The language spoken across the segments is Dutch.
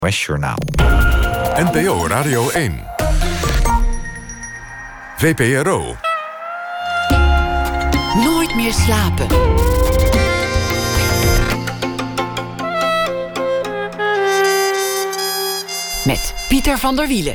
NOS-journaal. NPO Radio 1. VPRO. Nooit meer slapen. Met Pieter van der Wielen.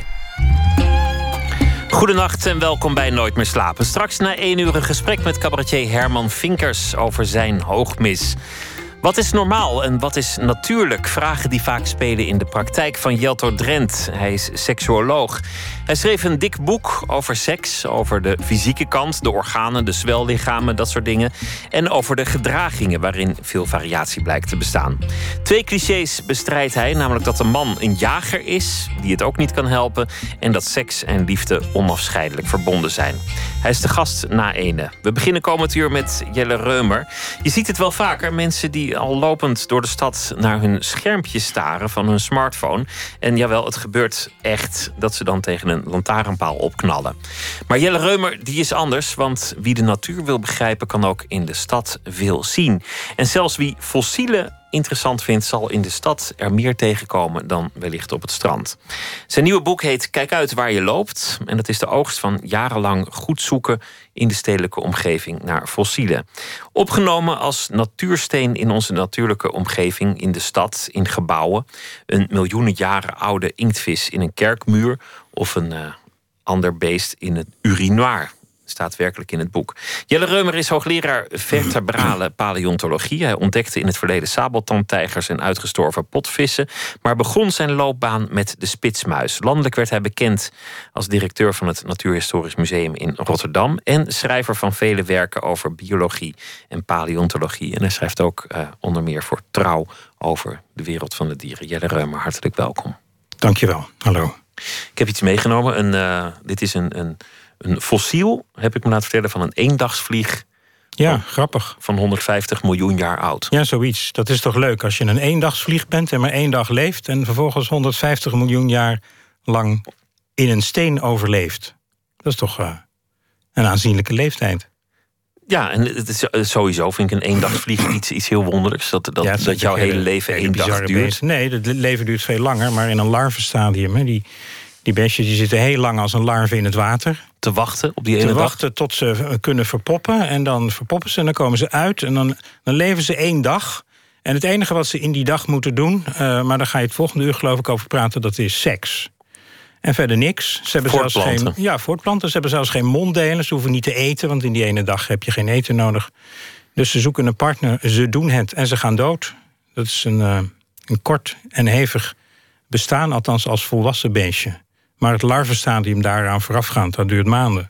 Goedenacht en welkom bij Nooit meer slapen. Straks na 1 uur een gesprek met cabaretier Herman Vinkers over zijn hoogmis. Wat is normaal en wat is natuurlijk? Vragen die vaak spelen in de praktijk van Jelto Drent. Hij is seksuoloog. Hij schreef een dik boek over seks, over de fysieke kant, de organen, de zwellichamen, dat soort dingen. En over de gedragingen waarin veel variatie blijkt te bestaan. 2 clichés bestrijdt hij, namelijk dat een man een jager is, die het ook niet kan helpen, en dat seks en liefde onafscheidelijk verbonden zijn. Hij is de gast na 1. We beginnen komend uur met Jelle Reumer. Je ziet het wel vaker, mensen die al lopend door de stad naar hun schermpje staren van hun smartphone. En jawel, het gebeurt echt dat ze dan tegen een lantaarnpaal opknallen. Maar Jelle Reumer, die is anders, want wie de natuur wil begrijpen kan ook in de stad veel zien. En zelfs wie fossielen interessant vindt, zal in de stad er meer tegenkomen dan wellicht op het strand. Zijn nieuwe boek heet Kijk uit waar je loopt. En dat is de oogst van jarenlang goed zoeken in de stedelijke omgeving naar fossielen. Opgenomen als natuursteen in onze natuurlijke omgeving, in de stad, in gebouwen. Een miljoenen jaren oude inktvis in een kerkmuur of een ander beest in het urinoir. Staat werkelijk in het boek. Jelle Reumer is hoogleraar vertebrale paleontologie. Hij ontdekte in het verleden sabeltandtijgers en uitgestorven potvissen, maar begon zijn loopbaan met de spitsmuis. Landelijk werd hij bekend als directeur van het Natuurhistorisch Museum in Rotterdam en schrijver van vele werken over biologie en paleontologie. En hij schrijft ook onder meer voor Trouw over de wereld van de dieren. Jelle Reumer, hartelijk welkom. Dankjewel, hallo. Ik heb iets meegenomen. Dit is een fossiel, heb ik me laten vertellen, van een eendagsvlieg. Ja, grappig. Van 150 miljoen jaar oud. Ja, zoiets. Dat is toch leuk als je een eendagsvlieg bent en maar 1 dag leeft en vervolgens 150 miljoen jaar lang in een steen overleeft. Dat is toch een aanzienlijke leeftijd. Ja, en het is sowieso vind ik een eendagsvlieg iets heel wonderlijks. Dat jouw hele leven 1 dag duurt. Beest. Nee, het leven duurt veel langer, maar in een larvenstadium. Hè, die beestjes die zitten heel lang als een larve in het water. Te wachten op die ene dag? Te wachten tot ze kunnen verpoppen. En dan verpoppen ze en dan komen ze uit. En dan leven ze 1 dag. En het enige wat ze in die dag moeten doen, maar daar ga je het volgende uur geloof ik over praten, dat is seks. En verder niks. Ze hebben voortplanten. Voortplanten. Ze hebben zelfs geen monddelen. Ze hoeven niet te eten, want in die ene dag heb je geen eten nodig. Dus ze zoeken een partner, ze doen het en ze gaan dood. Dat is een kort en hevig bestaan, althans als volwassen beestje. Maar het larvenstadium daaraan voorafgaand, dat duurt maanden.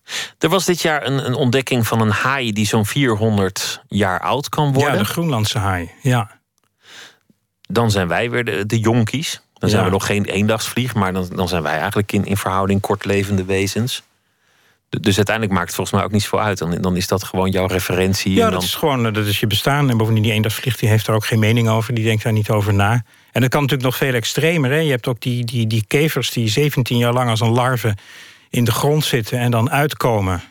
Er was dit jaar een ontdekking van een haai die zo'n 400 jaar oud kan worden. Ja, de Groenlandse haai, ja. Dan zijn wij weer de jonkies. Dan zijn we nog geen eendagsvlieg, maar dan zijn wij eigenlijk in verhouding kortlevende wezens. Dus uiteindelijk maakt het volgens mij ook niet zoveel uit. Dan is dat gewoon jouw referentie. Ja, en dan... dat is je bestaan. En bovendien die eendagsvlieg die heeft daar ook geen mening over. Die denkt daar niet over na. En dat kan natuurlijk nog veel extremer. Hè? Je hebt ook die kevers die 17 jaar lang als een larve in de grond zitten en dan uitkomen.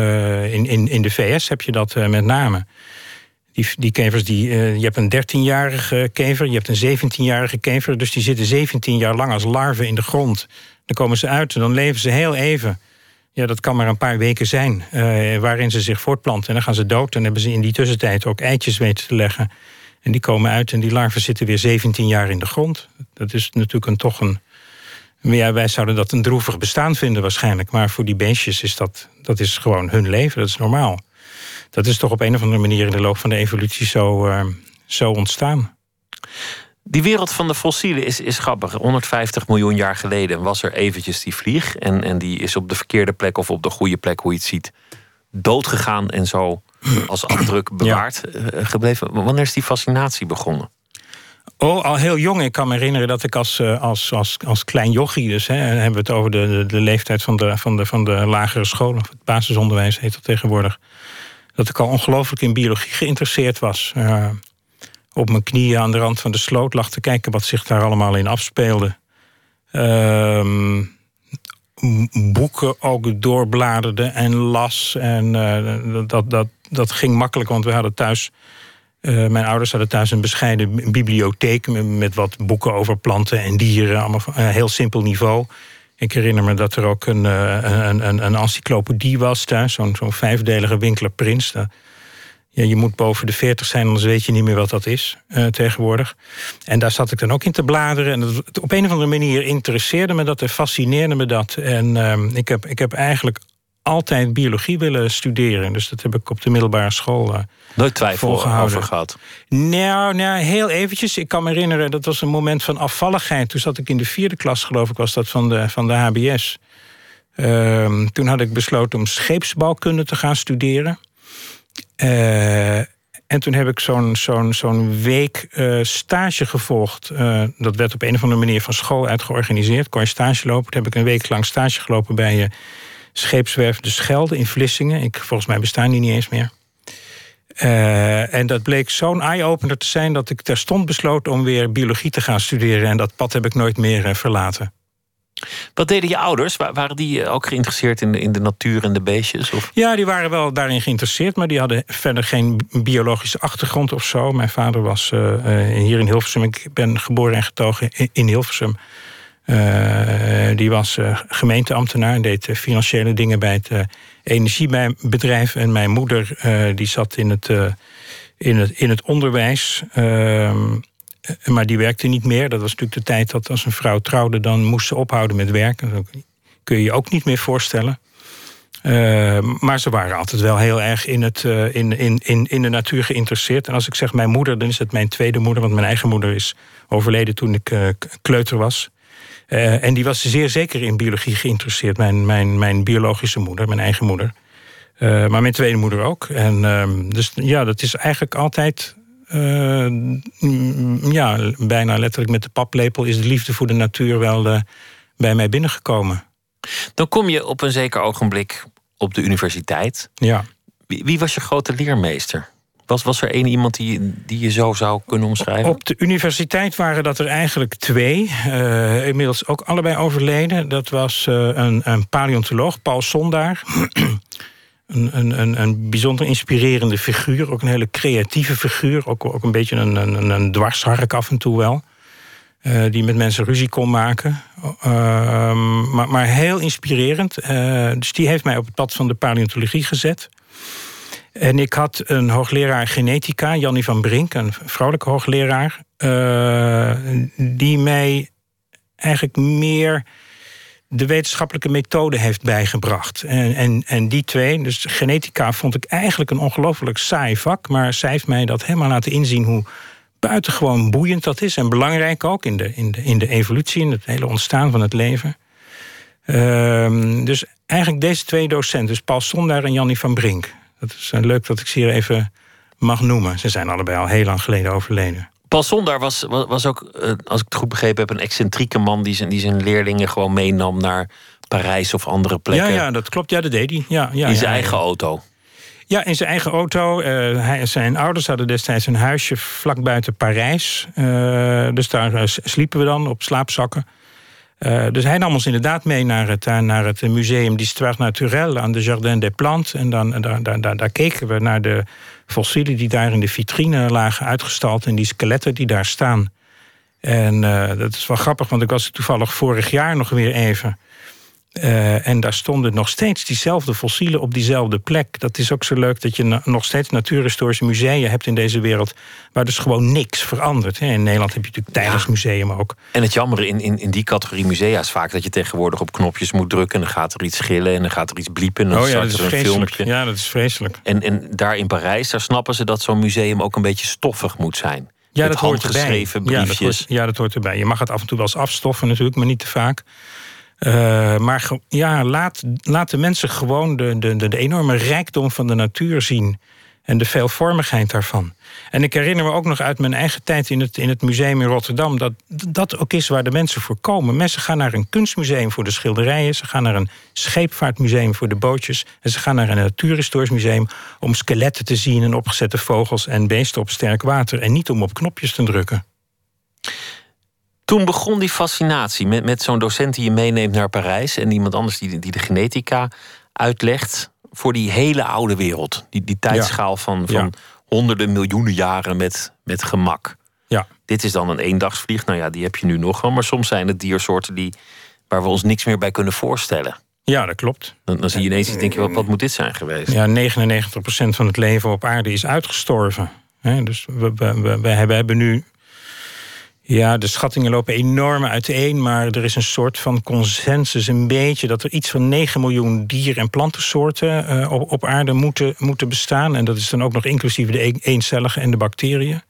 In de VS heb je dat met name. Die kevers, je hebt een 13-jarige kever, je hebt een 17-jarige kever. Dus die zitten 17 jaar lang als larven in de grond. Dan komen ze uit en dan leven ze heel even. Ja, dat kan maar een paar weken zijn, waarin ze zich voortplanten. En dan gaan ze dood en hebben ze in die tussentijd ook eitjes weten te leggen. En die komen uit en die larven zitten weer 17 jaar in de grond. Dat is natuurlijk toch een... Ja, wij zouden dat een droevig bestaan vinden waarschijnlijk. Maar voor die beestjes is dat is gewoon hun leven, dat is normaal. Dat is toch op een of andere manier in de loop van de evolutie zo ontstaan. Die wereld van de fossielen is grappig. 150 miljoen jaar geleden was er eventjes die vlieg. En die is op de verkeerde plek of op de goede plek, hoe je het ziet, doodgegaan en zo als afdruk bewaard gebleven. Wanneer is die fascinatie begonnen? Oh, al heel jong. Ik kan me herinneren dat ik als klein jochie, dus hebben we het over de leeftijd van de lagere school, of het basisonderwijs heet dat tegenwoordig, dat ik al ongelooflijk in biologie geïnteresseerd was. Op mijn knieën aan de rand van de sloot lag te kijken wat zich daar allemaal in afspeelde. Boeken ook doorbladerde en las. En dat ging makkelijk, want we hadden thuis Mijn ouders hadden thuis een bescheiden bibliotheek met wat boeken over planten en dieren. Allemaal van een heel simpel niveau. Ik herinner me dat er ook een encyclopedie was thuis. Zo'n 5-delige Winkler Prins. Je moet boven de 40 zijn, anders weet je niet meer wat dat is tegenwoordig. En daar zat ik dan ook in te bladeren. En op een of andere manier interesseerde me dat en fascineerde me dat. En ik heb eigenlijk altijd biologie willen studeren. Dus dat heb ik op de middelbare school nooit twijfel over gehad? Nou, heel eventjes. Ik kan me herinneren, dat was een moment van afvalligheid. Toen zat ik in de 4e klas, geloof ik, was dat van de HBS. Toen had ik besloten om scheepsbouwkunde te gaan studeren. En toen heb ik zo'n week stage gevolgd. Dat werd op een of andere manier van school uit georganiseerd. Kon je stage lopen. Toen heb ik een week lang stage gelopen bij scheepswerf De Schelde in Vlissingen. Volgens mij bestaan die niet eens meer. En dat bleek zo'n eye-opener te zijn dat ik terstond besloot om weer biologie te gaan studeren. En dat pad heb ik nooit meer verlaten. Wat deden je ouders? Waren die ook geïnteresseerd in de natuur en de beestjes? Of? Ja, die waren wel daarin geïnteresseerd, maar die hadden verder geen biologische achtergrond of zo. Mijn vader was hier in Hilversum. Ik ben geboren en getogen in Hilversum. Die was gemeenteambtenaar en deed financiële dingen bij het energiebedrijf. En mijn moeder die zat in het onderwijs. Maar die werkte niet meer. Dat was natuurlijk de tijd dat als een vrouw trouwde, dan moest ze ophouden met werken. Dat kun je je ook niet meer voorstellen. Maar ze waren altijd wel heel erg in de natuur geïnteresseerd. En als ik zeg mijn moeder, dan is het mijn tweede moeder. Want mijn eigen moeder is overleden toen ik kleuter was. En die was zeer zeker in biologie geïnteresseerd. Mijn biologische moeder, mijn eigen moeder. Maar mijn tweede moeder ook. En dus ja, dat is eigenlijk altijd bijna letterlijk met de paplepel is de liefde voor de natuur wel bij mij binnengekomen. Dan kom je op een zeker ogenblik op de universiteit. Ja. Wie was je grote leermeester? Was er één iemand die je zo zou kunnen omschrijven? Op de universiteit waren dat er eigenlijk 2. Inmiddels ook allebei overleden. Dat was een paleontoloog, Paul Sondaar. Een bijzonder inspirerende figuur. Ook een hele creatieve figuur. Ook een beetje een dwarshark af en toe wel. Die met mensen ruzie kon maken. Maar heel inspirerend. Dus die heeft mij op het pad van de paleontologie gezet. En ik had een hoogleraar genetica, Jannie van Brink, een vrouwelijke hoogleraar, die mij eigenlijk meer de wetenschappelijke methode heeft bijgebracht. En die 2, dus genetica, vond ik eigenlijk een ongelooflijk saai vak, maar zij heeft mij dat helemaal laten inzien hoe buitengewoon boeiend dat is en belangrijk ook in de evolutie, in het hele ontstaan van het leven. Dus eigenlijk deze 2 docenten, dus Paul Sondaar en Jannie van Brink. Dat is leuk dat ik ze hier even mag noemen. Ze zijn allebei al heel lang geleden overleden. Paul Sondaar was ook, als ik het goed begrepen heb, een excentrieke man die zijn leerlingen gewoon meenam naar Parijs of andere plekken. Ja, dat klopt. Ja, dat deed hij. Ja, in zijn eigen auto. Ja, in zijn eigen auto. Zijn ouders hadden destijds een huisje vlak buiten Parijs. Dus daar sliepen we dan op slaapzakken. Dus hij nam ons inderdaad mee naar het museum d'Histoire Naturelle aan de Jardin des Plantes. En daar keken we naar de fossielen die daar in de vitrine lagen uitgestald en die skeletten die daar staan. En dat is wel grappig, want ik was er toevallig vorig jaar nog weer even. En daar stonden nog steeds diezelfde fossielen op diezelfde plek. Dat is ook zo leuk dat je nog steeds natuurhistorische musea hebt in deze wereld, waar dus gewoon niks verandert. In Nederland heb je natuurlijk Tijgersmuseum ook. En het jammer in die categorie musea is vaak dat je tegenwoordig op knopjes moet drukken en dan gaat er iets gillen en dan gaat er iets bliepen en dan start er een filmpje. Ja, dat is vreselijk. En daar in Parijs, daar snappen ze dat zo'n museum ook een beetje stoffig moet zijn. Ja, dat hoort erbij. Handgeschreven briefjes. Dat hoort erbij. Je mag het af en toe wel eens afstoffen natuurlijk, maar niet te vaak. Maar laat de mensen gewoon de enorme rijkdom van de natuur zien. En de veelvormigheid daarvan. En ik herinner me ook nog uit mijn eigen tijd in het museum in Rotterdam, dat ook is waar de mensen voor komen. Mensen gaan naar een kunstmuseum voor de schilderijen. Ze gaan naar een scheepvaartmuseum voor de bootjes. En ze gaan naar een natuurhistorisch museum om skeletten te zien en opgezette vogels en beesten op sterk water. En niet om op knopjes te drukken. Toen begon die fascinatie met zo'n docent die je meeneemt naar Parijs en iemand anders die de genetica uitlegt voor die hele oude wereld. Die tijdsschaal van honderden miljoenen jaren met gemak. Ja. Dit is dan een eendagsvlieg. Nou ja, die heb je nu nog wel. Maar soms zijn het diersoorten waar we ons niks meer bij kunnen voorstellen. Ja, dat klopt. Dan zie je ineens iets, denk je, wat moet dit zijn geweest? Ja, 99% van het leven op aarde is uitgestorven. Dus we hebben nu... Ja, de schattingen lopen enorm uiteen, maar er is een soort van consensus een beetje dat er iets van 9 miljoen dier- en plantensoorten op aarde moeten bestaan. En dat is dan ook nog inclusief de eencelligen en de bacteriën.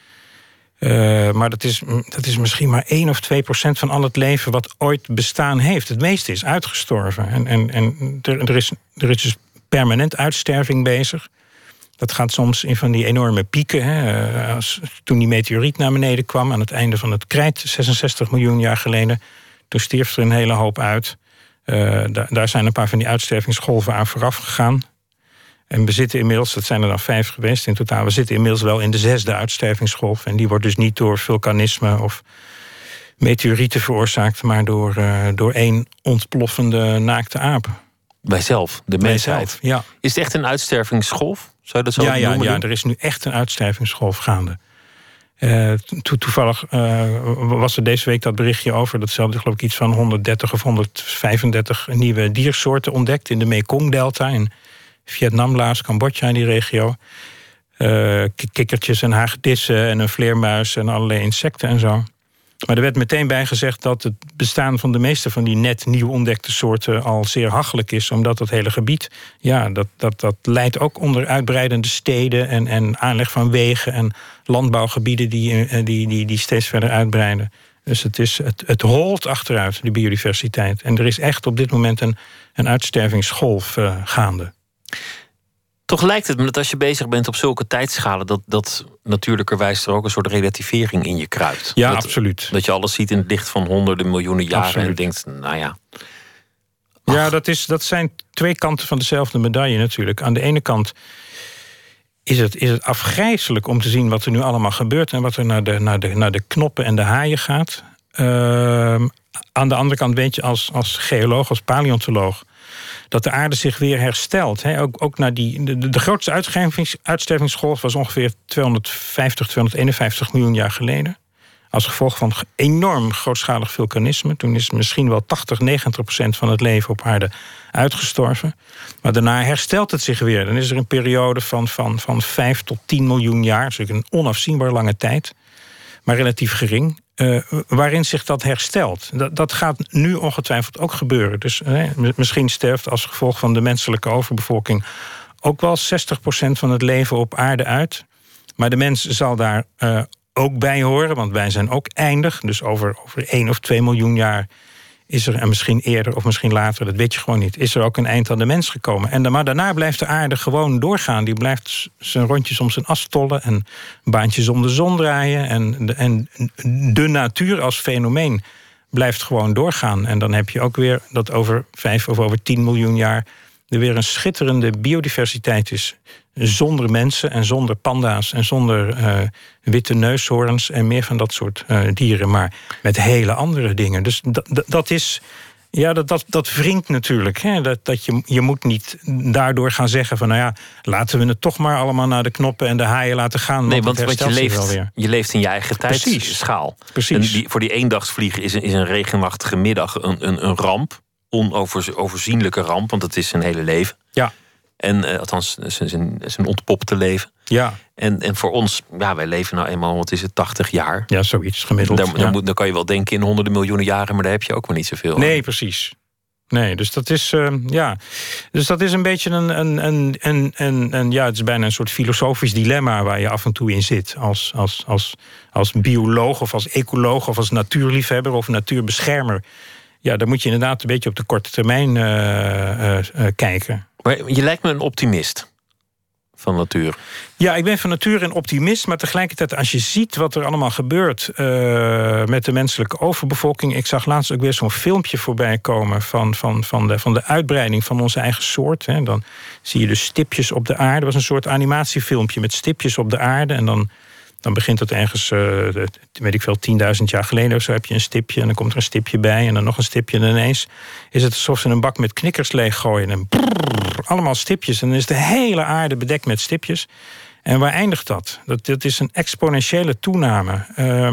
Maar dat is misschien maar 1 of 2% van al het leven wat ooit bestaan heeft. Het meeste is uitgestorven. En er is dus permanent uitsterving bezig. Dat gaat soms in van die enorme pieken. Toen die meteoriet naar beneden kwam aan het einde van het krijt, 66 miljoen jaar geleden, toen stierf er een hele hoop uit. Daar zijn een paar van die uitstervingsgolven aan vooraf gegaan. En we zitten inmiddels, dat zijn er dan 5 geweest in totaal, we zitten inmiddels wel in de 6e uitstervingsgolf. En die wordt dus niet door vulkanisme of meteorieten veroorzaakt, maar door één ontploffende naakte aap. Bijzelf, de mensheid. Bijzelf, ja. Is het echt een uitstervingsgolf? Zou je dat zo noemen? Ja, er is nu echt een uitstervingsgolf gaande. Toevallig was er deze week dat berichtje over dat ze geloof ik iets van 130 of 135 nieuwe diersoorten ontdekt in de Mekong-delta, in Vietnam, Laos, Cambodja, in die regio. Kikkertjes en hagedissen en een vleermuis en allerlei insecten en zo. Maar er werd meteen bij gezegd dat het bestaan van de meeste van die net nieuw ontdekte soorten al zeer hachelijk is, omdat dat hele gebied, ja, dat leidt ook onder uitbreidende steden en aanleg van wegen en landbouwgebieden die steeds verder uitbreiden. Dus het holt achteruit, de biodiversiteit. En er is echt op dit moment een uitstervingsgolf gaande. Toch lijkt het me dat als je bezig bent op zulke tijdschalen, dat natuurlijkerwijs er ook een soort relativering in je kruipt. Ja, absoluut. Dat je alles ziet in het licht van honderden miljoenen jaren. Absoluut. En denkt, nou ja. Ja, dat zijn 2 kanten van dezelfde medaille natuurlijk. Aan de ene kant is het afgrijselijk om te zien wat er nu allemaal gebeurt en wat er naar de knoppen en de haaien gaat. Aan de andere kant weet je als geoloog, als paleontoloog, dat de aarde zich weer herstelt. Ook naar de grootste uitstervingsgolf was ongeveer 250, 251 miljoen jaar geleden. Als gevolg van enorm grootschalig vulkanisme. Toen is misschien wel 80-90% van het leven op aarde uitgestorven. Maar daarna herstelt het zich weer. Dan is er een periode van 5 tot 10 miljoen jaar. Dus een onafzienbaar lange tijd. Maar relatief gering. Waarin zich dat herstelt. Dat gaat nu ongetwijfeld ook gebeuren. Dus misschien sterft als gevolg van de menselijke overbevolking ook wel 60% van het leven op aarde uit. Maar de mens zal daar ook bij horen, want wij zijn ook eindig. Dus over 1 of 2 miljoen jaar is er, en misschien eerder of misschien later, dat weet je gewoon niet, is er ook een eind aan de mens gekomen. Maar daarna blijft de aarde gewoon doorgaan. Die blijft zijn rondjes om zijn as tollen en baantjes om de zon draaien. En de natuur als fenomeen blijft gewoon doorgaan. En dan heb je ook weer dat over 5 of over 10 miljoen jaar er weer een schitterende biodiversiteit is. Zonder mensen en zonder panda's en zonder witte neushoorns en meer van dat soort dieren, maar met hele andere dingen. Dus dat is, ja, dat wringt natuurlijk. Hè? Dat je moet niet daardoor gaan zeggen van, nou ja, laten we het toch maar allemaal naar de knoppen en de haaien laten gaan. Nee, want je leeft in je eigen tijdsschaal. Precies. En voor die eendagsvlieg is een regenachtige middag een ramp. Onoverzienlijke ramp, want het is zijn hele leven. Ja. En althans, zijn ontpopte leven. Ja. En voor ons, ja, wij leven nou eenmaal, wat is het, 80 jaar. Ja, zoiets gemiddeld. Dan kan je wel denken in honderden miljoenen jaren, maar daar heb je ook wel niet zoveel. Nee, precies. Nee, dus dat is, Dus dat is een beetje het is bijna een soort filosofisch dilemma waar je af en toe in zit. Als bioloog of als ecoloog of als natuurliefhebber of natuurbeschermer. Ja, dan moet je inderdaad een beetje op de korte termijn kijken. Maar je lijkt me een optimist van natuur. Ja, ik ben van nature een optimist, maar tegelijkertijd als je ziet wat er allemaal gebeurt met de menselijke overbevolking. Ik zag laatst ook weer zo'n filmpje voorbij komen van de uitbreiding van onze eigen soort. Hè. Dan zie je dus stipjes op de aarde. Het was een soort animatiefilmpje met stipjes op de aarde en dan begint het ergens, weet ik veel, 10.000 jaar geleden of zo heb je een stipje en dan komt er een stipje bij en dan nog een stipje en ineens is het alsof ze een bak met knikkers leeggooien en allemaal stipjes en dan is de hele aarde bedekt met stipjes. En waar eindigt dat? Dat is een exponentiële toename.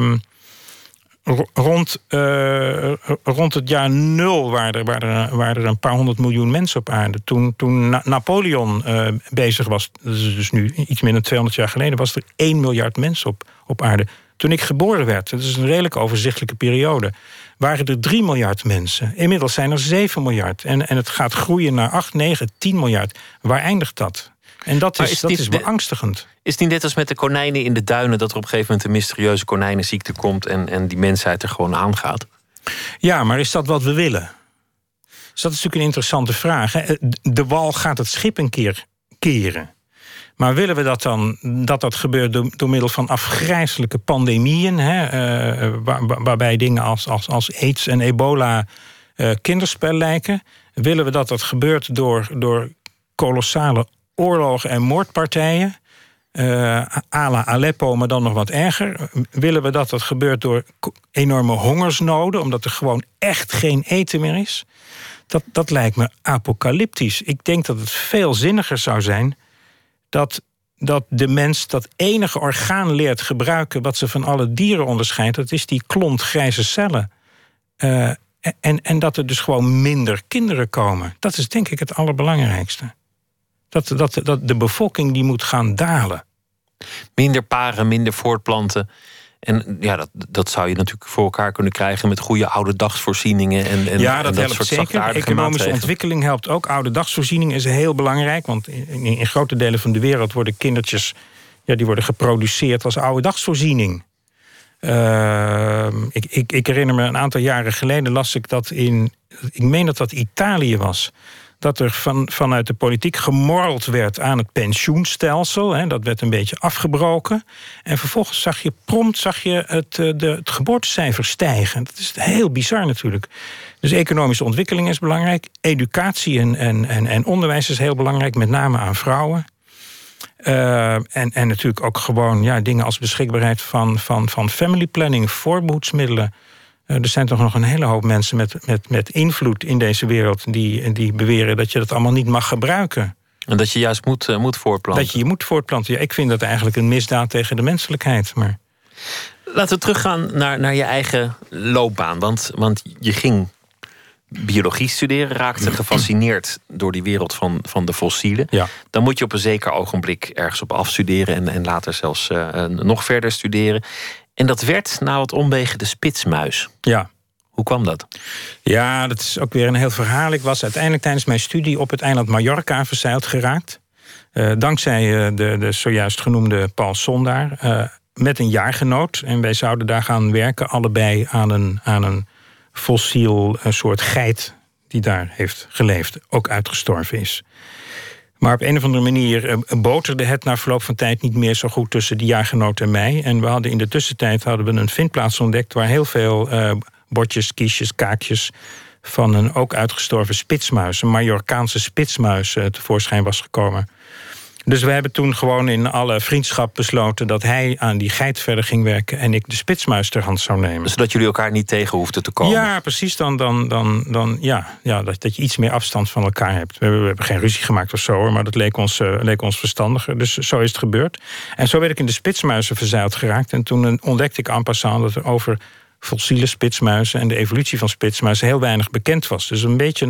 Rond het jaar 0 waren er een paar 100 miljoen mensen op aarde. Toen Napoleon bezig was, dus nu iets meer dan 200 jaar geleden, was er 1 miljard mensen op aarde. Toen ik geboren werd, dat is een redelijk overzichtelijke periode, waren er 3 miljard mensen. Inmiddels zijn er 7 miljard. En het gaat groeien naar 8, 9, 10 miljard. Waar eindigt dat? En dat is beangstigend. Is het niet net als met de konijnen in de duinen, dat er op een gegeven moment een mysterieuze konijnenziekte komt en die mensheid er gewoon aangaat? Ja, maar is dat wat we willen? Dus dat is natuurlijk een interessante vraag. Hè? De wal gaat het schip een keer keren. Maar willen we dat dan, dat gebeurt door middel van afgrijselijke pandemieën, waarbij dingen als AIDS en ebola kinderspel lijken? Willen we dat gebeurt door kolossale oorlogen en moordpartijen, à la Aleppo, maar dan nog wat erger? Willen we dat gebeurt door enorme hongersnoden, omdat er gewoon echt geen eten meer is? Dat lijkt me apocalyptisch. Ik denk dat het veel zinniger zou zijn dat de mens dat enige orgaan leert gebruiken wat ze van alle dieren onderscheidt. Dat is die klont grijze cellen. En dat er dus gewoon minder kinderen komen. Dat is denk ik het allerbelangrijkste. Dat de bevolking die moet gaan dalen. Minder paren, minder voortplanten. En ja, dat zou je natuurlijk voor elkaar kunnen krijgen met goede ouderdagsvoorzieningen. Ja, dat helpt zeker. Economische ontwikkeling helpt ook. Ouderdagsvoorziening is heel belangrijk. Want in grote delen van de wereld worden kindertjes, die worden geproduceerd als ouderdagsvoorziening. Ik herinner me een aantal jaren geleden las ik dat ik meen dat Italië was, dat er vanuit de politiek gemorreld werd aan het pensioenstelsel. Hè, dat werd een beetje afgebroken. En vervolgens zag je het geboortecijfer stijgen. Dat is heel bizar natuurlijk. Dus economische ontwikkeling is belangrijk. Educatie en onderwijs is heel belangrijk, met name aan vrouwen. En natuurlijk ook gewoon dingen als beschikbaarheid van family planning, voorbehoedsmiddelen. Er zijn toch nog een hele hoop mensen met invloed in deze wereld die beweren dat je dat allemaal niet mag gebruiken. En dat je juist moet voortplanten. Dat je moet voortplanten. Ja, ik vind dat eigenlijk een misdaad tegen de menselijkheid. Maar laten we teruggaan naar je eigen loopbaan. Want je ging biologie studeren, raakte gefascineerd door die wereld van de fossielen. Ja. Dan moet je op een zeker ogenblik ergens op afstuderen en later zelfs nog verder studeren. En dat werd na wat omwegen de spitsmuis. Ja. Hoe kwam dat? Ja, dat is ook weer een heel verhaal. Ik was uiteindelijk tijdens mijn studie op het eiland Mallorca verzeild geraakt. Dankzij de zojuist genoemde Paul Sondaar. Met een jaargenoot. En wij zouden daar gaan werken, allebei aan een fossiel, een soort geit die daar heeft geleefd. Ook uitgestorven is. Maar op een of andere manier boterde het na verloop van tijd niet meer zo goed tussen die jaargenoot en mij. En we hadden in de tussentijd een vindplaats ontdekt waar heel veel botjes, kiesjes, kaakjes van een ook uitgestorven spitsmuis, een Majorcaanse spitsmuis, tevoorschijn was gekomen. Dus we hebben toen gewoon in alle vriendschap besloten dat hij aan die geit verder ging werken en ik de spitsmuis ter hand zou nemen. Zodat jullie elkaar niet tegen hoefden te komen? Ja, precies. Dan dat je iets meer afstand van elkaar hebt. We hebben geen ruzie gemaakt of zo, hoor, maar dat leek ons verstandiger. Dus zo is het gebeurd. En zo werd ik in de spitsmuizen verzeild geraakt. En toen ontdekte ik en passant dat er over fossiele spitsmuizen en de evolutie van spitsmuizen heel weinig bekend was. Dus een beetje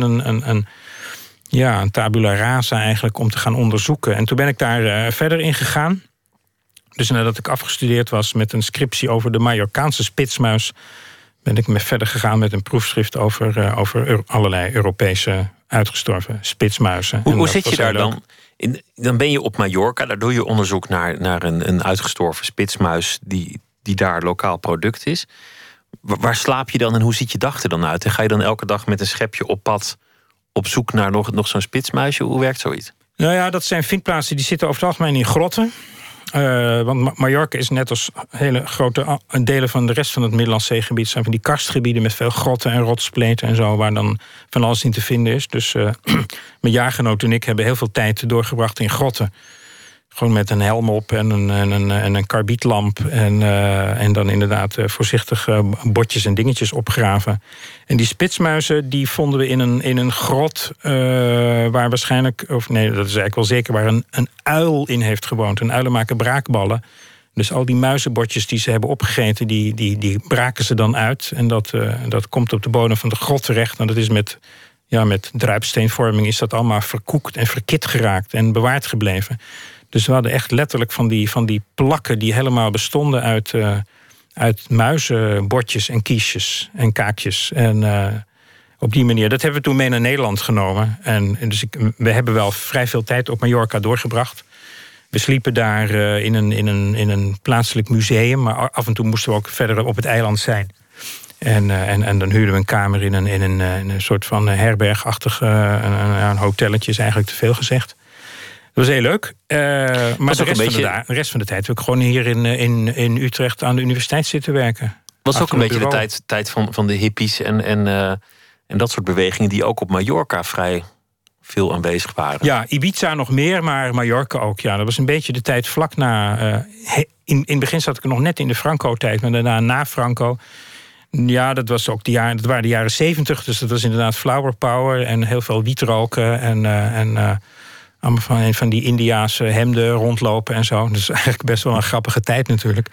een tabula rasa eigenlijk om te gaan onderzoeken. En toen ben ik daar verder in gegaan. Dus nadat ik afgestudeerd was met een scriptie over de Majorcaanse spitsmuis, ben ik verder gegaan met een proefschrift over allerlei Europese uitgestorven spitsmuizen. Hoe zit je daar dan? Dan ben je op Mallorca, daar doe je onderzoek naar een uitgestorven spitsmuis die daar lokaal product is. Waar slaap je dan en hoe ziet je dag er dan uit? En ga je dan elke dag met een schepje op pad op zoek naar nog zo'n spitsmuisje? Hoe werkt zoiets? Nou ja, dat zijn vindplaatsen die zitten over het algemeen in grotten. Want Mallorca is net als hele grote delen van de rest van het Middellandse Zeegebied zijn van die karstgebieden met veel grotten en rotspleten en zo, waar dan van alles in te vinden is. Dus mijn jaargenoot en ik hebben heel veel tijd doorgebracht in grotten. Gewoon met een helm op en een karbietlamp. En dan inderdaad voorzichtig botjes en dingetjes opgraven. En die spitsmuizen die vonden we in een grot waar waarschijnlijk... of nee, dat is eigenlijk wel zeker, waar een uil in heeft gewoond. En uilen maken braakballen. Dus al die muizenbotjes die ze hebben opgegeten, die braken ze dan uit. En dat komt op de bodem van de grot terecht. En dat is met druipsteenvorming is dat allemaal verkoekt en verkit geraakt en bewaard gebleven. Dus we hadden echt letterlijk van die plakken die helemaal bestonden uit muizenbotjes en kiesjes en kaakjes. En op die manier, dat hebben we toen mee naar Nederland genomen. En dus we hebben wel vrij veel tijd op Mallorca doorgebracht. We sliepen daar in een plaatselijk museum, maar af en toe moesten we ook verder op het eiland zijn. En dan huurden we een kamer in een soort van herbergachtig een hotelletje, is eigenlijk te veel gezegd. Dat was heel leuk. Maar de rest van de tijd heb ik gewoon hier in Utrecht aan de universiteit zitten werken. Was ook een beetje de tijd van de hippies en dat soort bewegingen die ook op Mallorca vrij veel aanwezig waren. Ja, Ibiza nog meer, maar Mallorca ook. Ja, dat was een beetje de tijd vlak na... in het begin zat ik nog net in de Franco-tijd, maar daarna na Franco... Ja, dat waren de jaren 70, dus dat was inderdaad flower power en heel veel wietroken en allemaal van die Indiaanse hemden rondlopen en zo. Dus eigenlijk best wel een grappige tijd natuurlijk.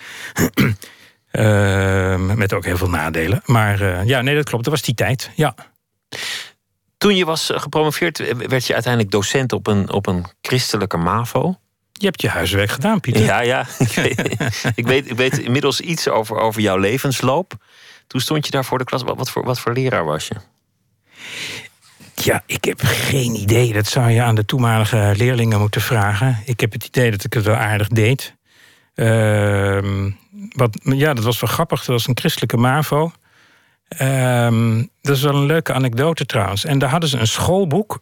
Met ook heel veel nadelen. Maar dat klopt, dat was die tijd, ja. Toen je was gepromoveerd, werd je uiteindelijk docent op een christelijke MAVO. Je hebt je huiswerk gedaan, Pieter. Ja. Ik weet inmiddels iets over jouw levensloop. Toen stond je daar voor de klas. Wat voor leraar was je? Ja, ik heb geen idee. Dat zou je aan de toenmalige leerlingen moeten vragen. Ik heb het idee dat ik het wel aardig deed. Dat was wel grappig. Dat was een christelijke MAVO. Dat is wel een leuke anekdote trouwens. En daar hadden ze een schoolboek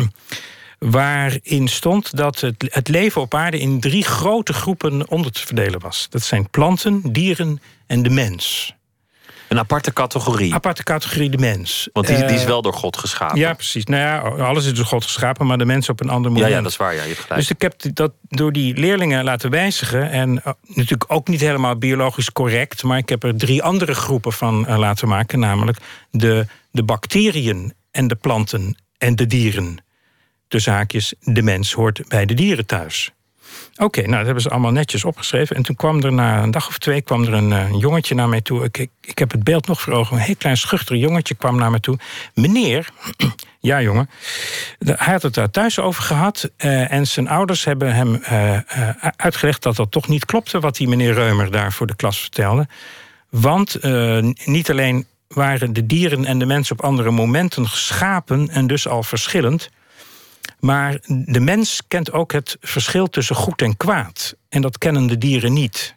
waarin stond dat het leven op aarde in 3 grote groepen onder te verdelen was. Dat zijn planten, dieren en de mens. Een aparte categorie. Aparte categorie, de mens. Want die is wel door God geschapen. Ja, precies. Nou ja, alles is door God geschapen, maar de mens op een ander moment. Ja, dat is waar. Ja, je hebt gelijk. Dus ik heb dat door die leerlingen laten wijzigen. En natuurlijk ook niet helemaal biologisch correct, maar ik heb er 3 andere groepen van laten maken. Namelijk de bacteriën en de planten en de dieren. Tussen haakjes, de mens hoort bij de dieren thuis. Oké, nou, dat hebben ze allemaal netjes opgeschreven. En toen kwam er na een dag of 2 een jongetje naar mij toe. Ik heb het beeld nog voor ogen. Een heel klein schuchter jongetje kwam naar me toe. Meneer, ja jongen, hij had het daar thuis over gehad. En zijn ouders hebben hem uitgelegd dat dat toch niet klopte wat die meneer Reumer daar voor de klas vertelde. Want niet alleen waren de dieren en de mensen op andere momenten geschapen en dus al verschillend, maar de mens kent ook het verschil tussen goed en kwaad. En dat kennen de dieren niet.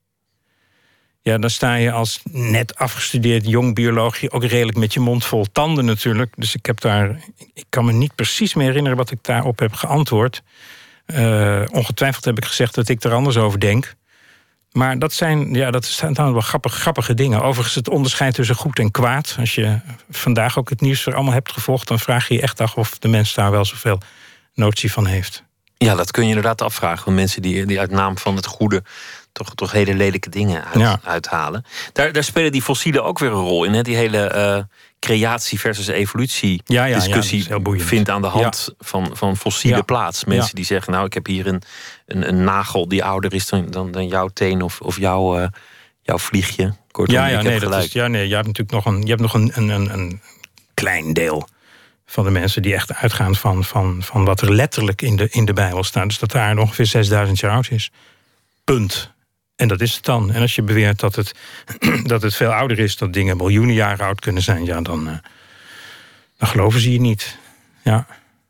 Ja, dan sta je als net afgestudeerd jong bioloog ook redelijk met je mond vol tanden natuurlijk. Dus ik kan me niet precies meer herinneren wat ik daarop heb geantwoord. Ongetwijfeld heb ik gezegd dat ik er anders over denk. Maar dat zijn dan wel grappige dingen. Overigens het onderscheid tussen goed en kwaad. Als je vandaag ook het nieuws er allemaal hebt gevolgd, dan vraag je je echt af of de mens daar wel zoveel notie van heeft. Ja, dat kun je inderdaad afvragen. Want mensen die uit naam van het goede toch hele lelijke dingen uithalen. Daar spelen die fossielen ook weer een rol in. Hè? Die hele creatie versus evolutie discussie vindt aan de hand van fossiele plaats. Mensen die zeggen, nou, ik heb hier een nagel die ouder is dan jouw teen of jouw vliegje. Kortom, je hebt natuurlijk nog een klein deel van de mensen die echt uitgaan van wat er letterlijk in de Bijbel staat. Dus dat de aarde ongeveer 6000 jaar oud is. Punt. En dat is het dan. En als je beweert dat het veel ouder is, dat dingen miljoenen jaren oud kunnen zijn, ja, dan geloven ze je niet. Ja.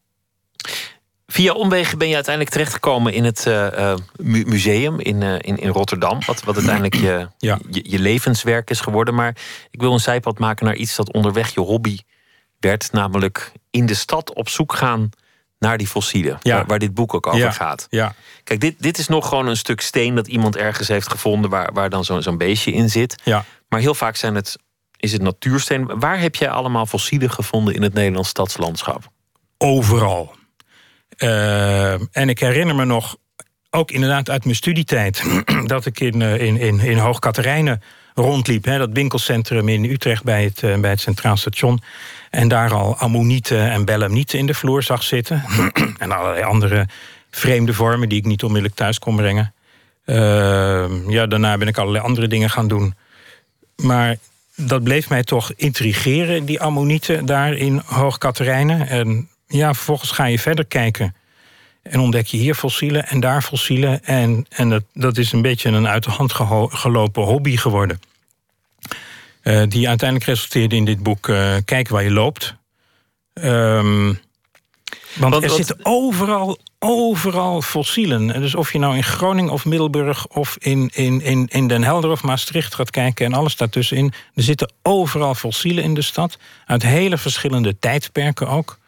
Via omwegen ben je uiteindelijk terechtgekomen in het museum in Rotterdam. Wat uiteindelijk je levenswerk is geworden. Maar ik wil een zijpad maken naar iets dat onderweg je hobby werd. Namelijk in de stad op zoek gaan naar die fossielen. Ja. Waar dit boek ook over gaat. Ja. Kijk, dit is nog gewoon een stuk steen dat iemand ergens heeft gevonden waar dan zo'n beestje in zit. Ja. Maar heel vaak is het natuursteen. Waar heb jij allemaal fossielen gevonden in het Nederlands stadslandschap? Overal. En ik herinner me nog ook inderdaad uit mijn studietijd dat ik in Hoog Catharijnen rondliep. Hè, dat winkelcentrum in Utrecht bij het Centraal Station. En daar al ammonieten en belemnieten in de vloer zag zitten. En allerlei andere vreemde vormen die ik niet onmiddellijk thuis kon brengen. Daarna ben ik allerlei andere dingen gaan doen. Maar dat bleef mij toch intrigeren, die ammonieten daar in Hoog Catharijnen. En ja, vervolgens ga je verder kijken. En ontdek je hier fossielen en daar fossielen. En dat is een beetje een uit de hand gelopen hobby geworden. Die uiteindelijk resulteerde in dit boek Kijk waar je loopt. Want er zitten overal fossielen. Dus of je nou in Groningen of Middelburg of in Den Helder of Maastricht gaat kijken en alles daartussenin. Er zitten overal fossielen in de stad. Uit hele verschillende tijdperken ook.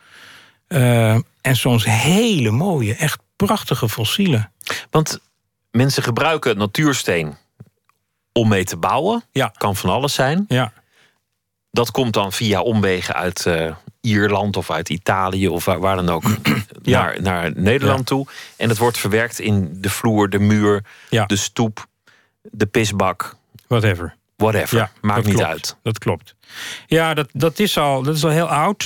En soms hele mooie, echt prachtige fossielen. Want mensen gebruiken natuursteen om mee te bouwen. Ja. Kan van alles zijn. Ja. Dat komt dan via omwegen uit Ierland of uit Italië of waar dan ook naar Nederland toe. En het wordt verwerkt in de vloer, de muur, de stoep, de pisbak. Whatever. Ja, maakt niet uit. Dat klopt. Ja, dat is al heel oud.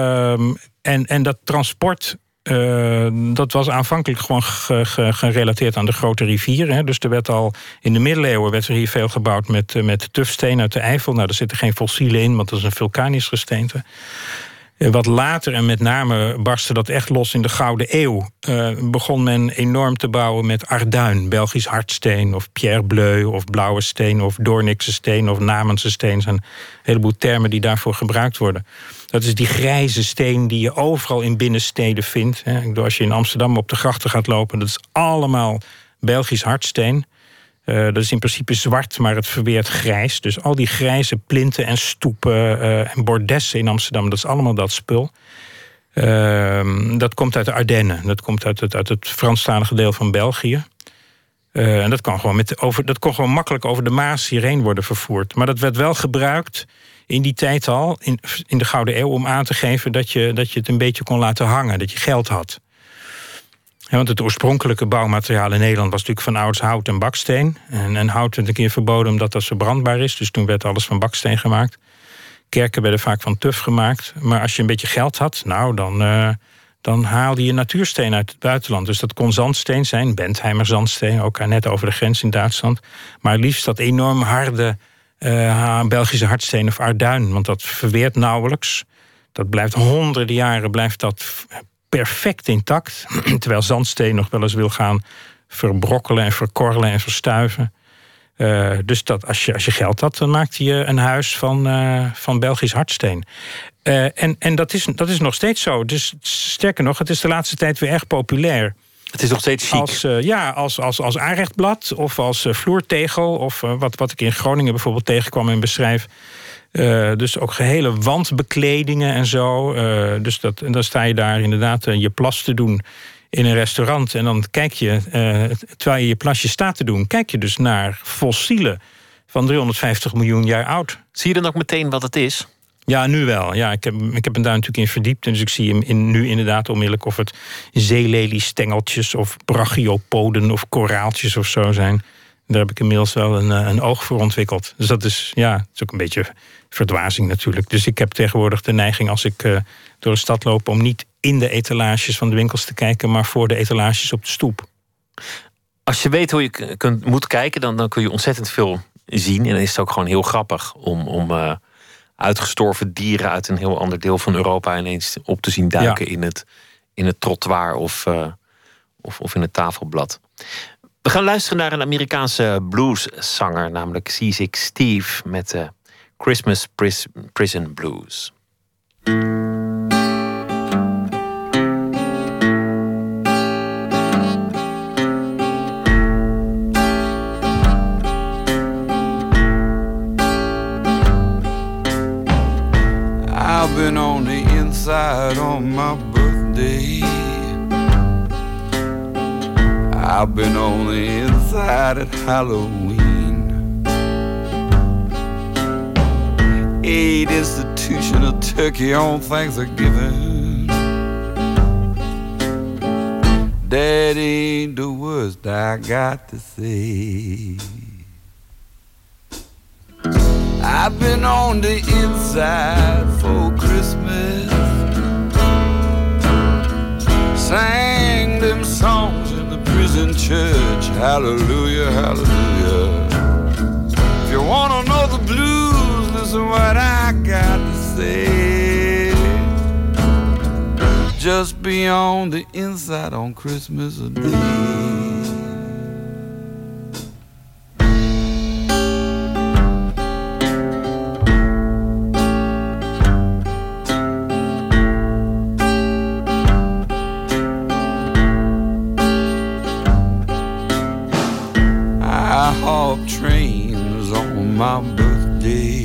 En dat transport, dat was aanvankelijk gewoon gerelateerd aan de grote rivieren. Hè. Dus er werd al in de middeleeuwen werd er hier veel gebouwd met tufsteen uit de Eifel. Nou, daar zitten geen fossielen in, want dat is een vulkanisch gesteente. Wat later, en met name barstte dat echt los in de Gouden Eeuw, begon men enorm te bouwen met arduin, Belgisch hardsteen, of Pierre Bleu, of blauwe steen, of Doornikse steen, of Namense steen. Er zijn een heleboel termen die daarvoor gebruikt worden. Dat is die grijze steen die je overal in binnensteden vindt. Als je in Amsterdam op de grachten gaat lopen, dat is allemaal Belgisch hardsteen. Dat is in principe zwart, maar het verweert grijs. Dus al die grijze plinten en stoepen en bordessen in Amsterdam, dat is allemaal dat spul. Dat komt uit de Ardennen. Dat komt uit het Franstalige deel van België. En dat kon gewoon makkelijk over de Maas hierheen worden vervoerd. Maar dat werd wel gebruikt in die tijd al, in de Gouden Eeuw, om aan te geven dat je het een beetje kon laten hangen, dat je geld had. Ja, want het oorspronkelijke bouwmateriaal in Nederland was natuurlijk van ouds hout en baksteen. En hout werd een keer verboden omdat dat zo brandbaar is. Dus toen werd alles van baksteen gemaakt. Kerken werden vaak van tuf gemaakt. Maar als je een beetje geld had, nou, dan haalde je natuursteen uit het buitenland. Dus dat kon zandsteen zijn, Bentheimer zandsteen, ook net over de grens in Duitsland. Maar liefst dat enorm harde Belgische hardsteen of arduin. Want dat verweert nauwelijks. Dat blijft honderden jaren blijft dat perfect intact. Terwijl zandsteen nog wel eens wil gaan verbrokkelen en verkorrelen en verstuiven. Dus dat als je geld had, dan maakte je een huis van Belgisch hardsteen. En dat is nog steeds zo. Dus sterker nog, het is de laatste tijd weer erg populair. Het is nog steeds chic. Als aanrechtblad of als vloertegel. Of wat ik in Groningen bijvoorbeeld tegenkwam en beschrijf. Dus ook gehele wandbekledingen en zo. En dan sta je daar inderdaad je plas te doen in een restaurant. En dan kijk je, terwijl je je plasje staat te doen, kijk je dus naar fossielen van 350 miljoen jaar oud. Zie je dan ook meteen wat het is? Ja, nu wel. Ja, ik heb me daar natuurlijk in verdiept. En dus ik zie hem nu inderdaad onmiddellijk of het zeeleliestengeltjes of brachiopoden of koraaltjes of zo zijn. Daar heb ik inmiddels wel een oog voor ontwikkeld. Dus dat is, het is ook een beetje verdwazing natuurlijk. Dus ik heb tegenwoordig de neiging als ik door de stad loop om niet in de etalages van de winkels te kijken, maar voor de etalages op de stoep. Als je weet hoe je moet kijken, dan kun je ontzettend veel zien. En dan is het ook gewoon heel grappig om uitgestorven dieren uit een heel ander deel van Europa ineens op te zien duiken in het trottoir of in het tafelblad. We gaan luisteren naar een Amerikaanse blueszanger, namelijk Seasick Steve met Christmas Prison Blues. I've been on the inside on my birthday. I've been on the inside at Halloween. Ate institutional turkey on Thanksgiving. That ain't the worst I got to say. I've been on the inside for Christmas, sang them songs in the prison church, hallelujah, hallelujah. If you wanna know the blues, listen what I got to say. Just be on the inside on Christmas Day. I hop trains on my birthday,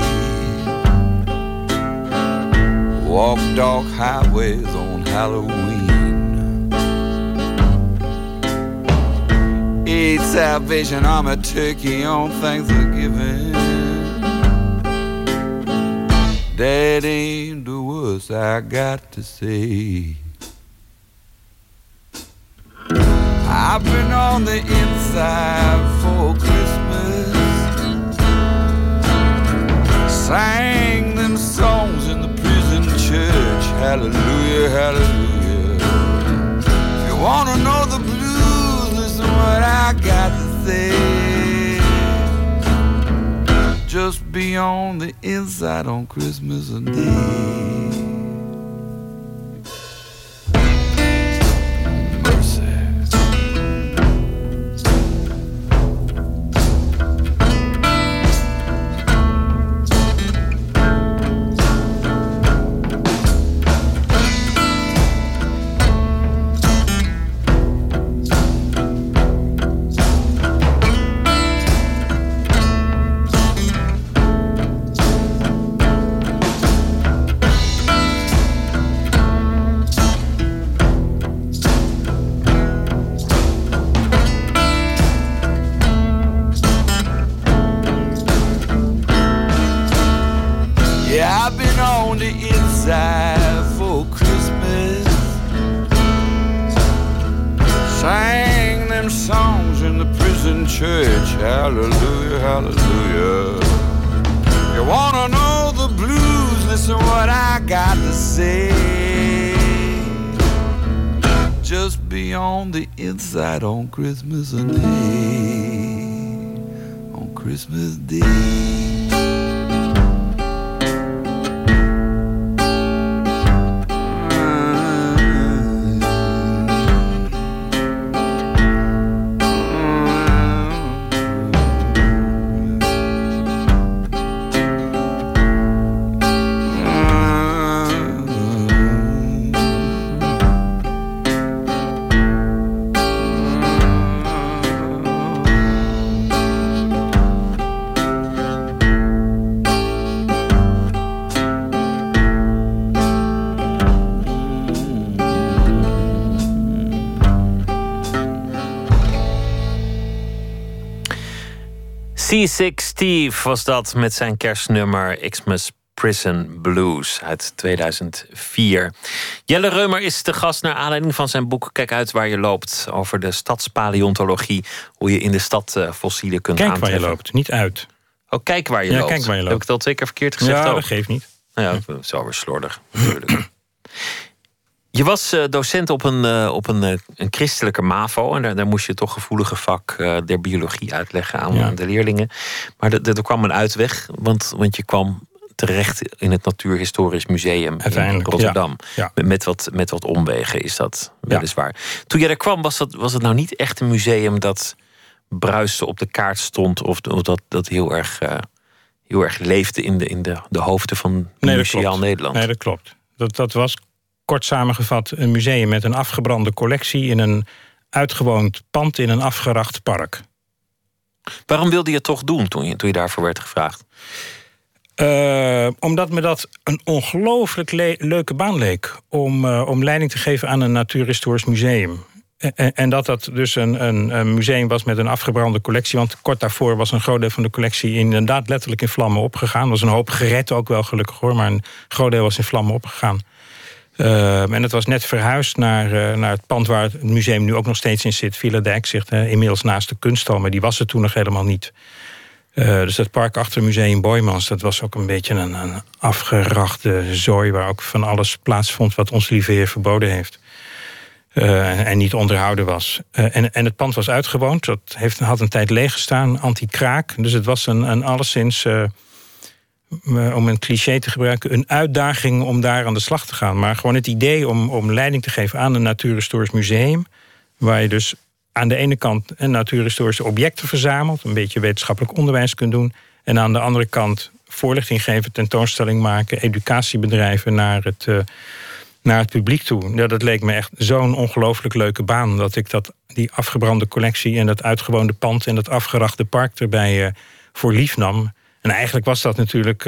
walk dark highways on Halloween, eat Salvation Army turkey on Thanksgiving. That ain't the worst I got to say. I've been on the inside for Christmas, sang them songs in the prison church, hallelujah, hallelujah. If you wanna know the blues, listen what I got to say. Just be on the inside on Christmas Day. Inside on Christmas Day, on Christmas Day. Seasick Steve was dat met zijn kerstnummer Xmas Prison Blues uit 2004. Jelle Reumer is de gast naar aanleiding van zijn boek Kijk uit waar je loopt, over de stadspaleontologie, hoe je in de stad fossielen kunt aantreffen. Kijk waar je loopt, niet uit. Oh, kijk waar je loopt. Kijk waar je loopt. Heb ik het al 2 keer verkeerd gezegd? Ja, ook? Dat geeft niet. Nou ja, zo weer slordig natuurlijk. Je was docent op een christelijke MAVO. En daar moest je toch gevoelige vak der biologie uitleggen aan de leerlingen. Maar er kwam een uitweg, want je kwam terecht in het Natuurhistorisch Museum in Rotterdam. Ja. Met wat omwegen is dat weliswaar. Toen jij daar kwam, was het nou niet echt een museum dat bruiste op de kaart stond, of dat heel erg leefde in de hoofden van Museaal Nederland? Nee, dat klopt. Dat was kort samengevat een museum met een afgebrande collectie in een uitgewoond pand in een afgeracht park. Waarom wilde je het toch doen toen je daarvoor werd gevraagd? Omdat me dat een ongelooflijk leuke baan leek om leiding te geven aan een natuurhistorisch museum. En dat dus een museum was met een afgebrande collectie. Want kort daarvoor was een groot deel van de collectie inderdaad letterlijk in vlammen opgegaan. Er was een hoop gered ook wel, gelukkig hoor. Maar een groot deel was in vlammen opgegaan. En het was net verhuisd naar het pand waar het museum nu ook nog steeds in zit. Villa Dijkzicht, inmiddels naast de kunsthal, maar die was er toen nog helemaal niet. Dus dat park achter Museum Boijmans, dat was ook een beetje een afgerachte zooi waar ook van alles plaatsvond wat ons lieve Heer verboden heeft. En niet onderhouden was. En het pand was uitgewoond. Dat had een tijd leeg gestaan, anti-kraak. Dus het was een alleszins, om een cliché te gebruiken, een uitdaging om daar aan de slag te gaan. Maar gewoon het idee om leiding te geven aan een natuurhistorisch museum, waar je dus aan de ene kant natuurhistorische objecten verzamelt, een beetje wetenschappelijk onderwijs kunt doen, en aan de andere kant voorlichting geven, tentoonstelling maken, educatie bedrijven naar het publiek toe. Ja, dat leek me echt zo'n ongelooflijk leuke baan, dat ik die afgebrande collectie en dat uitgewoonde pand en dat afgerachte park erbij voor lief nam. En eigenlijk was dat natuurlijk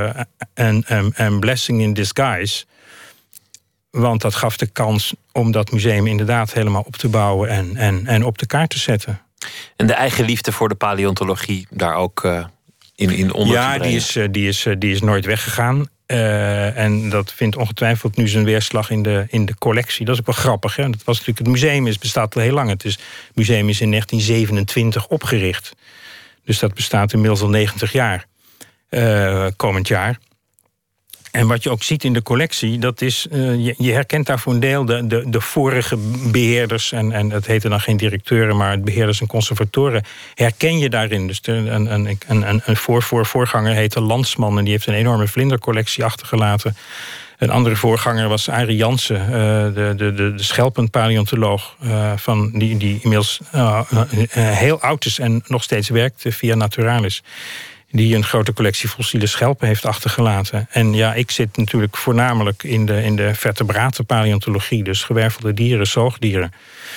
een blessing in disguise. Want dat gaf de kans om dat museum inderdaad helemaal op te bouwen en op de kaart te zetten. En de eigen liefde voor de paleontologie daar ook in onder te brengen? Ja, die is nooit weggegaan. En dat vindt ongetwijfeld nu zijn weerslag in de collectie. Dat is ook wel grappig. Hè? Dat was natuurlijk, het museum bestaat al heel lang. Het museum is in 1927 opgericht. Dus dat bestaat inmiddels al 90 jaar. Komend jaar. En wat je ook ziet in de collectie, dat is, je herkent daar voor een deel de vorige beheerders, en het heette dan geen directeuren, maar beheerders en conservatoren, herken je daarin. Dus een voorganger heette Landsman en die heeft een enorme vlindercollectie achtergelaten. Een andere voorganger was Arie Jansen, de schelpenpaleontoloog, die inmiddels heel oud is en nog steeds werkt via Naturalis. Die een grote collectie fossiele schelpen heeft achtergelaten. En ja, ik zit natuurlijk voornamelijk in de vertebratenpaleontologie, dus gewervelde dieren, zoogdieren.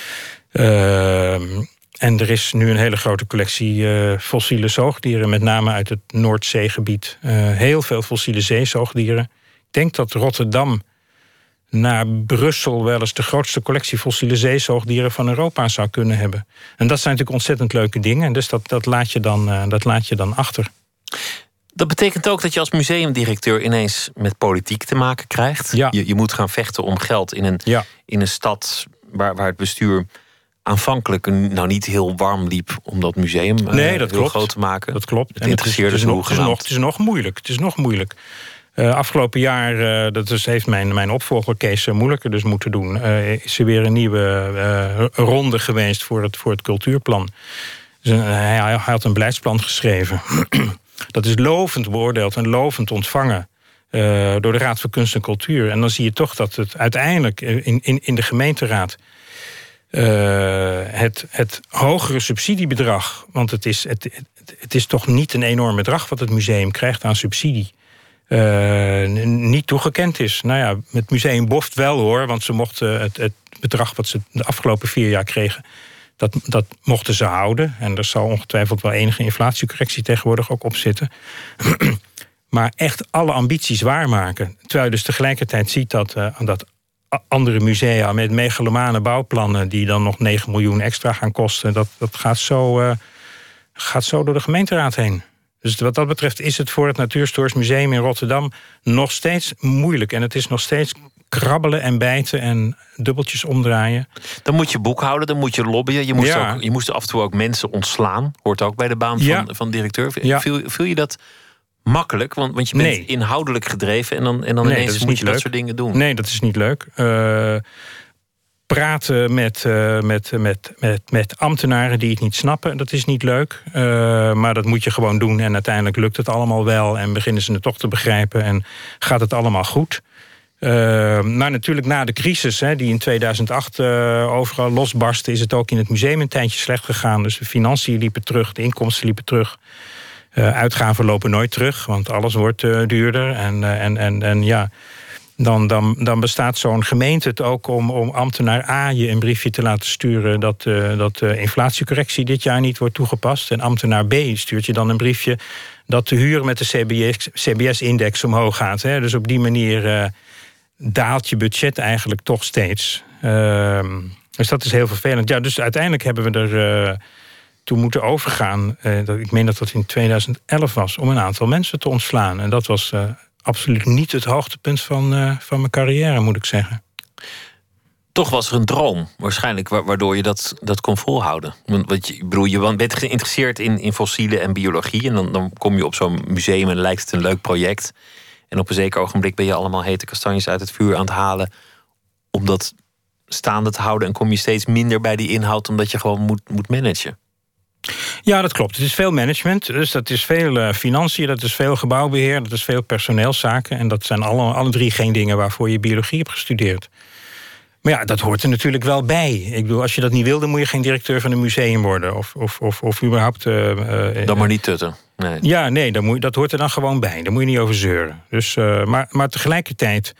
En er is nu een hele grote collectie fossiele zoogdieren, met name uit het Noordzeegebied. Heel veel fossiele zeezoogdieren. Ik denk dat Rotterdam naar Brussel wel eens de grootste collectie fossiele zeezoogdieren van Europa zou kunnen hebben. En dat zijn natuurlijk ontzettend leuke dingen. En dus dat laat je dan achter. Dat betekent ook dat je als museumdirecteur ineens met politiek te maken krijgt. Ja. Je moet gaan vechten om geld in een stad waar het bestuur aanvankelijk niet heel warm liep om dat museum heel groot te maken. Dat klopt. Het interesseerde ze hoegenaamd. Het is nog moeilijk. Afgelopen jaar, heeft mijn opvolger Kees Moeilijker dus moeten doen, is er weer een nieuwe ronde geweest voor het cultuurplan. Dus hij had een beleidsplan geschreven. Dat is lovend beoordeeld en lovend ontvangen door de Raad voor Kunst en Cultuur. En dan zie je toch dat het uiteindelijk in de gemeenteraad het hogere subsidiebedrag, want het is toch niet een enorm bedrag wat het museum krijgt aan subsidie, niet toegekend is. Nou ja, het museum boft wel hoor, want ze mochten het bedrag wat ze de afgelopen 4 jaar kregen, dat mochten ze houden. En er zal ongetwijfeld wel enige inflatiecorrectie tegenwoordig ook op zitten. Maar echt alle ambities waarmaken. Terwijl je dus tegelijkertijd ziet dat andere musea met megalomane bouwplannen, die dan nog 9 miljoen extra gaan kosten, dat gaat zo door de gemeenteraad heen. Dus wat dat betreft is het voor het Natuurhistorisch Museum in Rotterdam nog steeds moeilijk. En het is nog steeds krabbelen en bijten en dubbeltjes omdraaien. Dan moet je boekhouden, dan moet je lobbyen. Je moest af en toe ook mensen ontslaan. Hoort ook bij de baan van directeur. Ja. Viel je dat makkelijk? Want je bent inhoudelijk gedreven en dan ineens moet je dat soort dingen doen. Nee, dat is niet leuk. Praten met ambtenaren die het niet snappen, dat is niet leuk. Maar dat moet je gewoon doen. En uiteindelijk lukt het allemaal wel. En beginnen ze het toch te begrijpen. En gaat het allemaal goed. Maar natuurlijk na de crisis, die in 2008 overal losbarstte, is het ook in het museum een tijdje slecht gegaan. Dus de financiën liepen terug, de inkomsten liepen terug. Uitgaven lopen nooit terug, want alles wordt duurder. En ja, dan bestaat zo'n gemeente het ook om ambtenaar A je een briefje te laten sturen dat inflatiecorrectie dit jaar niet wordt toegepast. En ambtenaar B stuurt je dan een briefje dat de huur met de CBS-index omhoog gaat. Hè. Dus op die manier daalt je budget eigenlijk toch steeds. Dus dat is heel vervelend. Ja, dus uiteindelijk hebben we er toe moeten overgaan. Ik meen dat in 2011 was, om een aantal mensen te ontslaan. En dat was absoluut niet het hoogtepunt van mijn carrière, moet ik zeggen. Toch was er een droom, waarschijnlijk, waardoor je dat kon volhouden. Want je bent geïnteresseerd in fossielen en biologie. En dan kom je op zo'n museum en lijkt het een leuk project. En op een zeker ogenblik ben je allemaal hete kastanjes uit het vuur aan het halen om dat staande te houden. En kom je steeds minder bij die inhoud omdat je gewoon moet managen. Ja, dat klopt. Het is veel management, dus dat is veel financiën, dat is veel gebouwbeheer, dat is veel personeelszaken. En dat zijn alle drie geen dingen waarvoor je biologie hebt gestudeerd. Maar ja, dat hoort er natuurlijk wel bij. Ik bedoel, als je dat niet wil, dan moet je geen directeur van een museum worden. Of überhaupt... dan maar niet tutten. Nee. Ja, nee, dat hoort er dan gewoon bij. Daar moet je niet over zeuren. Dus, maar tegelijkertijd...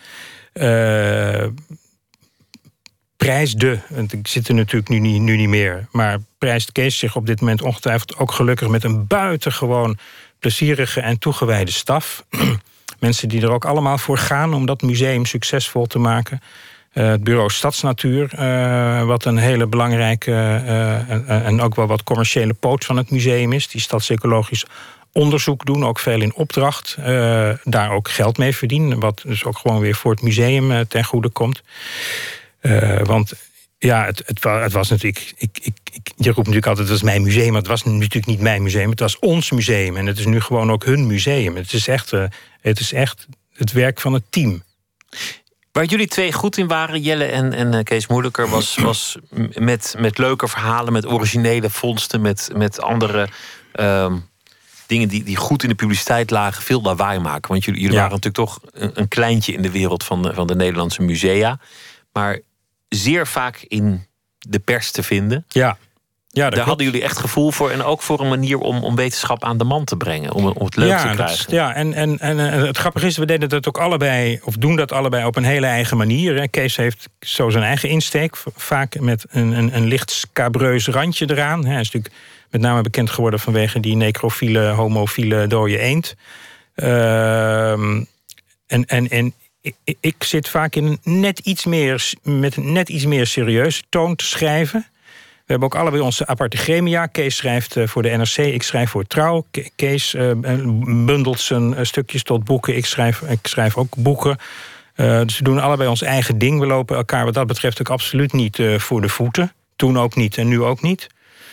prijsde, want ik zit er natuurlijk nu niet meer... maar prijst Kees zich op dit moment ongetwijfeld ook gelukkig... met een buitengewoon plezierige en toegewijde staf. Mensen die er ook allemaal voor gaan om dat museum succesvol te maken... Het bureau Stadsnatuur, wat een hele belangrijke en ook wel wat commerciële poot van het museum is. Die stadsecologisch onderzoek doen, ook veel in opdracht. Daar ook geld mee verdienen, wat dus ook gewoon weer voor het museum ten goede komt. Want ja, het was natuurlijk... Je roept natuurlijk altijd, het was mijn museum, maar het was natuurlijk niet mijn museum. Het was ons museum en het is nu gewoon ook hun museum. Het is echt het werk van het team. Waar jullie twee goed in waren, Jelle en Kees Moeilijker... was met leuke verhalen, met originele vondsten... met andere dingen die goed in de publiciteit lagen... veel lawaai maken. Want jullie waren natuurlijk toch een kleintje in de wereld... van de Nederlandse musea. Maar zeer vaak in de pers te vinden. Ja. Ja, daar hadden jullie echt gevoel voor. En ook voor een manier om wetenschap aan de man te brengen. Om het leuk te krijgen. En het grappige is, we deden dat ook allebei... of doen dat allebei op een hele eigen manier. Hè. Kees heeft zo zijn eigen insteek. Vaak met een licht scabreus randje eraan. Hij is natuurlijk met name bekend geworden... vanwege die necrofiele, homofiele dode eend. Ik zit vaak in met een net iets meer serieuze toon te schrijven... We hebben ook allebei onze aparte gremia. Kees schrijft voor de NRC, ik schrijf voor Trouw. Kees bundelt zijn stukjes tot boeken. Ik schrijf ook boeken. Dus we doen allebei ons eigen ding. We lopen elkaar wat dat betreft ook absoluut niet voor de voeten. Toen ook niet en nu ook niet.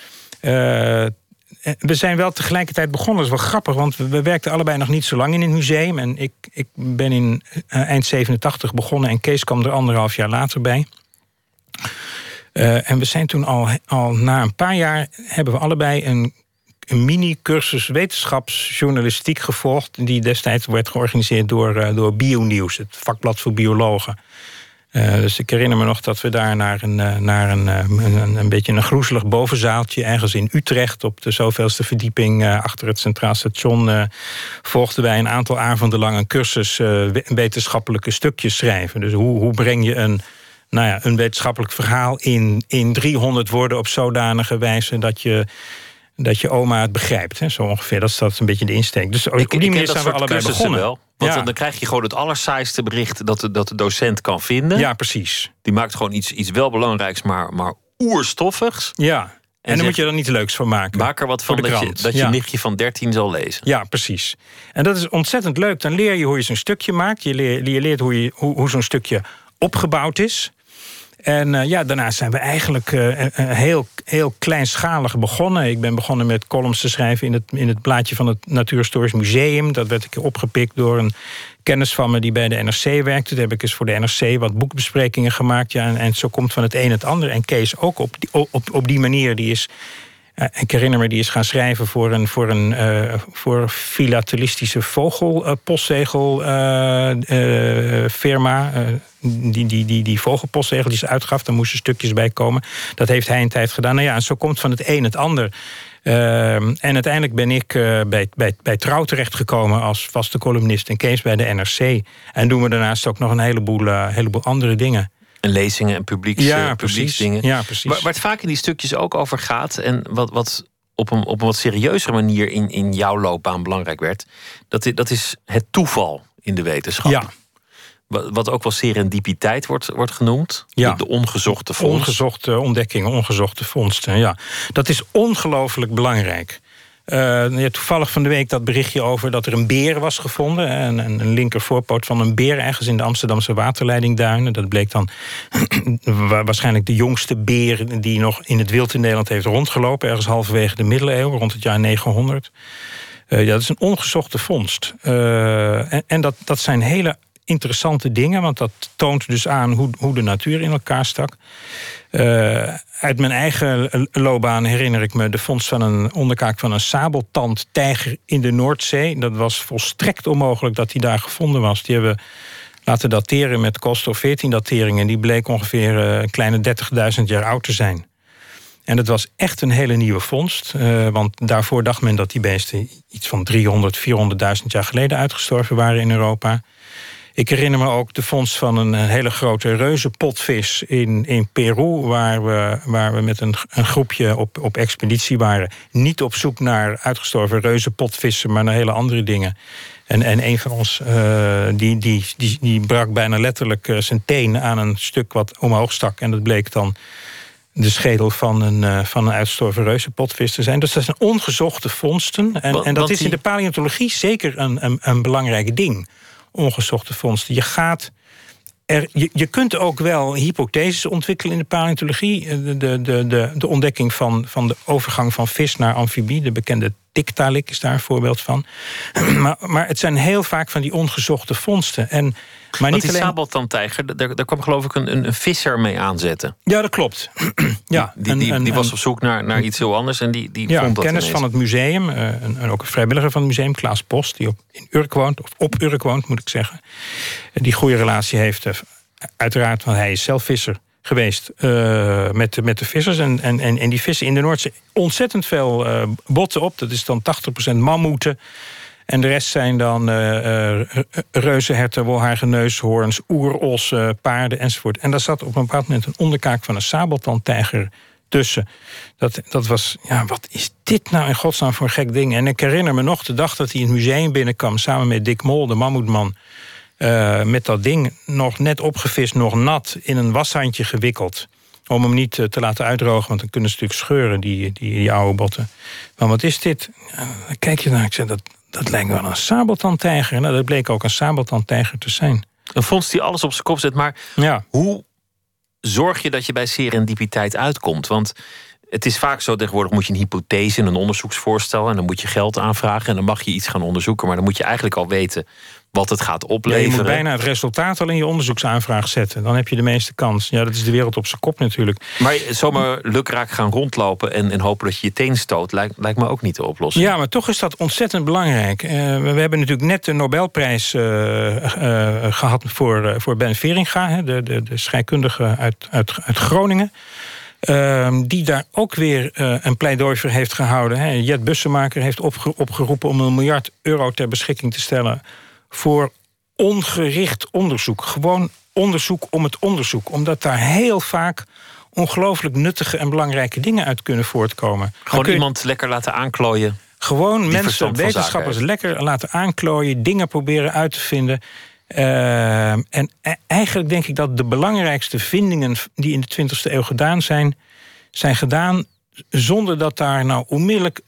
We zijn wel tegelijkertijd begonnen. Dat is wel grappig, want we werkten allebei nog niet zo lang in het museum. En ik ben in eind 87 begonnen en Kees kwam er 1,5 jaar later bij. En we zijn toen al na een paar jaar... hebben we allebei een mini-cursus wetenschapsjournalistiek gevolgd... die destijds werd georganiseerd door BioNews, het vakblad voor biologen. Dus ik herinner me nog dat we daar naar een beetje een groezelig bovenzaaltje... ergens in Utrecht op de zoveelste verdieping achter het Centraal Station... volgden wij een aantal avonden lang een cursus wetenschappelijke stukjes schrijven. Dus hoe breng je een wetenschappelijk verhaal in 300 woorden op zodanige wijze dat je oma het begrijpt. Hè? Zo ongeveer, dat is een beetje de insteek. Dus op die manier zijn we allebei begonnen. Wel. Want dan krijg je gewoon het allersaaiste bericht dat de docent kan vinden. Ja, precies. Die maakt gewoon iets wel belangrijks, maar oerstoffigs. Ja, en dan moet je er niet leuks van maken. Maak er wat van dat je nichtje van 13 zal lezen. Ja, precies. En dat is ontzettend leuk. Dan leer je hoe je zo'n stukje maakt. Je leert hoe zo'n stukje opgebouwd is. En daarna zijn we eigenlijk heel kleinschalig begonnen. Ik ben begonnen met columns te schrijven in het blaadje van het Natuurhistorisch Museum. Dat werd een keer opgepikt door een kennis van me die bij de NRC werkte. Toen heb ik eens voor de NRC wat boekbesprekingen gemaakt. Ja, en zo komt van het een het ander. En Kees ook op die manier, die is... ik herinner me, die is gaan schrijven voor filatelistische vogelpostzegelfirma. Die vogelpostzegel die ze uitgaf, daar moesten stukjes bij komen. Dat heeft hij een tijd gedaan. Nou ja, en zo komt van het een het ander. En uiteindelijk ben ik bij Trouw terechtgekomen als vaste columnist en Kees bij de NRC. En doen we daarnaast ook nog een heleboel andere dingen. En lezingen en publieksdingen. Ja, precies. Waar het vaak in die stukjes ook over gaat... en wat op een wat serieuzer manier in jouw loopbaan belangrijk werd... dat is het toeval in de wetenschap. Ja. Wat ook wel serendipiteit wordt genoemd. Ja. De ongezochte vondst. Ongezochte ontdekkingen, ongezochte vondsten, ja. Dat is ongelooflijk belangrijk. Toevallig van de week dat berichtje over dat er een beer was gevonden. Een linker voorpoot van een beer ergens in de Amsterdamse waterleidingduinen. Dat bleek dan waarschijnlijk de jongste beer die nog in het wild in Nederland heeft rondgelopen. Ergens halverwege de middeleeuwen, rond het jaar 900. Dat is een ongezochte vondst. En dat zijn hele interessante dingen, want dat toont dus aan hoe de natuur in elkaar stak. Uit mijn eigen loopbaan herinner ik me de vondst van een onderkaak van een sabeltandtijger in de Noordzee. Dat was volstrekt onmogelijk dat die daar gevonden was. Die hebben we laten dateren met koolstof 14 dateringen. Die bleek ongeveer een kleine 30.000 jaar oud te zijn. En dat was echt een hele nieuwe vondst. Want daarvoor dacht men dat die beesten iets van 300.000, 400.000 jaar geleden uitgestorven waren in Europa. Ik herinner me ook de vondst van een hele grote reuzenpotvis in Peru, waar we met een groepje op expeditie waren. Niet op zoek naar uitgestorven reuzenpotvissen, maar naar hele andere dingen. En een van ons, die brak bijna letterlijk zijn teen aan een stuk wat omhoog stak. En dat bleek dan de schedel van een uitgestorven reuzenpotvis te zijn. Dus dat zijn ongezochte vondsten. En dat is in de paleontologie zeker een belangrijk ding. Ongezochte vondsten. Je kunt ook wel hypotheses ontwikkelen in de paleontologie. De ontdekking van de overgang van vis naar amfibie, de bekende Tiktaalik is daar een voorbeeld van. Maar het zijn heel vaak van die ongezochte vondsten. Maar niet die alleen sabeltandtijger, daar kwam geloof ik een visser mee aanzetten. Ja, dat klopt. Die was op zoek naar iets heel anders en die vond dat kennis ineens. Van het museum, en ook een vrijwilliger van het museum, Klaas Post, die in Urk woont, of op Urk woont, moet ik zeggen. Die goede relatie heeft, uiteraard, want hij is zelf visser geweest met de vissers. En die vissen in de Noordzee ontzettend veel botten op. Dat is dan 80% mammoeten. En de rest zijn dan reuzenherten, wolhaarige neushoorns, oerossen, paarden enzovoort. En daar zat op een bepaald moment een onderkaak van een sabeltandtijger tussen. Dat was, wat is dit nou in godsnaam voor een gek ding? En ik herinner me nog de dag dat hij in het museum binnenkwam samen met Dick Mol, de mammoetman. Met dat ding nog net opgevist, nog nat, in een washandje gewikkeld. Om hem niet te laten uitdrogen, want dan kunnen ze natuurlijk scheuren, die oude botten. Maar wat is dit? Dan kijk je naar, ik zeg, dat lijkt wel een sabeltandtijger. Nou, dat bleek ook een sabeltandtijger te zijn. Een vondst die alles op zijn kop zet, maar hoe zorg je dat je bij serendipiteit uitkomt? Want het is vaak zo, tegenwoordig moet je een hypothese, een onderzoeksvoorstel, en dan moet je geld aanvragen en dan mag je iets gaan onderzoeken, maar dan moet je eigenlijk al weten wat het gaat opleveren. Ja, je moet bijna het resultaat al in je onderzoeksaanvraag zetten. Dan heb je de meeste kans. Ja, dat is de wereld op zijn kop natuurlijk. Maar zomaar lukraak gaan rondlopen en hopen dat je je teen stoot, lijkt me ook niet de oplossing. Ja, maar toch is dat ontzettend belangrijk. We hebben natuurlijk net de Nobelprijs gehad voor Ben Veringa, de scheikundige uit Groningen. Die daar ook weer een pleidooi voor heeft gehouden. Jet Bussemaker heeft opgeroepen om €1 miljard ter beschikking te stellen voor ongericht onderzoek. Gewoon onderzoek om het onderzoek. Omdat daar heel vaak ongelooflijk nuttige en belangrijke dingen uit kunnen voortkomen. Gewoon iemand lekker laten aanklooien. Gewoon mensen, wetenschappers lekker laten aanklooien, dingen proberen uit te vinden. En eigenlijk denk ik dat de belangrijkste vindingen die in de 20e eeuw gedaan zijn gedaan zonder dat daar nou onmiddellijk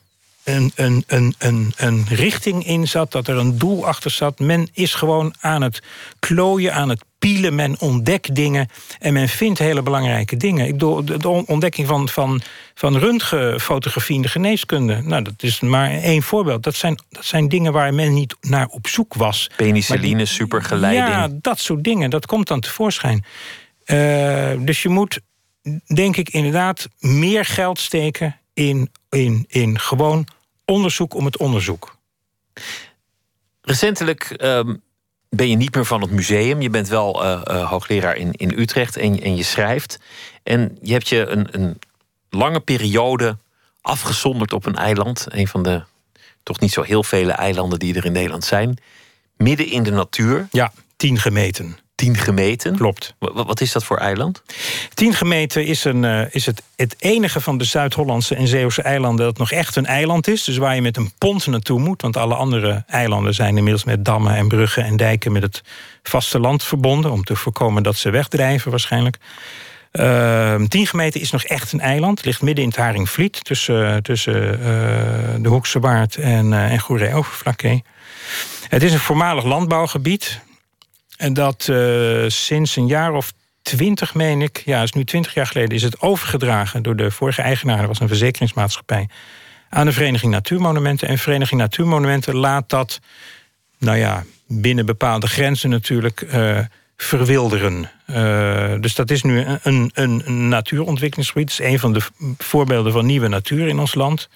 een richting in zat, dat er een doel achter zat. Men is gewoon aan het klooien, aan het pielen, men ontdekt dingen en men vindt hele belangrijke dingen. Ik bedoel, de ontdekking van röntgenfotografie in de geneeskunde, nou, dat is maar één voorbeeld. Dat zijn dingen waar men niet naar op zoek was. Penicilline, supergeleiding. Ja, dat soort dingen, dat komt dan tevoorschijn. Dus je moet, denk ik, inderdaad meer geld steken in gewoon onderzoek om het onderzoek. Recentelijk ben je niet meer van het museum. Je bent wel hoogleraar in Utrecht en je schrijft. En je hebt je een lange periode afgezonderd op een eiland. Een van de toch niet zo heel vele eilanden die er in Nederland zijn. Midden in de natuur. Ja, 10 gemeten. 10 gemeten? Klopt. Wat is dat voor eiland? 10 gemeten is het enige van de Zuid-Hollandse en Zeeuwse eilanden dat nog echt een eiland is. Dus waar je met een pont naartoe moet. Want alle andere eilanden zijn inmiddels met dammen en bruggen en dijken met het vasteland verbonden. Om te voorkomen dat ze wegdrijven waarschijnlijk. Tiengemeten is nog echt een eiland. Het ligt midden in het Haringvliet, tussen de Hoekse Waard en Goeree-Overflakkee. Het is een voormalig landbouwgebied. En dat sinds een jaar of 20, meen ik, ja, is nu 20 jaar geleden, is het overgedragen door de vorige eigenaar. Dat was een verzekeringsmaatschappij. Aan de Vereniging Natuurmonumenten. En Vereniging Natuurmonumenten laat dat, binnen bepaalde grenzen natuurlijk, verwilderen. Dus dat is nu een natuurontwikkelingsgebied. Dat is een van de voorbeelden van nieuwe natuur in ons land.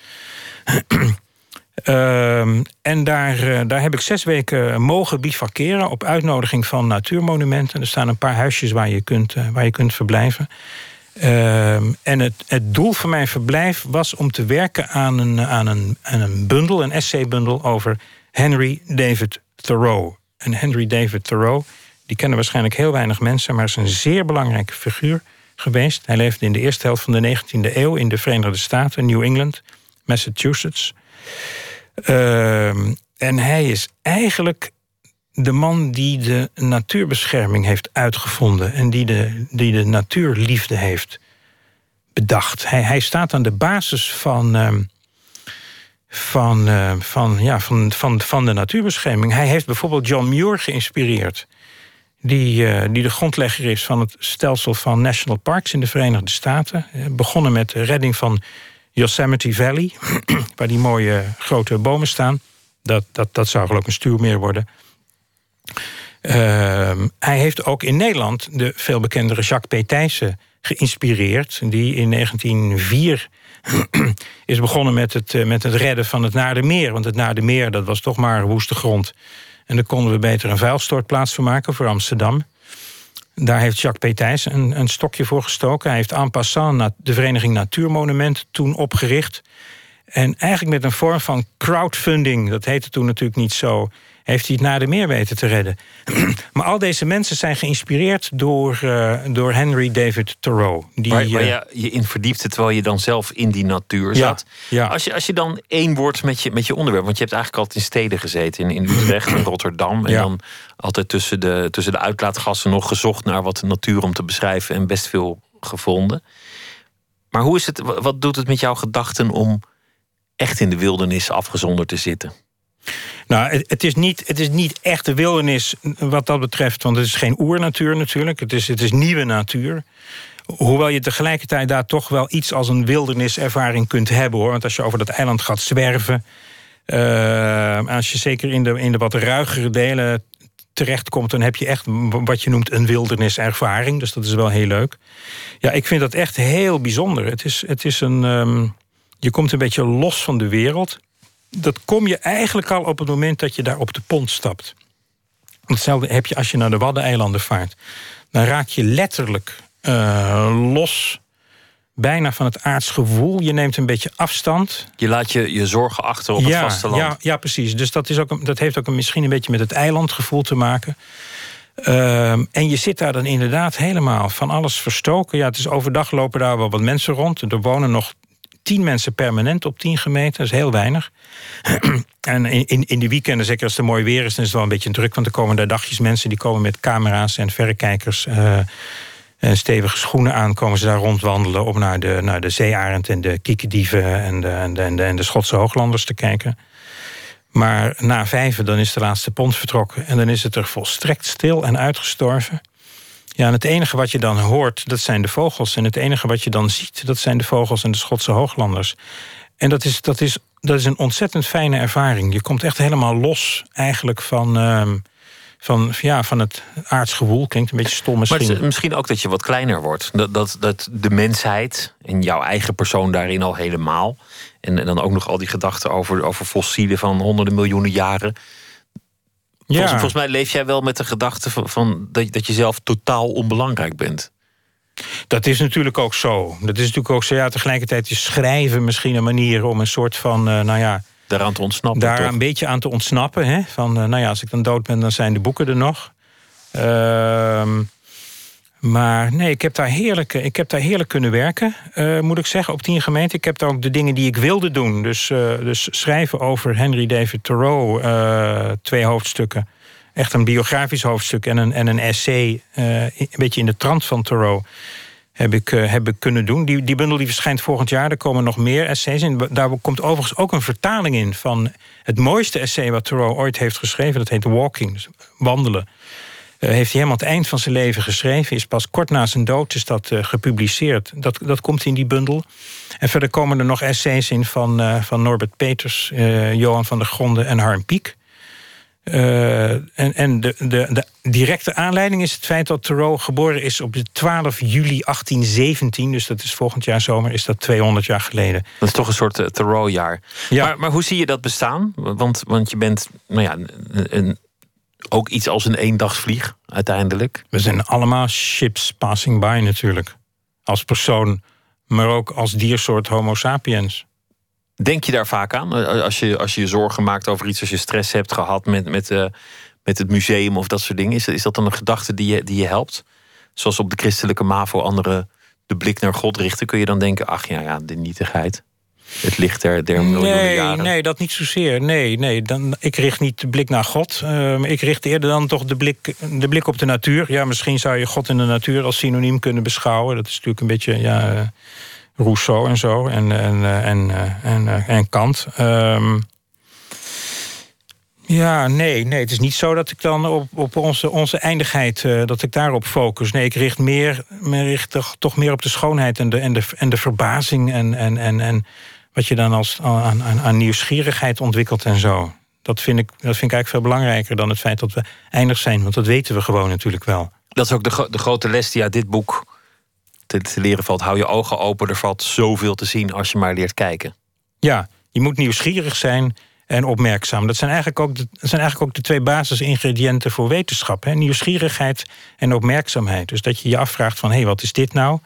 En daar heb ik 6 weken mogen bivakeren op uitnodiging van Natuurmonumenten. Er staan een paar huisjes waar je kunt verblijven. En het doel van mijn verblijf was om te werken aan een bundel, een essaybundel over Henry David Thoreau. En Henry David Thoreau, die kennen waarschijnlijk heel weinig mensen, maar is een zeer belangrijke figuur geweest. Hij leefde in de eerste helft van de 19e eeuw in de Verenigde Staten, New England, Massachusetts. En hij is eigenlijk de man die de natuurbescherming heeft uitgevonden en die de natuurliefde heeft bedacht. Hij staat aan de basis van de natuurbescherming. Hij heeft bijvoorbeeld John Muir geïnspireerd, die de grondlegger is van het stelsel van national parks in de Verenigde Staten. Begonnen met de redding van Yosemite Valley, waar die mooie grote bomen staan. Dat zou geloof ik een stuwmeer worden. Hij heeft ook in Nederland de veel bekendere Jacques P. Thijssen geïnspireerd, die in 1904 is begonnen met het redden van het Naardermeer. Want het Naardermeer, dat was toch maar woeste grond. En daar konden we beter een vuilstortplaats voor maken voor Amsterdam. Daar heeft Jacques P. Thijssen een stokje voor gestoken. Hij heeft en passant de Vereniging Natuurmonumenten toen opgericht. En eigenlijk met een vorm van crowdfunding, dat heette toen natuurlijk niet zo, heeft hij het Naardermeer weten te redden. Maar al deze mensen zijn geïnspireerd door Henry David Thoreau. Waar je in verdiepte terwijl je dan zelf in die natuur zat. Ja. Als je dan één wordt met je onderwerp, want je hebt eigenlijk altijd in steden gezeten, in Utrecht en Rotterdam. En dan altijd tussen de uitlaatgassen nog gezocht naar wat natuur om te beschrijven en best veel gevonden. Maar hoe is het? Wat doet het met jouw gedachten om echt in de wildernis afgezonderd te zitten? Nou, het is niet echt de wildernis wat dat betreft, want het is geen oernatuur natuurlijk. Het is nieuwe natuur. Hoewel je tegelijkertijd daar toch wel iets als een wilderniservaring kunt hebben, hoor. Want als je over dat eiland gaat zwerven, als je zeker in de wat ruigere delen terechtkomt, dan heb je echt wat je noemt een wilderniservaring. Dus dat is wel heel leuk. Ja, ik vind dat echt heel bijzonder. Het is je komt een beetje los van de wereld. Dat kom je eigenlijk al op het moment dat je daar op de pont stapt. Hetzelfde heb je als je naar de Waddeneilanden vaart. Dan raak je letterlijk los, bijna van het aardsgewoel. Je neemt een beetje afstand. Je laat je zorgen achter op het vasteland. Ja, precies. Dus dat heeft ook misschien een beetje met het eilandgevoel te maken. En je zit daar dan inderdaad helemaal van alles verstoken. Ja, het is overdag lopen daar wel wat mensen rond. Er wonen nog 10 mensen permanent op 10 gemeten. Dat is heel weinig. En in de weekenden, zeker als het mooi weer is, dan is het wel een beetje druk. Want er komen daar dagjes mensen die komen met camera's en verrekijkers en stevige schoenen aan. Komen ze daar rondwandelen om naar de zeearend en de kiekendieven en de Schotse hooglanders te kijken. Maar na 5 dan is de laatste pont vertrokken. En dan is het er volstrekt stil en uitgestorven. Ja, en het enige wat je dan hoort, dat zijn de vogels. En het enige wat je dan ziet, dat zijn de vogels en de Schotse hooglanders. En dat is een ontzettend fijne ervaring. Je komt echt helemaal los eigenlijk van het aardsgewoel. Klinkt een beetje stom misschien. Maar het is misschien ook dat je wat kleiner wordt. Dat de mensheid en jouw eigen persoon daarin al helemaal. En dan ook nog al die gedachten over fossielen van honderden miljoenen jaren. Volgens mij leef jij wel met de gedachte van dat je zelf totaal onbelangrijk bent. Dat is natuurlijk ook zo. Ja, tegelijkertijd is schrijven misschien een manier om een soort van, daaraan te ontsnappen. Daar toch? Een beetje aan te ontsnappen. Hè? Van, als ik dan dood ben, dan zijn de boeken er nog. Maar nee, ik heb daar heerlijk kunnen werken, moet ik zeggen, op 10 gemeenten. Ik heb daar ook de dingen die ik wilde doen. Dus schrijven over Henry David Thoreau, 2 hoofdstukken. Echt een biografisch hoofdstuk en een essay, een beetje in de trant van Thoreau. heb ik kunnen doen. Die bundel die verschijnt volgend jaar. Er komen nog meer essays in. Daar komt overigens ook een vertaling in van het mooiste essay wat Thoreau ooit heeft geschreven. Dat heet Walking, dus wandelen. Heeft hij helemaal het eind van zijn leven geschreven. Is pas kort na zijn dood is dat gepubliceerd. Dat komt in die bundel. En verder komen er nog essays in van Norbert Peters, Johan van der Gronden en Harm Pieck. En de directe aanleiding is het feit dat Thoreau geboren is op de 12 juli 1817. Dus dat is volgend jaar zomer, is dat 200 jaar geleden. Dat is toch een soort Thoreau-jaar. Ja. Maar hoe zie je dat bestaan? Want je bent ook iets als een eendagsvlieg, uiteindelijk. We zijn allemaal ships passing by natuurlijk. Als persoon, maar ook als diersoort Homo sapiens. Denk je daar vaak aan? Als je je zorgen maakt over iets, als je stress hebt gehad met het museum of dat soort dingen. Is dat dan een gedachte die je helpt? Zoals op de christelijke MAVO anderen de blik naar God richten. Kun je dan denken, ach ja, de nietigheid. Het licht der miljoenen jaren. Nee, dat niet zozeer. Nee, ik richt niet de blik naar God. Ik richt eerder dan toch de blik op de natuur. Ja, misschien zou je God en de natuur als synoniem kunnen beschouwen. Dat is natuurlijk een beetje Rousseau en zo. En Kant. Nee, het is niet zo dat ik dan op onze eindigheid, dat ik daarop focus. Nee, ik richt toch meer op de schoonheid en de verbazing en wat je dan aan nieuwsgierigheid ontwikkelt en zo. Dat vind ik eigenlijk veel belangrijker dan het feit dat we eindig zijn. Want dat weten we gewoon natuurlijk wel. Dat is ook de grote les die uit dit boek te leren valt. Hou je ogen open, er valt zoveel te zien als je maar leert kijken. Ja, je moet nieuwsgierig zijn en opmerkzaam. Dat zijn eigenlijk ook de twee basisingrediënten voor wetenschap. Hè? Nieuwsgierigheid en opmerkzaamheid. Dus dat je je afvraagt van, wat is dit nou?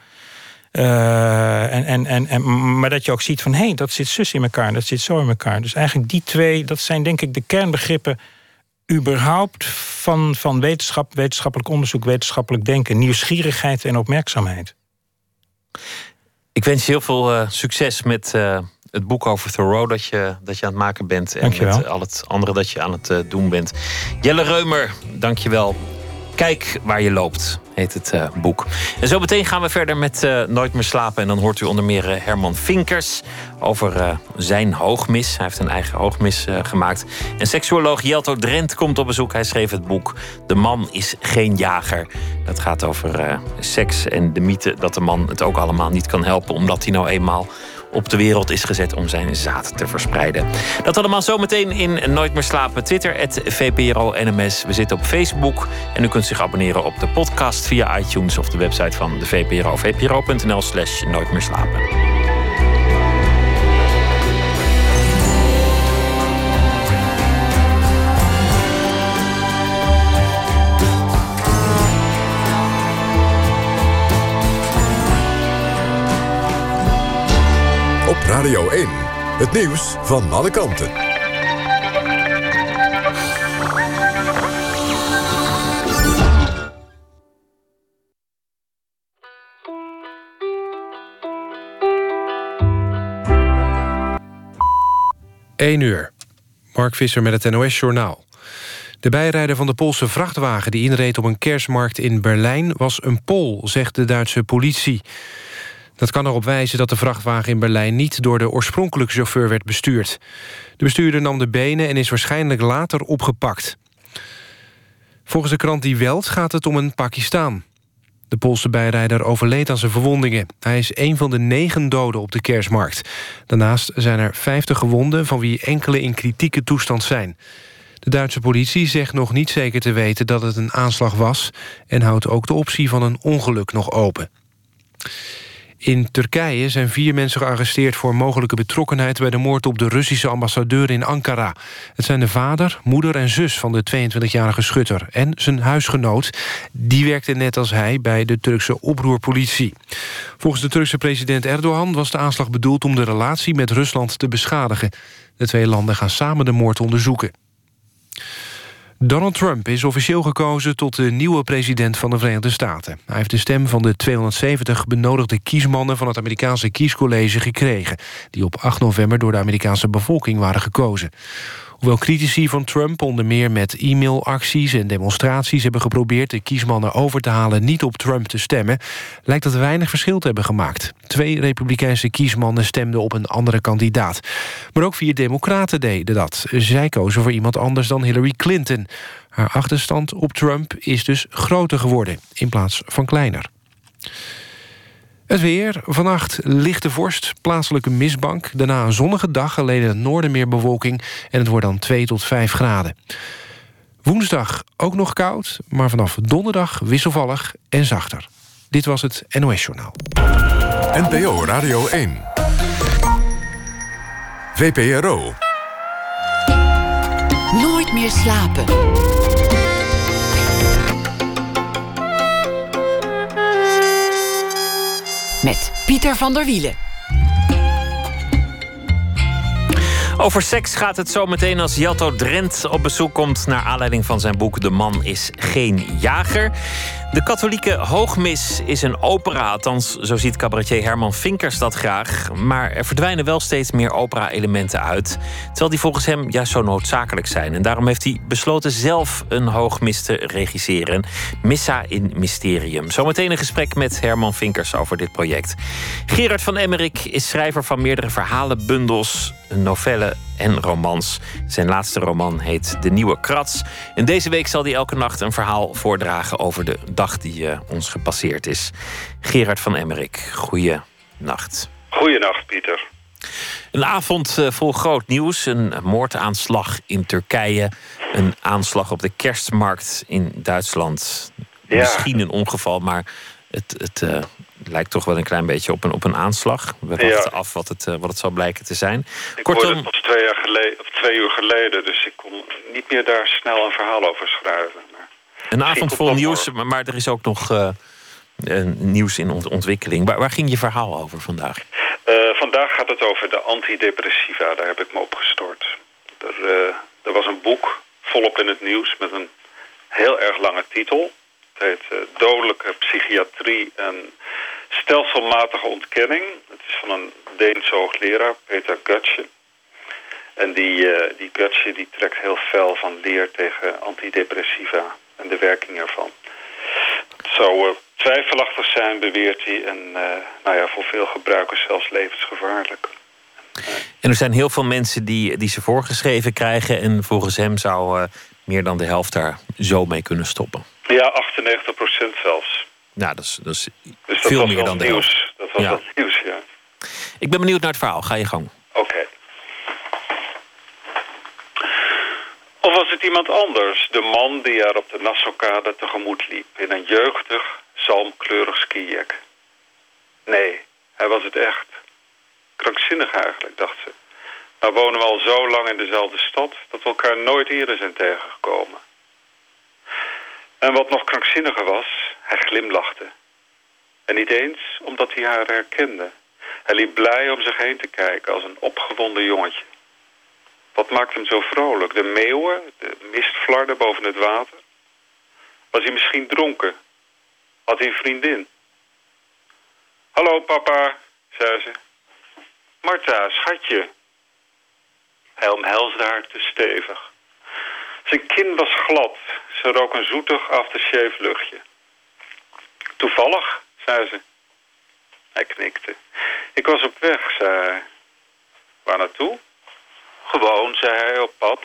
Maar dat je ook ziet van, dat zit zus in elkaar, dat zit zo in elkaar. Dus eigenlijk die twee, dat zijn denk ik de kernbegrippen überhaupt van wetenschap, wetenschappelijk onderzoek, wetenschappelijk denken. Nieuwsgierigheid en opmerkzaamheid. Ik wens je heel veel succes met het boek over Thoreau dat je aan het maken bent. En dankjewel. Met al het andere dat je aan het doen bent. Jelle Reumer, dankjewel. Kijk waar je loopt, heet het boek. En zo meteen gaan we verder met Nooit meer slapen. En dan hoort u onder meer Herman Vinkers over zijn hoogmis. Hij heeft een eigen hoogmis gemaakt. En seksuoloog Jelto Drent komt op bezoek. Hij schreef het boek De man is geen jager. Dat gaat over seks en de mythe dat de man het ook allemaal niet kan helpen, omdat hij nou eenmaal op de wereld is gezet om zijn zaad te verspreiden. Dat allemaal zometeen in Nooit meer slapen. Twitter @VPRO-NMS. We zitten op Facebook. En u kunt zich abonneren op de podcast via iTunes of de website van de VPRO. vpro.nl/Nooit meer slapen. Op Radio 1, het nieuws van alle kanten. Uur. Mark Visser met het NOS-journaal. De bijrijder van de Poolse vrachtwagen die inreed op een kerstmarkt in Berlijn was een Pool, zegt de Duitse politie. Dat kan erop wijzen dat de vrachtwagen in Berlijn niet door de oorspronkelijke chauffeur werd bestuurd. De bestuurder nam de benen en is waarschijnlijk later opgepakt. Volgens de krant Die Welt gaat het om een Pakistaan. De Poolse bijrijder overleed aan zijn verwondingen. Hij is een van de 9 doden op de kerstmarkt. Daarnaast zijn er 50 gewonden, van wie enkele in kritieke toestand zijn. De Duitse politie zegt nog niet zeker te weten dat het een aanslag was en houdt ook de optie van een ongeluk nog open. In Turkije zijn 4 mensen gearresteerd voor mogelijke betrokkenheid bij de moord op de Russische ambassadeur in Ankara. Het zijn de vader, moeder en zus van de 22-jarige schutter en zijn huisgenoot. Die werkte net als hij bij de Turkse oproerpolitie. Volgens de Turkse president Erdogan was de aanslag bedoeld om de relatie met Rusland te beschadigen. De 2 landen gaan samen de moord onderzoeken. Donald Trump is officieel gekozen tot de nieuwe president van de Verenigde Staten. Hij heeft de stem van de 270 benodigde kiesmannen van het Amerikaanse kiescollege gekregen, die op 8 november door de Amerikaanse bevolking waren gekozen. Hoewel critici van Trump onder meer met e-mailacties en demonstraties hebben geprobeerd de kiesmannen over te halen niet op Trump te stemmen, lijkt dat weinig verschil te hebben gemaakt. 2 Republikeinse kiesmannen stemden op een andere kandidaat. Maar ook 4 democraten deden dat. Zij kozen voor iemand anders dan Hillary Clinton. Haar achterstand op Trump is dus groter geworden in plaats van kleiner. Het weer. Vannacht lichte vorst, plaatselijke mistbank. Daarna een zonnige dag, alleen in het noorden meer bewolking. En het wordt dan 2 tot 5 graden. Woensdag ook nog koud, maar vanaf donderdag wisselvallig en zachter. Dit was het NOS Journaal. NPO Radio 1. VPRO. Nooit meer slapen. Met Pieter van der Wielen. Over seks gaat het zo meteen als Jelto Drent op bezoek komt naar aanleiding van zijn boek De Man is geen jager. De katholieke hoogmis is een opera, althans zo ziet cabaretier Herman Vinkers dat graag. Maar er verdwijnen wel steeds meer opera-elementen uit, terwijl die volgens hem juist zo noodzakelijk zijn. En daarom heeft hij besloten zelf een hoogmis te regisseren. Missa in Mysterium. Zometeen een gesprek met Herman Vinkers over dit project. Gerard van Emmerik is schrijver van meerdere verhalenbundels, novellen en romans. Zijn laatste roman heet De Nieuwe Krats. En deze week zal hij elke nacht een verhaal voordragen over de dag die ons gepasseerd is. Gerard van Emmerik, goeienacht. Goeienacht, Pieter. Een avond vol groot nieuws. Een moordaanslag in Turkije. Een aanslag op de kerstmarkt in Duitsland. Ja. Misschien een ongeval, maar het lijkt toch wel een klein beetje op een aanslag. We wachten af wat het zal blijken te zijn. Kortom, hoorde het pas 2 uur geleden, dus ik kon niet meer daar snel een verhaal over schrijven. Maar een avond vol nieuws, maar er is ook nog nieuws in ontwikkeling. Waar ging je verhaal over vandaag? Vandaag gaat het over de antidepressiva. Daar heb ik me op gestort. Er was een boek volop in het nieuws met een heel erg lange titel. Het heet Dodelijke psychiatrie en stelselmatige ontkenning. Het is van een Deense hoogleraar, Peter Gutsche. En die Gutsche die trekt heel fel van leer tegen antidepressiva en de werking ervan. Het zou twijfelachtig zijn, beweert hij, en voor veel gebruikers zelfs levensgevaarlijk. En er zijn heel veel mensen die ze voorgeschreven krijgen, en volgens hem zou meer dan de helft daar zo mee kunnen stoppen. Ja, 98% zelfs. Nou, dat is veel meer dan de helft. Dat was wel nieuws, ja. Ik ben benieuwd naar het verhaal. Ga je gang. Oké. Of was het iemand anders? De man die haar op de Nassaukade tegemoet liep in een jeugdig, zalmkleurig skijak. Nee, hij was het echt. Krankzinnig eigenlijk, dacht ze. Nou wonen we al zo lang in dezelfde stad dat we elkaar nooit eerder zijn tegengekomen. En wat nog krankzinniger was, hij glimlachte. En niet eens omdat hij haar herkende. Hij liep blij om zich heen te kijken als een opgewonden jongetje. Wat maakte hem zo vrolijk? De meeuwen, de mistflarden boven het water? Was hij misschien dronken? Had hij een vriendin? Hallo papa, zei ze. Martha, schatje. Hij omhelsde haar te stevig. Zijn kin was glad. Ze rook een zoetig aftershave luchtje. Toevallig, zei ze. Hij knikte. Ik was op weg, zei hij. Waar naartoe? Gewoon, zei hij, op pad.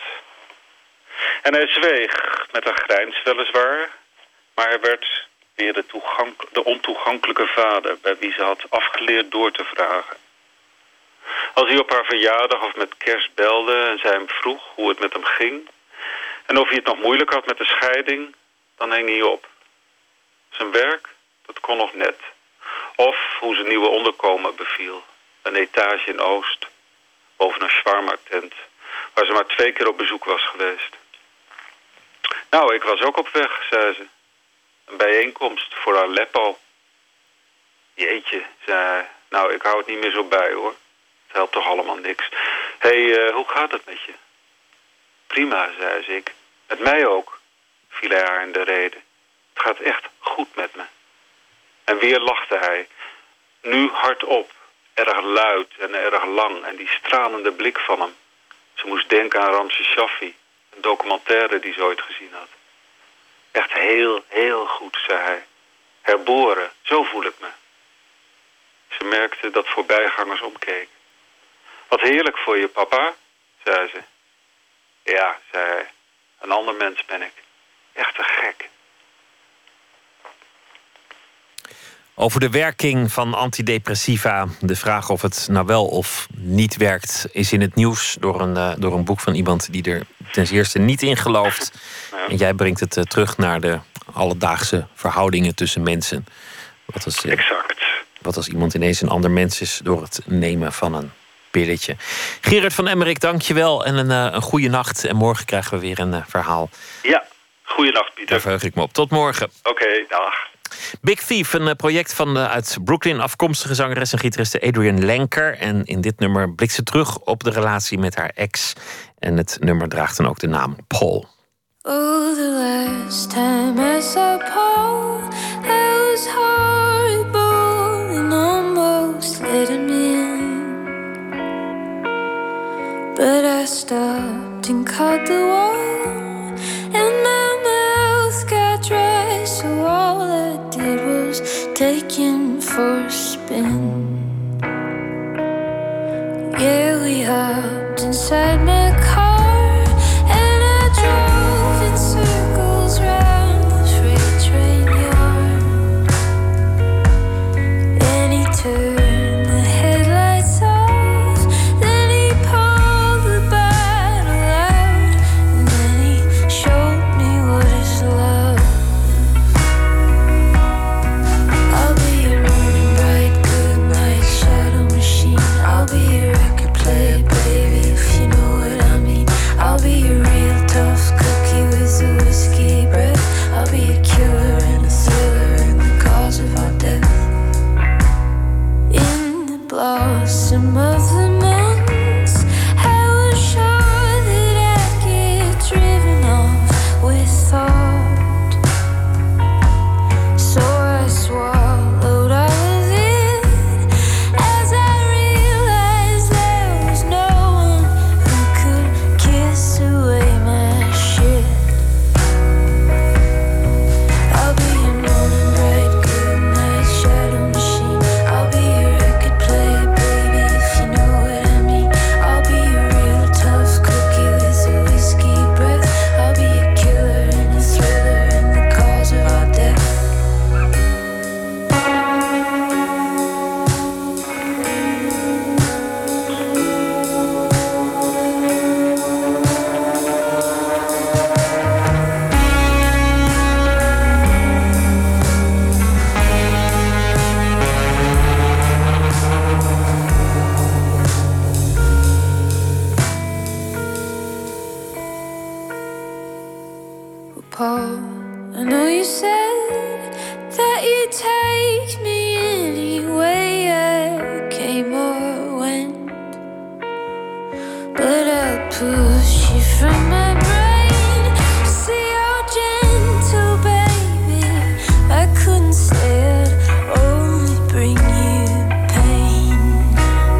En hij zweeg, met een grijns weliswaar. Maar hij werd weer de ontoegankelijke vader bij wie ze had afgeleerd door te vragen. Als hij op haar verjaardag of met kerst belde en zij hem vroeg hoe het met hem ging en of hij het nog moeilijk had met de scheiding, dan hing hij op. Zijn werk, dat kon nog net. Of hoe zijn nieuwe onderkomen beviel. Een etage in Oost, boven een shawarma-tent, waar ze maar 2 keer op bezoek was geweest. Nou, ik was ook op weg, zei ze. Een bijeenkomst voor Aleppo. Jeetje, zei hij. Nou, ik hou het niet meer zo bij, hoor. Het helpt toch allemaal niks. Hé, hoe gaat het met je? Prima, zei ze. Ik. Met mij ook, viel hij haar in de rede. Het gaat echt goed met me. En weer lachte hij. Nu hardop. Erg luid en erg lang. En die stralende blik van hem. Ze moest denken aan Ramses Shaffi, een documentaire die ze ooit gezien had. Echt heel, heel goed, zei hij. Herboren, zo voel ik me. Ze merkte dat voorbijgangers omkeken. Wat heerlijk voor je, papa, zei ze. Ja, zei hij. Een ander mens ben ik. Echt een gek. Over de werking van antidepressiva. De vraag of het nou wel of niet werkt is in het nieuws door een boek van iemand die er ten eerste niet in gelooft. Ja. En jij brengt het terug naar de alledaagse verhoudingen tussen mensen. Exact. Wat als iemand ineens een ander mens is door het nemen van een pilletje. Gerard van Emmerik, dank je wel en een goede nacht. En morgen krijgen we weer een verhaal. Ja, goeie nacht, Pieter. Daar verheug ik me op. Tot morgen. Oké, dag. Big Thief, een project van uit Brooklyn afkomstige zangeres en gitariste Adrienne Lenker. En in dit nummer blikt ze terug op de relatie met haar ex. En het nummer draagt dan ook de naam Paul. Oh, the last time I saw Paul, I was horrible and almost let him in. But I stopped and caught the wall, and my mouth got dry, so all I did was take him for a spin. Yeah, we hopped inside my car, and I drove in circles round the freight train yard. And he turned the headlights off, then he pulled the bottle out, and then he showed me what is love. I'll be your morning bright, good night shadow machine. I'll be your record player, baby, if you know what I mean. I'll be your real tough cookie with a whiskey breath. I'll be a killer and a thriller and the cause of our death. In the blossom of the months, I was sure that I'd get driven off with thought. So I swallowed all of it as I realized there was no one who could kiss away my shit. I'll be your morning bright, good night shadow machine. I'll be your record player, baby, if you know what I mean. I'll be your real tough cookie with a whiskey breath. I'll be a killer and a thriller and the cause of our death. Paul, I know you said that you'd take me any way I came or went, but I push you from my brain. See how gentle, baby, I couldn't say I'd only bring you pain.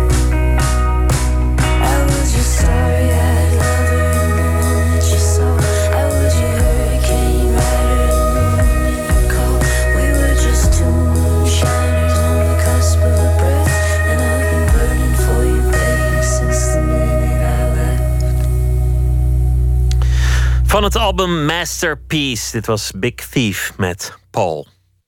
I was your starry-eyed lover and the one that you saw. I was your hurricane rider and the one that you called. We were just two moonshiners on the cusp of a breath, and I've been burning for you, baby, since the minute I left. Van het album Masterpiece. Dit was Big Thief met Paul.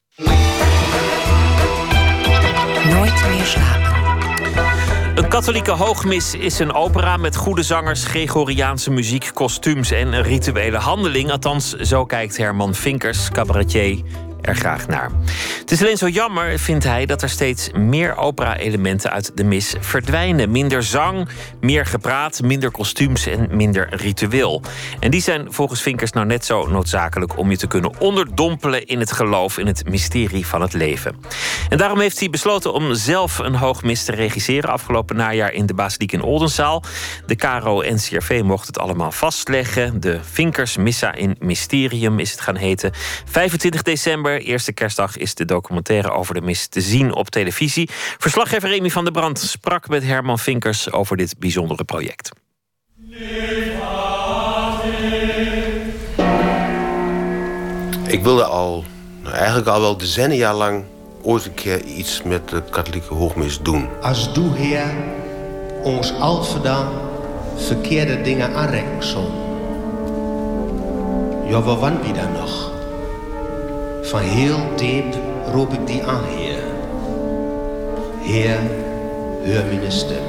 Nooit meer slapen. Een katholieke hoogmis is een opera met goede zangers, Gregoriaanse muziek, kostuums en een rituele handeling. Althans, zo kijkt Herman Vinkers, cabaretier, er graag naar. Het is alleen zo jammer, vindt hij, dat er steeds meer opera-elementen uit de mis verdwijnen. Minder zang, meer gepraat, minder kostuums en minder ritueel. En die zijn volgens Vinkers nou net zo noodzakelijk om je te kunnen onderdompelen in het geloof, in het mysterie van het leven. En daarom heeft hij besloten om zelf een hoogmis te regisseren afgelopen najaar in de Basiliek in Oldenzaal. De KRO-NCRV mocht het allemaal vastleggen. De Vinkers Missa in Mysterium is het gaan heten. 25 december, eerste kerstdag, is de documentaire over de mis te zien op televisie. Verslaggever Remy van der Brand sprak met Herman Vinkers over dit bijzondere project. Ik wilde eigenlijk al wel decennia lang ooit een keer iets met de katholieke hoogmis doen. Als du, Heer, ons al verdaan verkeerde dingen aanreiken zal. Ja, waar waren we dan nog? Van heel diep roep ik die aan, Heer. Heer, hör mijn stem.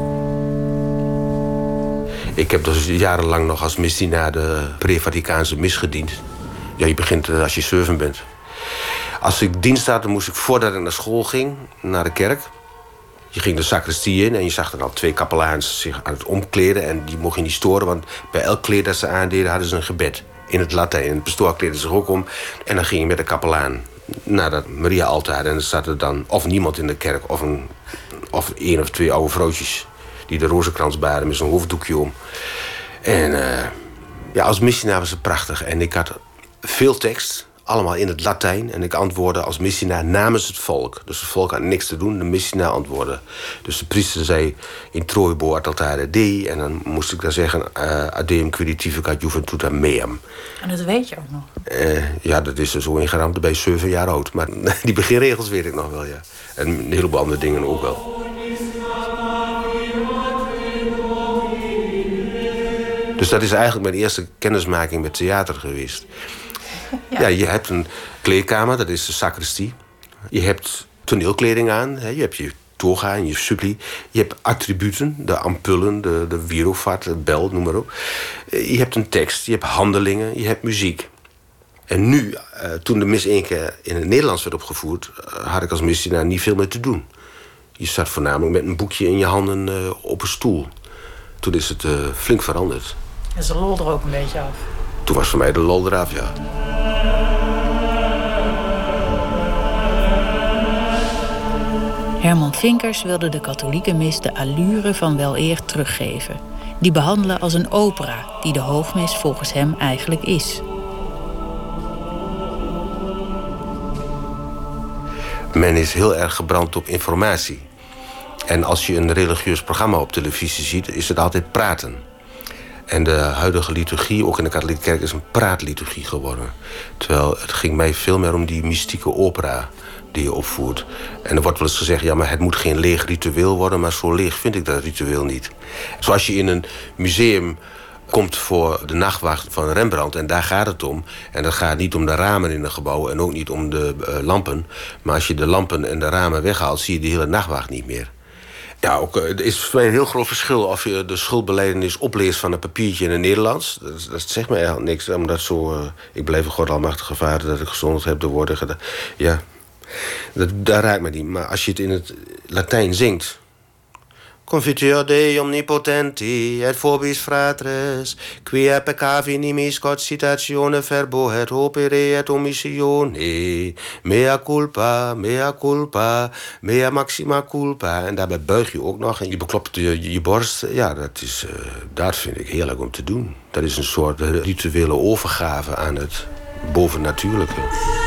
Ik heb dus jarenlang nog als misdienaar de pre-Vaticaanse mis gediend. Ja, je begint als je 7 bent. Als ik dienst had, dan moest ik voordat ik naar school ging, naar de kerk. Je ging de sacristie in en je zag er al 2 kapelaans zich aan het omkleden. En die mocht je niet storen, want bij elk kleed dat ze aandeden hadden ze een gebed. In het Latijn. En het pastoor kleedde zich ook om. En dan ging je met de kapelaan naar dat Maria-altaar. En dan zat er dan of niemand in de kerk, of 1 of 2 oude vrouwtjes die de rozenkrans baren met zo'n hoofddoekje om. En als missionaar was het prachtig. En ik had veel tekst, allemaal in het Latijn. En ik antwoordde als missionaar namens het volk. Dus het volk had niks te doen, de missionaar antwoordde. Dus de priester zei in Troibo ad altare Dei. En dan moest ik daar zeggen, Adeum quiditificat juventuta meam. En dat weet je ook nog? Ja, dat is er zo ingeramd, dan ben je 7 jaar oud. Maar die beginregels weet ik nog wel, ja. En een heleboel andere dingen ook wel. Dus dat is eigenlijk mijn eerste kennismaking met theater geweest. Ja, je hebt een kleedkamer, dat is de sacristie. Je hebt toneelkleding aan, je hebt je toga en je supplie. Je hebt attributen, de ampullen, de wirofat, het bel, noem maar op. Je hebt een tekst, je hebt handelingen, je hebt muziek. En nu, toen de mis 1 keer in het Nederlands werd opgevoerd, had ik als missionaar niet veel meer te doen. Je zat voornamelijk met een boekje in je handen op een stoel. Toen is het flink veranderd. En ze lol er ook een beetje af. Toen was voor mij de lol eraf, ja. Herman Vinkers wilde de katholieke mis de allure van weleer teruggeven. Die behandelen als een opera, die de hoogmis volgens hem eigenlijk is. Men is heel erg gebrand op informatie. En als je een religieus programma op televisie ziet, is het altijd praten. En de huidige liturgie, ook in de katholieke kerk, is een praatliturgie geworden. Terwijl het ging mij veel meer om die mystieke opera die je opvoert. En er wordt wel eens gezegd, ja, maar het moet geen leeg ritueel worden, maar zo leeg vind ik dat ritueel niet. Zoals je in een museum komt voor de nachtwacht van Rembrandt, en daar gaat het om. En dat gaat niet om de ramen in een gebouw en ook niet om de lampen. Maar als je de lampen en de ramen weghaalt, zie je de hele nachtwacht niet meer. Ja, ook, er is voor mij een heel groot verschil of je de schuldbelijdenis opleest van een papiertje in het Nederlands. Dat zegt me eigenlijk niks, omdat ik blijf God almachtige Vader, dat ik gezondigd heb door woorden gedaan. Ja, dat raakt me niet. Maar als je het in het Latijn zingt. Confiteur Dei omnipotenti, et vobis fratres, quia peccavi nimis quod citatione verbo et opere et omissione, mea culpa, mea maxima culpa. En daarbij buig je ook nog en je beklopt je borst. Ja, dat vind ik heerlijk om te doen. Dat is een soort rituele overgave aan het bovennatuurlijke.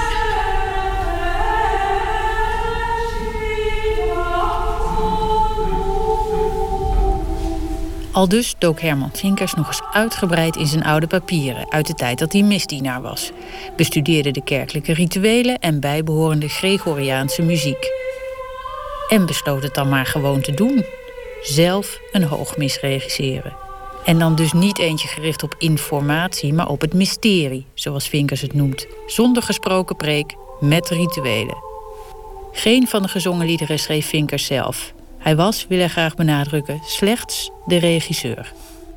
Aldus dook Herman Vinkers nog eens uitgebreid in zijn oude papieren uit de tijd dat hij misdienaar was. Bestudeerde de kerkelijke rituelen en bijbehorende Gregoriaanse muziek. En besloot het dan maar gewoon te doen. Zelf een hoogmis regisseren. En dan dus niet eentje gericht op informatie, maar op het mysterie, zoals Vinkers het noemt. Zonder gesproken preek, met rituelen. Geen van de gezongen liederen schreef Vinkers zelf. Hij was, wil hij graag benadrukken, slechts de regisseur.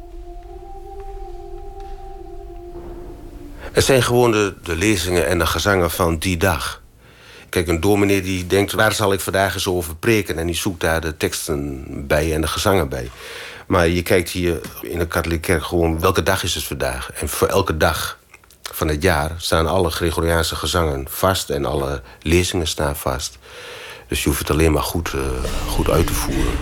Het zijn gewoon de lezingen en de gezangen van die dag. Kijk, een dominee die denkt, waar zal ik vandaag eens over preken? En die zoekt daar de teksten bij en de gezangen bij. Maar je kijkt hier in de katholieke kerk gewoon, welke dag is het vandaag? En voor elke dag van het jaar staan alle Gregoriaanse gezangen vast en alle lezingen staan vast. Dus je hoeft het alleen maar goed uit te voeren.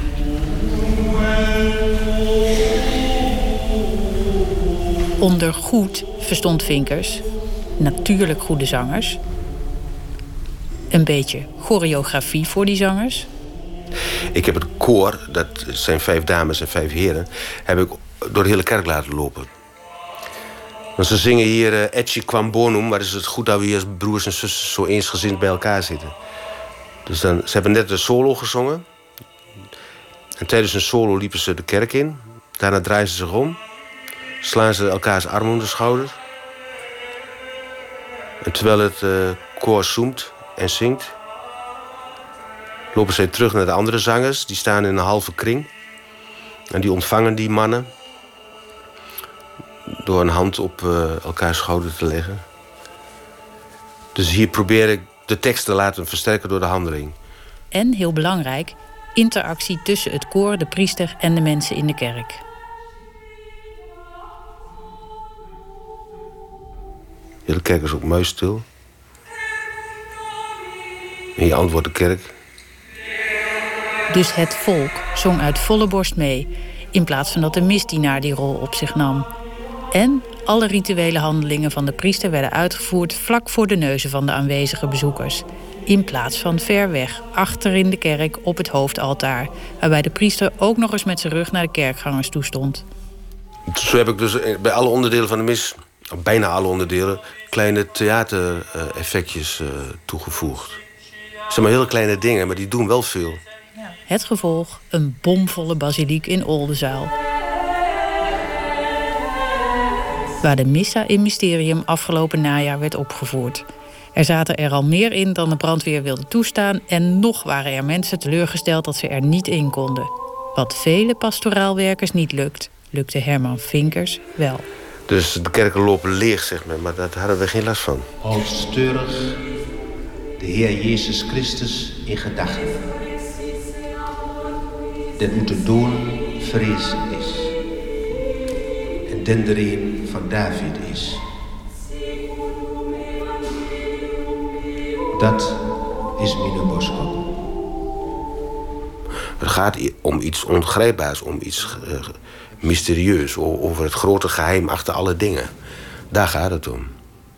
Onder goed verstond Vinkers natuurlijk goede zangers. Een beetje choreografie voor die zangers. Ik heb het koor, dat zijn 5 dames en 5 heren, heb ik door de hele kerk laten lopen. Ze zingen hier Ecce Quam Bonum, maar is het goed dat we hier als broers en zusters zo eensgezind bij elkaar zitten. Dus ze hebben net de solo gezongen. En tijdens een solo liepen ze de kerk in. Daarna draaien ze zich om. Slaan ze elkaars armen om de schouder. En terwijl het koor zoemt en zingt, lopen zij terug naar de andere zangers. Die staan in een halve kring. En die ontvangen die mannen door een hand op elkaars schouder te leggen. Dus hier probeer ik de tekst te laten versterken door de handeling. En, heel belangrijk, interactie tussen het koor, de priester en de mensen in de kerk. De hele kerk is ook muisstil. En hier antwoordt de kerk. Dus het volk zong uit volle borst mee, in plaats van dat de misdienaar die rol op zich nam. En alle rituele handelingen van de priester werden uitgevoerd vlak voor de neuzen van de aanwezige bezoekers. In plaats van ver weg, achter in de kerk op het hoofdaltaar, waarbij de priester ook nog eens met zijn rug naar de kerkgangers toestond. Zo heb ik dus bij alle onderdelen van de mis, of bijna alle onderdelen, kleine theatereffectjes toegevoegd. Het zijn maar hele kleine dingen, maar die doen wel veel. Het gevolg, een bomvolle basiliek in Oldenzaal, waar de Missa in Mysterium afgelopen najaar werd opgevoerd. Er zaten er al meer in dan de brandweer wilde toestaan, en nog waren er mensen teleurgesteld dat ze er niet in konden. Wat vele pastoraalwerkers niet lukt, lukte Herman Vinkers wel. Dus de kerken lopen leeg, zeg maar daar hadden we geen last van. Houd steurig de Heer Jezus Christus in gedachten. Dat moet de doorn vrezen is. En den er een van David is. Dat is mijn boodschap. Het gaat om iets ongrijpbaars, om iets mysterieus, over het grote geheim achter alle dingen. Daar gaat het om.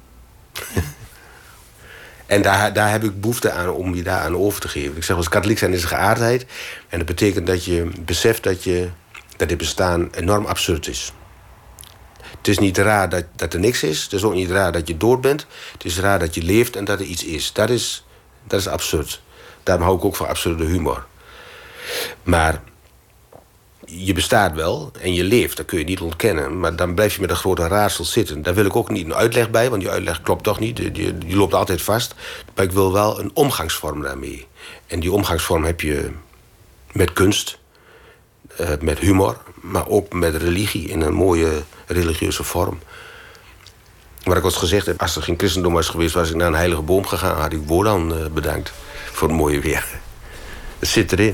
En daar heb ik behoefte aan om je daaraan over te geven. Ik zeg, als katholiek zijn is een geaardheid. En dat betekent dat je beseft dat dit bestaan enorm absurd is. Het is niet raar dat er niks is. Het is ook niet raar dat je dood bent. Het is raar dat je leeft en dat er iets is. Dat is absurd. Daarom hou ik ook van absurde humor. Maar je bestaat wel en je leeft, dat kun je niet ontkennen. Maar dan blijf je met een grote raadsel zitten. Daar wil ik ook niet een uitleg bij, want die uitleg klopt toch niet. Die loopt altijd vast. Maar ik wil wel een omgangsvorm daarmee. En die omgangsvorm heb je met kunst, met humor, maar ook met religie in een mooie religieuze vorm. Wat ik al gezegd heb, als er geen christendom was geweest, was ik naar een heilige boom gegaan, had ik Wodan bedankt voor het mooie weer. Het zit erin.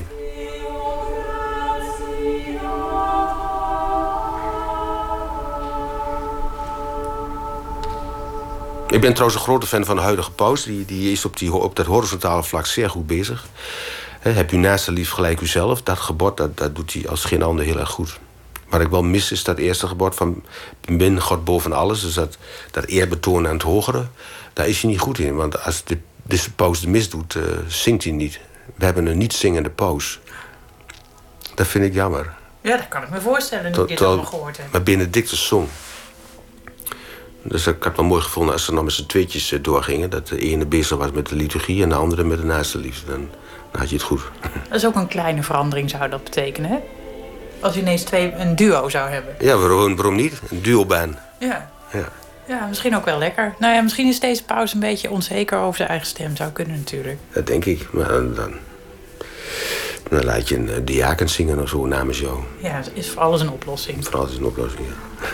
Ik ben trouwens een grote fan van de huidige paus. Die is op dat horizontale vlak zeer goed bezig. Heb u naaste lief gelijk uzelf. Dat gebod, dat doet hij als geen ander heel erg goed. Wat ik wel mis is dat eerste gebod van min God boven alles. Dus dat eerbetoon aan het hogere. Daar is hij niet goed in. Want als de paus de mis doet, zingt hij niet. We hebben een niet-zingende paus. Dat vind ik jammer. Ja, dat kan ik me voorstellen, nu ik dit allemaal gehoord heb. Maar Benedictus zong. Dus ik had het wel mooi gevonden als ze nog met z'n tweetjes doorgingen. Dat de ene bezig was met de liturgie en de andere met de naaste liefde. Dan had je het goed. Dat is ook een kleine verandering, zou dat betekenen, hè? Als je ineens een duo zou hebben. Ja, waarom niet? Een duobaan. Ja, misschien ook wel lekker. Nou ja, misschien is deze paus een beetje onzeker over zijn eigen stem. Zou kunnen natuurlijk. Dat denk ik. Maar dan laat je een diaken zingen of zo namens jou. Ja, het is voor alles een oplossing. Voor alles een oplossing, ja.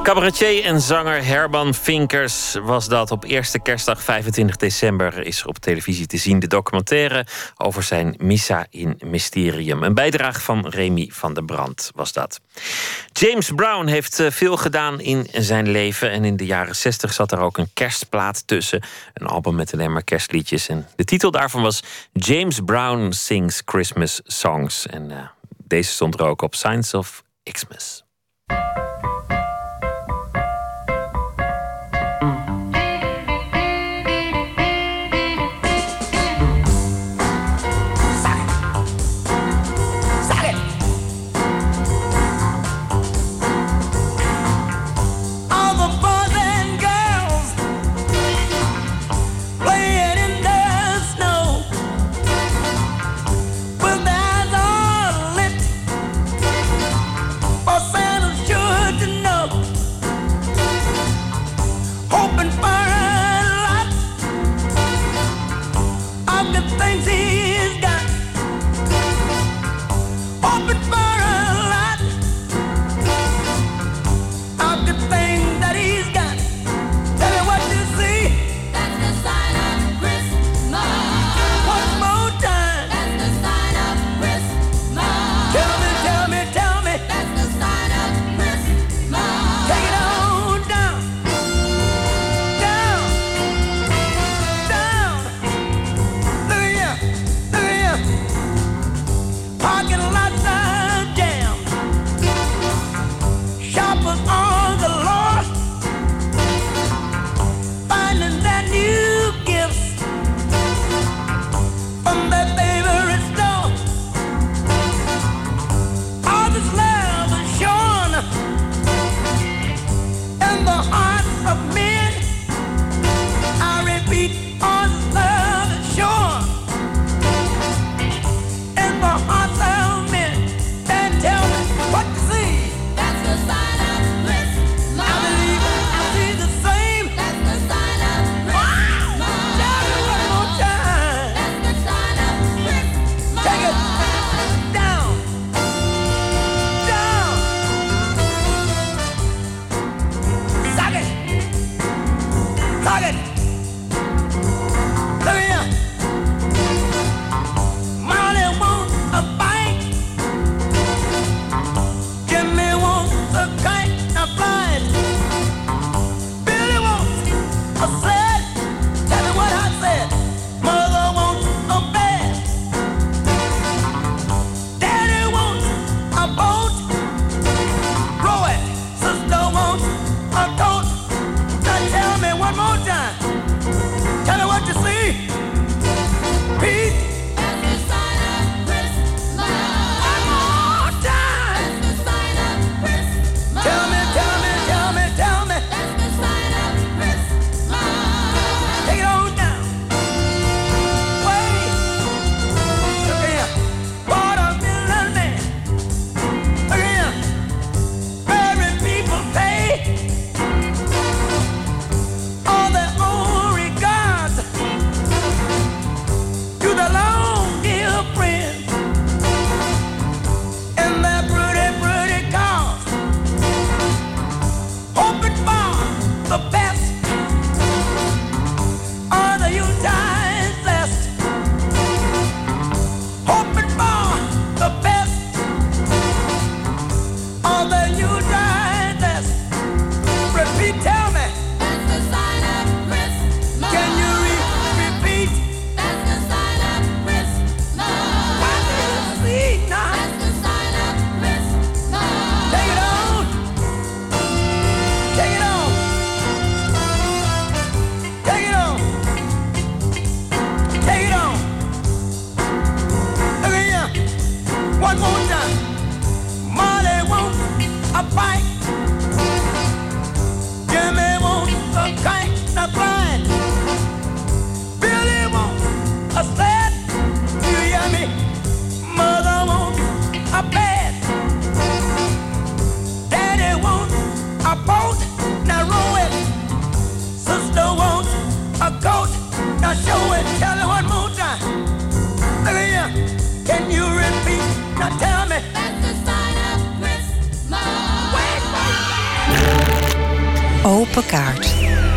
Cabaretier en zanger Herman Vinkers was dat. Op eerste kerstdag 25 december is er op televisie te zien de documentaire over zijn Missa in Mysterium. Een bijdrage van Remy van der Brand was dat. James Brown heeft veel gedaan in zijn leven. En in de jaren 60 zat er ook een kerstplaat tussen. Een album met alleen maar kerstliedjes. En de titel daarvan was James Brown Sings Christmas Songs. En deze stond er ook op, Signs of Xmas. What to see? That's the sign of Christmas. Open kaart.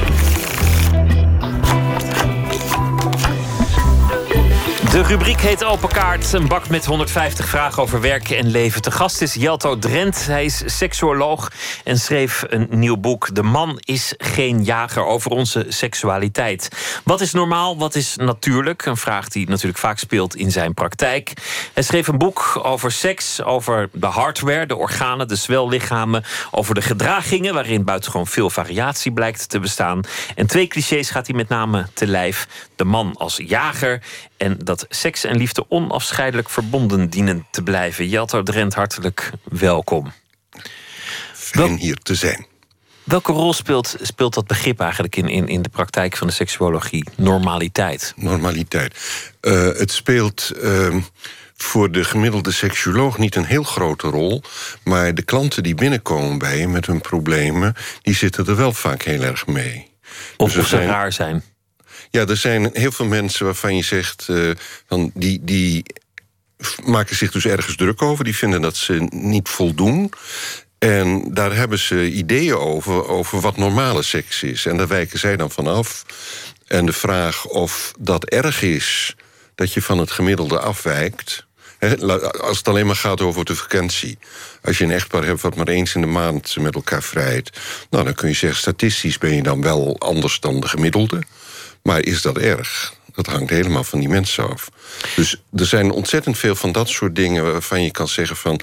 De rubriek heet Open Kaart. Een bak met 150 vragen over werk en leven. Te gast is Jelto Drent. Hij is seksuoloog en schreef een nieuw boek. De man is geen jager, over onze seksualiteit. Wat is normaal, wat is natuurlijk? Een vraag die natuurlijk vaak speelt in zijn praktijk. Hij schreef een boek over seks, over de hardware, de organen, de zwellichamen, over de gedragingen, waarin buitengewoon veel variatie blijkt te bestaan. En 2 clichés gaat hij met name te lijf. De man als jager en dat seks en liefde onafscheidelijk verbonden dienen te blijven. Jelto Drent, hartelijk welkom. Fijn hier te zijn. Welke rol speelt dat begrip eigenlijk in de praktijk van de seksuologie? Normaliteit. Normaliteit. Het speelt voor de gemiddelde seksuoloog niet een heel grote rol. Maar de klanten die binnenkomen bij je met hun problemen, die zitten er wel vaak heel erg mee. Of ze raar zijn. Ja, er zijn heel veel mensen waarvan je zegt, van die maken zich dus ergens druk over. Die vinden dat ze niet voldoen. En daar hebben ze ideeën over wat normale seks is. En daar wijken zij dan van af. En de vraag of dat erg is, dat je van het gemiddelde afwijkt. Als het alleen maar gaat over de vakantie. Als je een echtpaar hebt wat maar eens in de maand met elkaar vrijt, nou, dan kun je zeggen, statistisch ben je dan wel anders dan de gemiddelde. Maar is dat erg? Dat hangt helemaal van die mensen af. Dus er zijn ontzettend veel van dat soort dingen waarvan je kan zeggen van,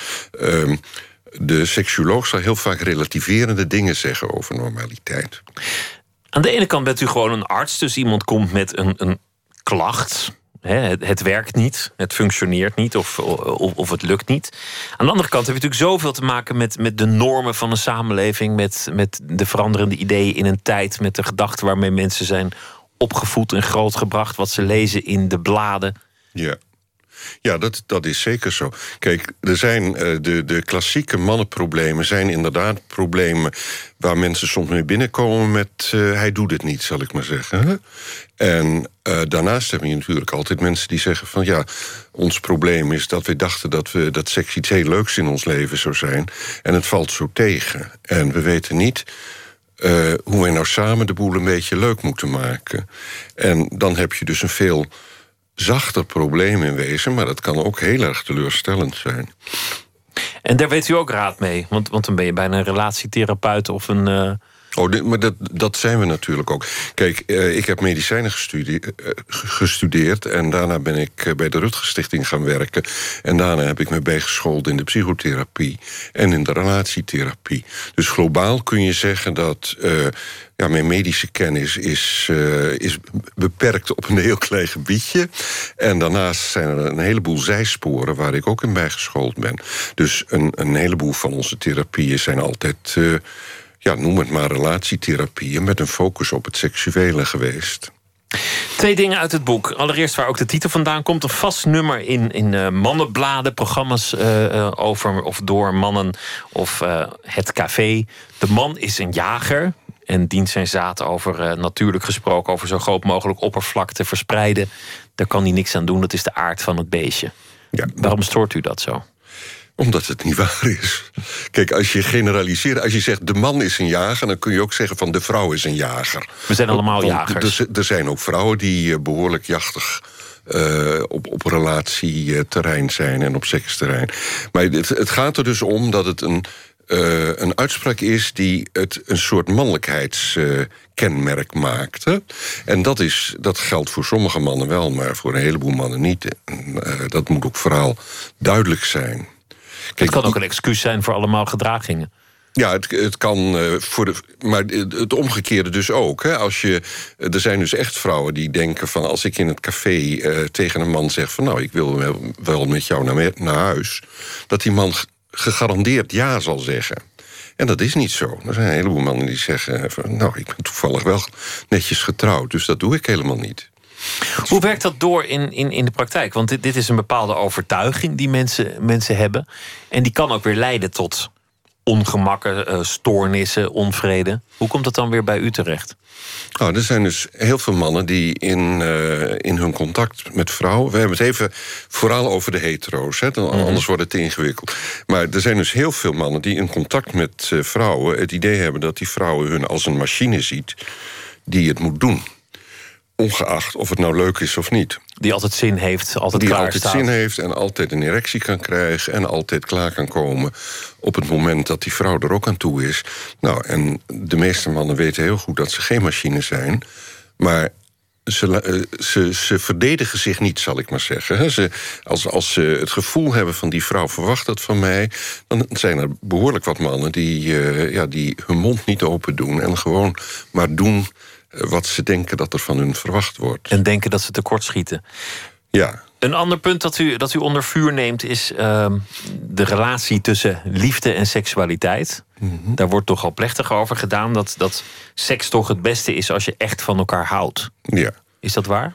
de seksuoloog zal heel vaak relativerende dingen zeggen over normaliteit. Aan de ene kant bent u gewoon een arts, dus iemand komt met een klacht. Het werkt niet, het functioneert niet of het lukt niet. Aan de andere kant heb je natuurlijk zoveel te maken met de normen van een samenleving, met de veranderende ideeën in een tijd, met de gedachten waarmee mensen zijn opgevoed en grootgebracht, wat ze lezen in de bladen. Ja, dat is zeker zo. Kijk, er zijn de klassieke mannenproblemen zijn inderdaad problemen waar mensen soms mee binnenkomen met hij doet het niet, zal ik maar zeggen. En daarnaast heb je natuurlijk altijd mensen die zeggen van ja, ons probleem is dat we dachten dat seks iets heel leuks in ons leven zou zijn. En het valt zo tegen. En we weten niet hoe wij nou samen de boel een beetje leuk moeten maken. En dan heb je dus een veel zachter probleem in wezen, maar dat kan ook heel erg teleurstellend zijn. En daar weet u ook raad mee, want dan ben je bijna een relatietherapeut of een... Maar dat zijn we natuurlijk ook. Kijk, ik heb medicijnen gestudeerd en daarna ben ik bij de Rutgers Stichting gaan werken. En daarna heb ik me bijgeschoold in de psychotherapie en in de relatietherapie. Dus globaal kun je zeggen dat mijn medische kennis is beperkt op een heel klein gebiedje. En daarnaast zijn er een heleboel zijsporen waar ik ook in bijgeschoold ben. Dus een heleboel van onze therapieën zijn altijd, noem het maar relatietherapieën met een focus op het seksuele geweest. 2 dingen uit het boek. Allereerst waar ook de titel vandaan komt. Een vast nummer in mannenbladen, programma's over of door mannen of het café. De man is een jager en dient zijn zaad over, natuurlijk gesproken, over zo groot mogelijk oppervlakte verspreiden. Daar kan hij niks aan doen, dat is de aard van het beestje. Ja. Waarom stoort u dat zo? Omdat het niet waar is. Kijk, als je generaliseert, als je zegt de man is een jager, dan kun je ook zeggen van de vrouw is een jager. We zijn allemaal jagers. Er zijn ook vrouwen die behoorlijk jachtig op relatieterrein zijn en op seksterrein. Maar het gaat er dus om dat het een uitspraak is die het een soort mannelijkheidskenmerk maakt. Hè? En dat geldt voor sommige mannen wel, maar voor een heleboel mannen niet. Dat moet ook vooral duidelijk zijn. Kijk, het kan ook een excuus zijn voor allemaal gedragingen. Ja, het kan maar het omgekeerde dus ook. Hè? Er zijn dus echt vrouwen die denken van, als ik in het café tegen een man zeg van, nou, ik wil wel met jou naar huis, dat die man gegarandeerd ja zal zeggen. En dat is niet zo. Er zijn een heleboel mannen die zeggen van, nou, ik ben toevallig wel netjes getrouwd, dus dat doe ik helemaal niet. Hoe werkt dat door in de praktijk? Want dit is een bepaalde overtuiging die mensen hebben. En die kan ook weer leiden tot ongemakken, stoornissen, onvrede. Hoe komt dat dan weer bij u terecht? Nou, er zijn dus heel veel mannen die in hun contact met vrouwen... we hebben het even vooral over de hetero's, hè, anders wordt het te ingewikkeld. Maar er zijn dus heel veel mannen die in contact met vrouwen... het idee hebben dat die vrouwen hun als een machine ziet die het moet doen. Ongeacht of het nou leuk is of niet. Die altijd zin heeft, altijd die klaar altijd staat. zin heeft en altijd een erectie kan krijgen... en altijd klaar kan komen op het moment dat die vrouw er ook aan toe is. Nou, en de meeste mannen weten heel goed dat ze geen machine zijn... maar ze verdedigen zich niet, zal ik maar zeggen. Als ze het gevoel hebben van die vrouw verwacht dat van mij... dan zijn er behoorlijk wat mannen die hun mond niet open doen... en gewoon maar doen wat ze denken dat er van hun verwacht wordt. En denken dat ze tekortschieten. Ja. Een ander punt dat u onder vuur neemt... is de relatie tussen liefde en seksualiteit. Mm-hmm. Daar wordt toch al plechtig over gedaan... dat seks toch het beste is als je echt van elkaar houdt. Ja. Is dat waar?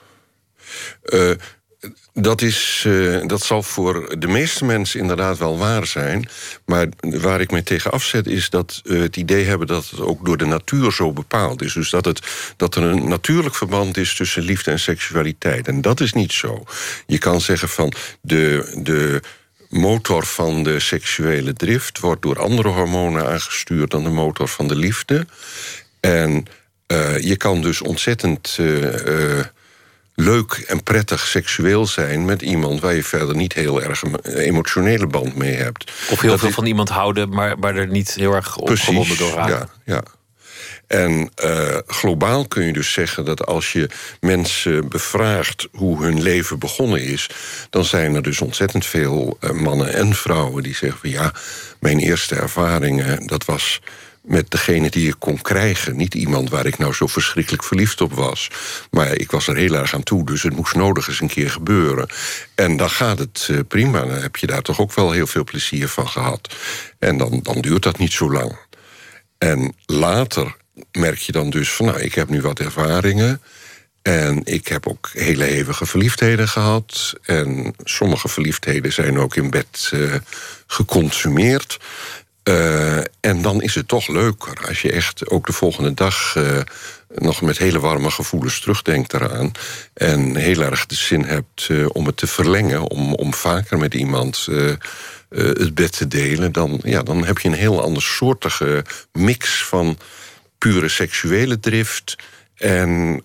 Dat zal voor de meeste mensen inderdaad wel waar zijn. Maar waar ik mee tegen afzet is dat het idee hebben... dat het ook door de natuur zo bepaald is. Dus dat er een natuurlijk verband is tussen liefde en seksualiteit. En dat is niet zo. Je kan zeggen van de motor van de seksuele drift... wordt door andere hormonen aangestuurd dan de motor van de liefde. En je kan dus ontzettend... leuk en prettig seksueel zijn met iemand... waar je verder niet heel erg een emotionele band mee hebt. Of heel veel van iemand houden, maar er niet heel erg opgewonden door raken. Ja. En globaal kun je dus zeggen dat als je mensen bevraagt... hoe hun leven begonnen is... dan zijn er dus ontzettend veel mannen en vrouwen die zeggen... van ja, mijn eerste ervaringen, dat was... met degene die ik kon krijgen. Niet iemand waar ik nou zo verschrikkelijk verliefd op was. Maar ik was er heel erg aan toe, dus het moest nodig eens een keer gebeuren. En dan gaat het prima. Dan heb je daar toch ook wel heel veel plezier van gehad. En dan duurt dat niet zo lang. En later merk je dan dus van... nou, ik heb nu wat ervaringen... en ik heb ook hele hevige verliefdheden gehad. En sommige verliefdheden zijn ook in bed geconsumeerd... en dan is het toch leuker als je echt ook de volgende dag... nog met hele warme gevoelens terugdenkt eraan... en heel erg de zin hebt om het te verlengen... om vaker met iemand het bed te delen... dan heb je een heel andersoortige mix van pure seksuele drift... en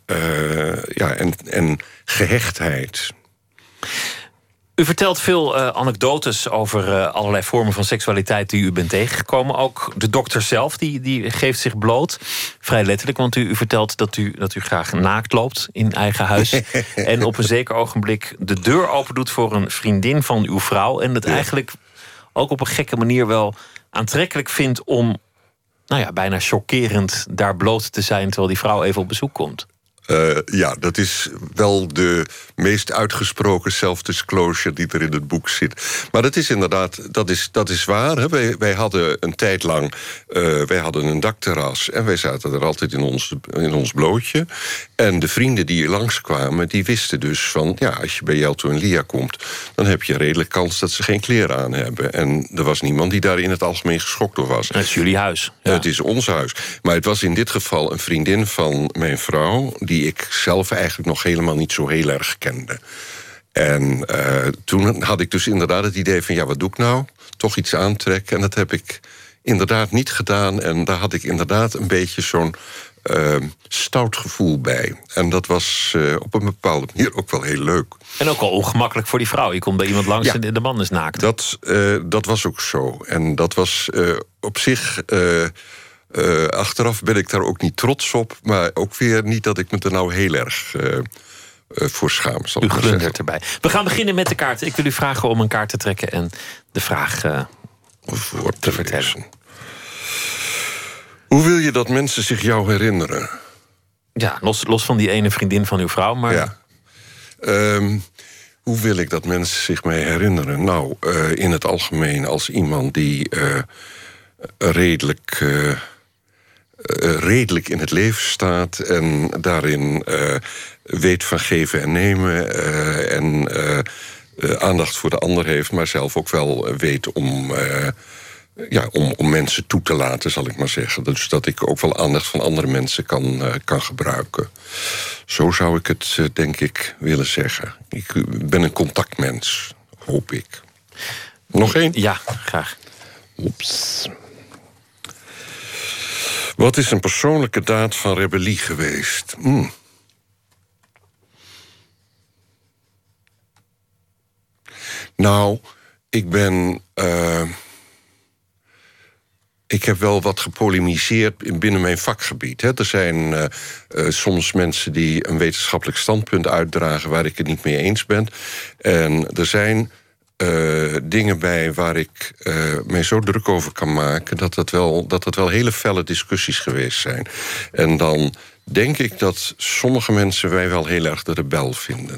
gehechtheid. U vertelt veel anekdotes over allerlei vormen van seksualiteit die u bent tegengekomen. Ook de dokter zelf, die geeft zich bloot. Vrij letterlijk, want u vertelt dat u graag naakt loopt in eigen huis. En op een zeker ogenblik de deur open doet voor een vriendin van uw vrouw. En het eigenlijk ook op een gekke manier wel aantrekkelijk vindt om... nou ja, bijna chockerend daar bloot te zijn terwijl die vrouw even op bezoek komt. Dat is wel de meest uitgesproken self-disclosure die er in het boek zit. Maar dat is inderdaad, dat is waar. Hè. Wij hadden een tijd lang wij hadden een dakterras... en wij zaten er altijd in ons blootje. En de vrienden die hier langskwamen, die wisten dus van... ja, als je bij Jelto en Lia komt... dan heb je een redelijk kans dat ze geen kleren aan hebben. En er was niemand die daar in het algemeen geschokt door was. Het is jullie huis. Ja. Het is ons huis. Maar het was in dit geval een vriendin van mijn vrouw... die ik zelf eigenlijk nog helemaal niet zo heel erg kende. En toen had ik dus inderdaad het idee van... ja, wat doe ik nou? Toch iets aantrekken. En dat heb ik inderdaad niet gedaan. En daar had ik inderdaad een beetje zo'n stout gevoel bij. En dat was op een bepaalde manier ook wel heel leuk. En ook wel ongemakkelijk voor die vrouw. Je komt bij iemand langs en de man is naakt. Dat was ook zo. En dat was op zich... achteraf ben ik daar ook niet trots op... maar ook weer niet dat ik me er nou heel erg voor schaam. Zal u glundert erbij. We gaan beginnen met de kaarten. Ik wil u vragen om een kaart te trekken... en de vraag voor te vertellen. Hoe wil je dat mensen zich jou herinneren? Ja, los van die ene vriendin van uw vrouw, maar... Ja. Hoe wil ik dat mensen zich mij herinneren? Nou, in het algemeen als iemand die... redelijk in het leven staat en daarin weet van geven en nemen en aandacht voor de ander heeft, maar zelf ook wel weet om om mensen toe te laten, zal ik maar zeggen. Dus dat ik ook wel aandacht van andere mensen kan gebruiken. Zo zou ik het, denk ik, willen zeggen. Ik ben een contactmens, hoop ik. Nog één? Ja, graag. Oeps. Wat is een persoonlijke daad van rebellie geweest? Nou, ik heb wel wat gepolemiseerd binnen mijn vakgebied. Hè. Er zijn soms mensen die een wetenschappelijk standpunt uitdragen waar ik het niet mee eens ben. En er zijn dingen bij waar ik mij zo druk over kan maken dat het wel hele felle discussies geweest zijn. En dan denk ik dat sommige mensen wij wel heel erg de rebel vinden.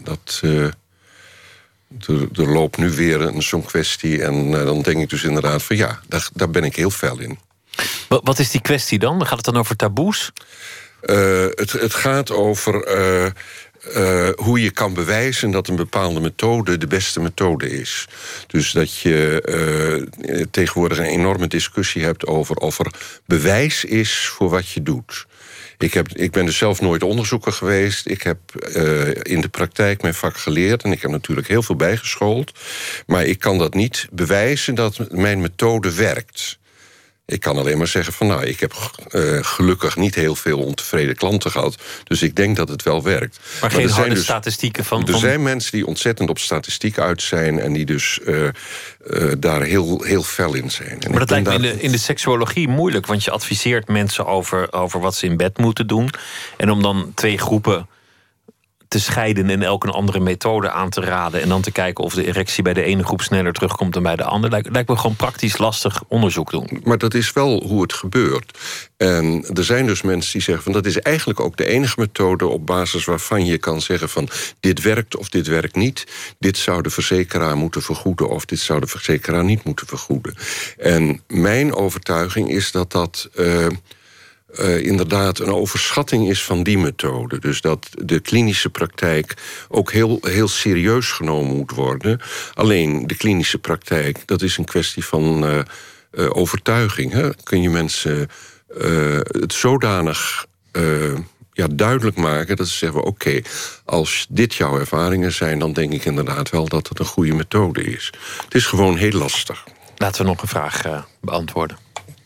Er loopt nu weer zo'n kwestie en dan denk ik dus inderdaad van ja, daar ben ik heel fel in. Wat is die kwestie dan? Gaat het dan over taboes? Het gaat over hoe je kan bewijzen dat een bepaalde methode de beste methode is. Dus dat je tegenwoordig een enorme discussie hebt over of er bewijs is voor wat je doet. Ik ben dus zelf nooit onderzoeker geweest. Ik heb in de praktijk mijn vak geleerd en ik heb natuurlijk heel veel bijgeschoold. Maar ik kan dat niet bewijzen dat mijn methode werkt. Ik kan alleen maar zeggen van ik heb gelukkig niet heel veel ontevreden klanten gehad. Dus ik denk dat het wel werkt. Maar geen harde statistieken van... Er zijn mensen die ontzettend op statistiek uit zijn en die dus daar heel fel in zijn. En maar dat lijkt me in de seksuologie moeilijk, want je adviseert mensen over wat ze in bed moeten doen. En om dan twee groepen te scheiden en elk een andere methode aan te raden en dan te kijken of de erectie bij de ene groep sneller terugkomt dan bij de andere, lijkt me gewoon praktisch lastig onderzoek doen. Maar dat is wel hoe het gebeurt. En er zijn dus mensen die zeggen van dat is eigenlijk ook de enige methode op basis waarvan je kan zeggen van dit werkt of dit werkt niet. Dit zou de verzekeraar moeten vergoeden of dit zou de verzekeraar niet moeten vergoeden. En mijn overtuiging is dat inderdaad een overschatting is van die methode. Dus dat de klinische praktijk ook heel serieus genomen moet worden. Alleen de klinische praktijk, dat is een kwestie van overtuiging. Hè? Kun je mensen het zodanig duidelijk maken dat ze zeggen oké, als dit jouw ervaringen zijn, dan denk ik inderdaad wel dat het een goede methode is. Het is gewoon heel lastig. Laten we nog een vraag beantwoorden.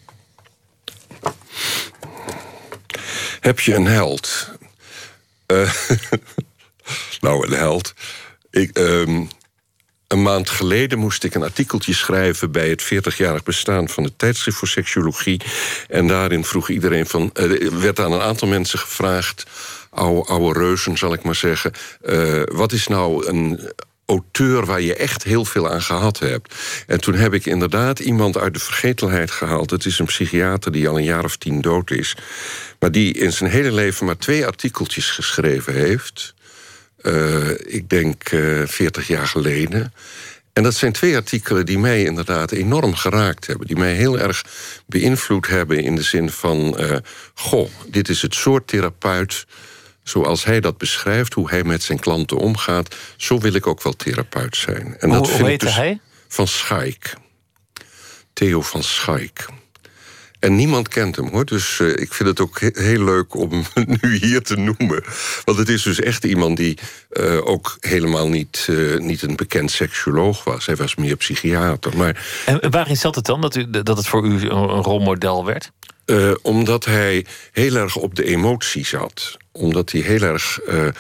Heb je een held? Nou, een held. Een maand geleden moest ik een artikeltje schrijven bij het 40-jarig bestaan van het tijdschrift voor seksuologie. En daarin vroeg iedereen werd aan een aantal mensen gevraagd, oude reuzen zal ik maar zeggen, wat is nou een auteur waar je echt heel veel aan gehad hebt? En toen heb ik inderdaad iemand uit de vergetelheid gehaald. Het is een psychiater die al een jaar of 10 dood is, maar die in zijn hele leven maar 2 artikeltjes geschreven heeft. Ik denk 40 jaar geleden. En dat zijn 2 artikelen die mij inderdaad enorm geraakt hebben. Die mij heel erg beïnvloed hebben in de zin van dit is het soort therapeut zoals hij dat beschrijft, hoe hij met zijn klanten omgaat, zo wil ik ook wel therapeut zijn. En dat hoe heette hij? Van Schaik. Theo van Schaik. En niemand kent hem, hoor. Dus ik vind het ook heel leuk om hem nu hier te noemen. Want het is dus echt iemand die ook helemaal niet een bekend seksuoloog was. Hij was meer psychiater. Maar en waarin zat het dan dat het voor u een rolmodel werd? Omdat hij heel erg op de emotie zat. Omdat hij heel erg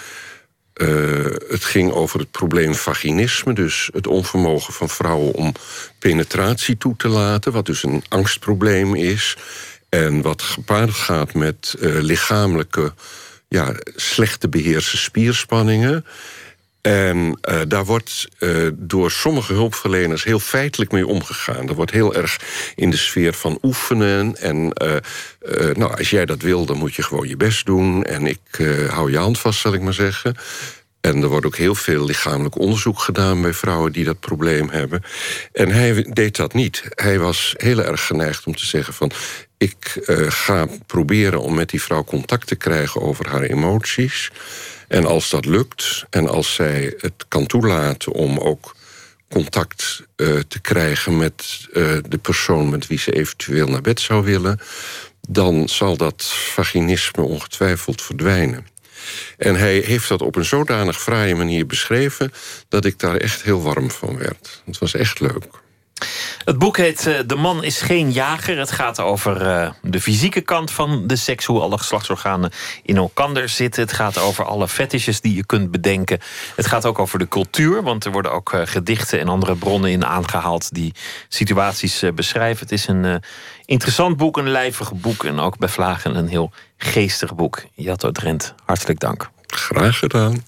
het ging over het probleem vaginisme, dus het onvermogen van vrouwen om penetratie toe te laten, wat dus een angstprobleem is en wat gepaard gaat met lichamelijke, slecht te beheersen spierspanningen. En daar wordt door sommige hulpverleners heel feitelijk mee omgegaan. Er wordt heel erg in de sfeer van oefenen. En als jij dat wil, dan moet je gewoon je best doen. En ik hou je hand vast, zal ik maar zeggen. En er wordt ook heel veel lichamelijk onderzoek gedaan bij vrouwen die dat probleem hebben. En hij deed dat niet. Hij was heel erg geneigd om te zeggen van, ik ga proberen om met die vrouw contact te krijgen over haar emoties. En als dat lukt, en als zij het kan toelaten om ook contact te krijgen met de persoon met wie ze eventueel naar bed zou willen, dan zal dat vaginisme ongetwijfeld verdwijnen. En hij heeft dat op een zodanig fraaie manier beschreven dat ik daar echt heel warm van werd. Het was echt leuk. Het boek heet De man is geen jager. Het gaat over de fysieke kant van de seks, hoe alle geslachtsorganen in elkander zitten. Het gaat over alle fetishes die je kunt bedenken. Het gaat ook over de cultuur, want er worden ook gedichten en andere bronnen in aangehaald die situaties beschrijven. Het is een interessant boek, een lijvig boek en ook bij vlagen een heel geestig boek. Jatto Drent, hartelijk dank. Graag gedaan.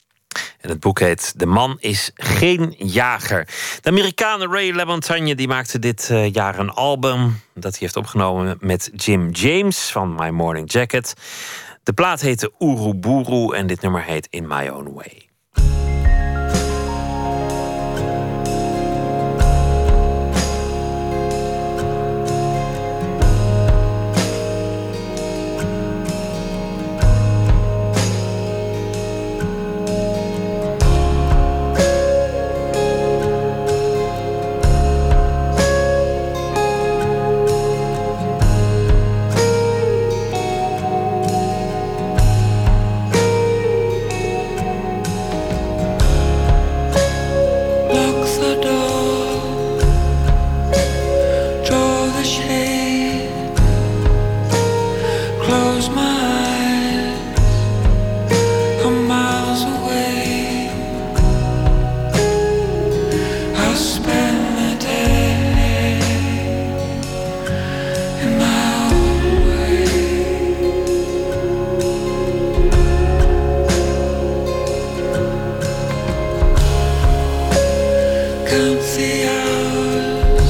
En het boek heet De man is geen jager. De Amerikaan Ray LaMontagne die maakte dit jaar een album dat hij heeft opgenomen met Jim James van My Morning Jacket. De plaat heette Uruburu en dit nummer heet In My Own Way.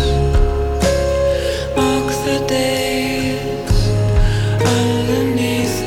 Underneath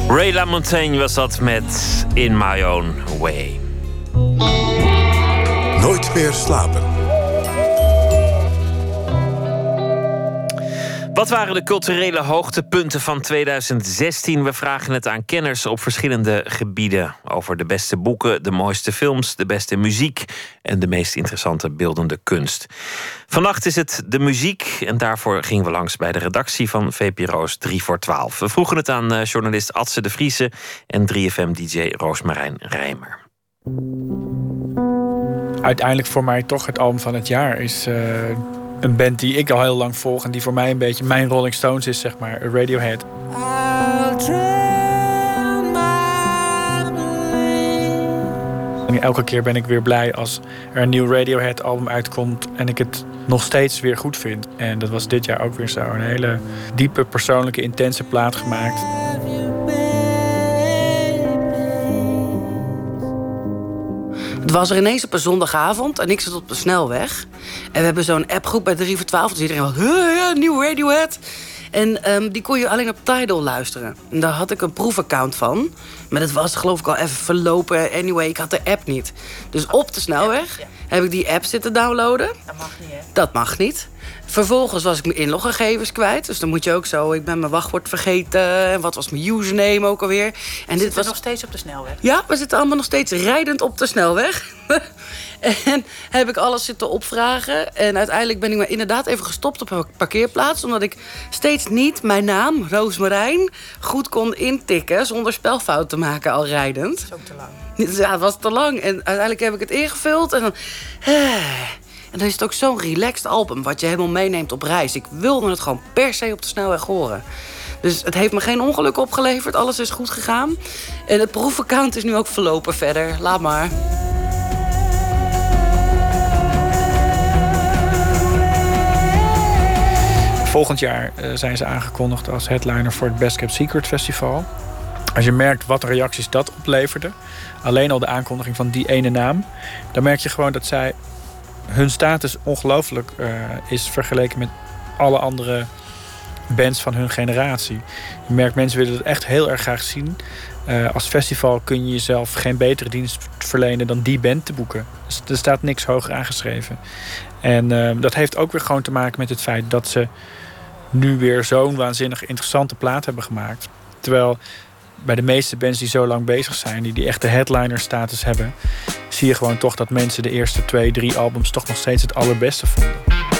Ray LaMontagne was dat met In My Own Way. Nooit meer slapen. Wat waren de culturele hoogtepunten van 2016? We vragen het aan kenners op verschillende gebieden. Over de beste boeken, de mooiste films, de beste muziek en de meest interessante beeldende kunst. Vannacht is het de muziek en daarvoor gingen we langs bij de redactie van VPRO's 3 voor 12. We vroegen het aan journalist Adse de Vriese en 3FM-dj Roosmarijn Rijmer. Uiteindelijk voor mij toch het album van het jaar is een band die ik al heel lang volg en die voor mij een beetje mijn Rolling Stones is, zeg maar, Radiohead. En elke keer ben ik weer blij als er een nieuw Radiohead-album uitkomt en ik het nog steeds weer goed vind. En dat was dit jaar ook weer zo. Een hele diepe, persoonlijke, intense plaat gemaakt. Het was er ineens op een zondagavond en ik zat op de snelweg. En we hebben zo'n appgroep bij 3 voor 12. Dus iedereen was, nieuw Radiohead. En die kon je alleen op Tidal luisteren. En daar had ik een proefaccount van. Maar dat was geloof ik al even verlopen. Anyway, ik had de app niet. Dus op de snelweg heb ik die app zitten downloaden. Dat mag niet, hè? Dat mag niet. Vervolgens was ik mijn inloggegevens kwijt. Dus dan moet je ook zo, ik ben mijn wachtwoord vergeten. En wat was mijn username ook alweer. En dit was nog steeds op de snelweg? Ja, we zitten allemaal nog steeds rijdend op de snelweg. En heb ik alles zitten opvragen. En uiteindelijk ben ik me inderdaad even gestopt op een parkeerplaats. Omdat ik steeds niet mijn naam, Roosmarijn, goed kon intikken. Zonder spelfout te maken al rijdend. Dat is ook te lang. Ja, het was te lang. En uiteindelijk heb ik het ingevuld. En dan... En dan is het ook zo'n relaxed album, wat je helemaal meeneemt op reis. Ik wilde het gewoon per se op de snelweg horen. Dus het heeft me geen ongeluk opgeleverd. Alles is goed gegaan. En het proefaccount is nu ook verlopen verder. Laat maar. Volgend jaar zijn ze aangekondigd als headliner voor het Best Kept Secret Festival. Als je merkt wat reacties dat opleverde, alleen al de aankondiging van die ene naam, dan merk je gewoon dat zij hun status ongelooflijk is vergeleken met alle andere bands van hun generatie. Je merkt, mensen willen het echt heel erg graag zien. Als festival kun je jezelf geen betere dienst verlenen dan die band te boeken. Dus er staat niks hoger aangeschreven. En dat heeft ook weer gewoon te maken met het feit dat ze nu weer zo'n waanzinnig interessante plaat hebben gemaakt. Terwijl bij de meeste bands die zo lang bezig zijn, die echte headliner-status hebben, zie je gewoon toch dat mensen de eerste 2, 3 albums toch nog steeds het allerbeste vonden.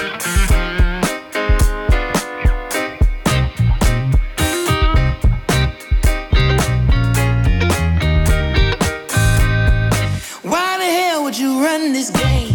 Why the hell would you run this game?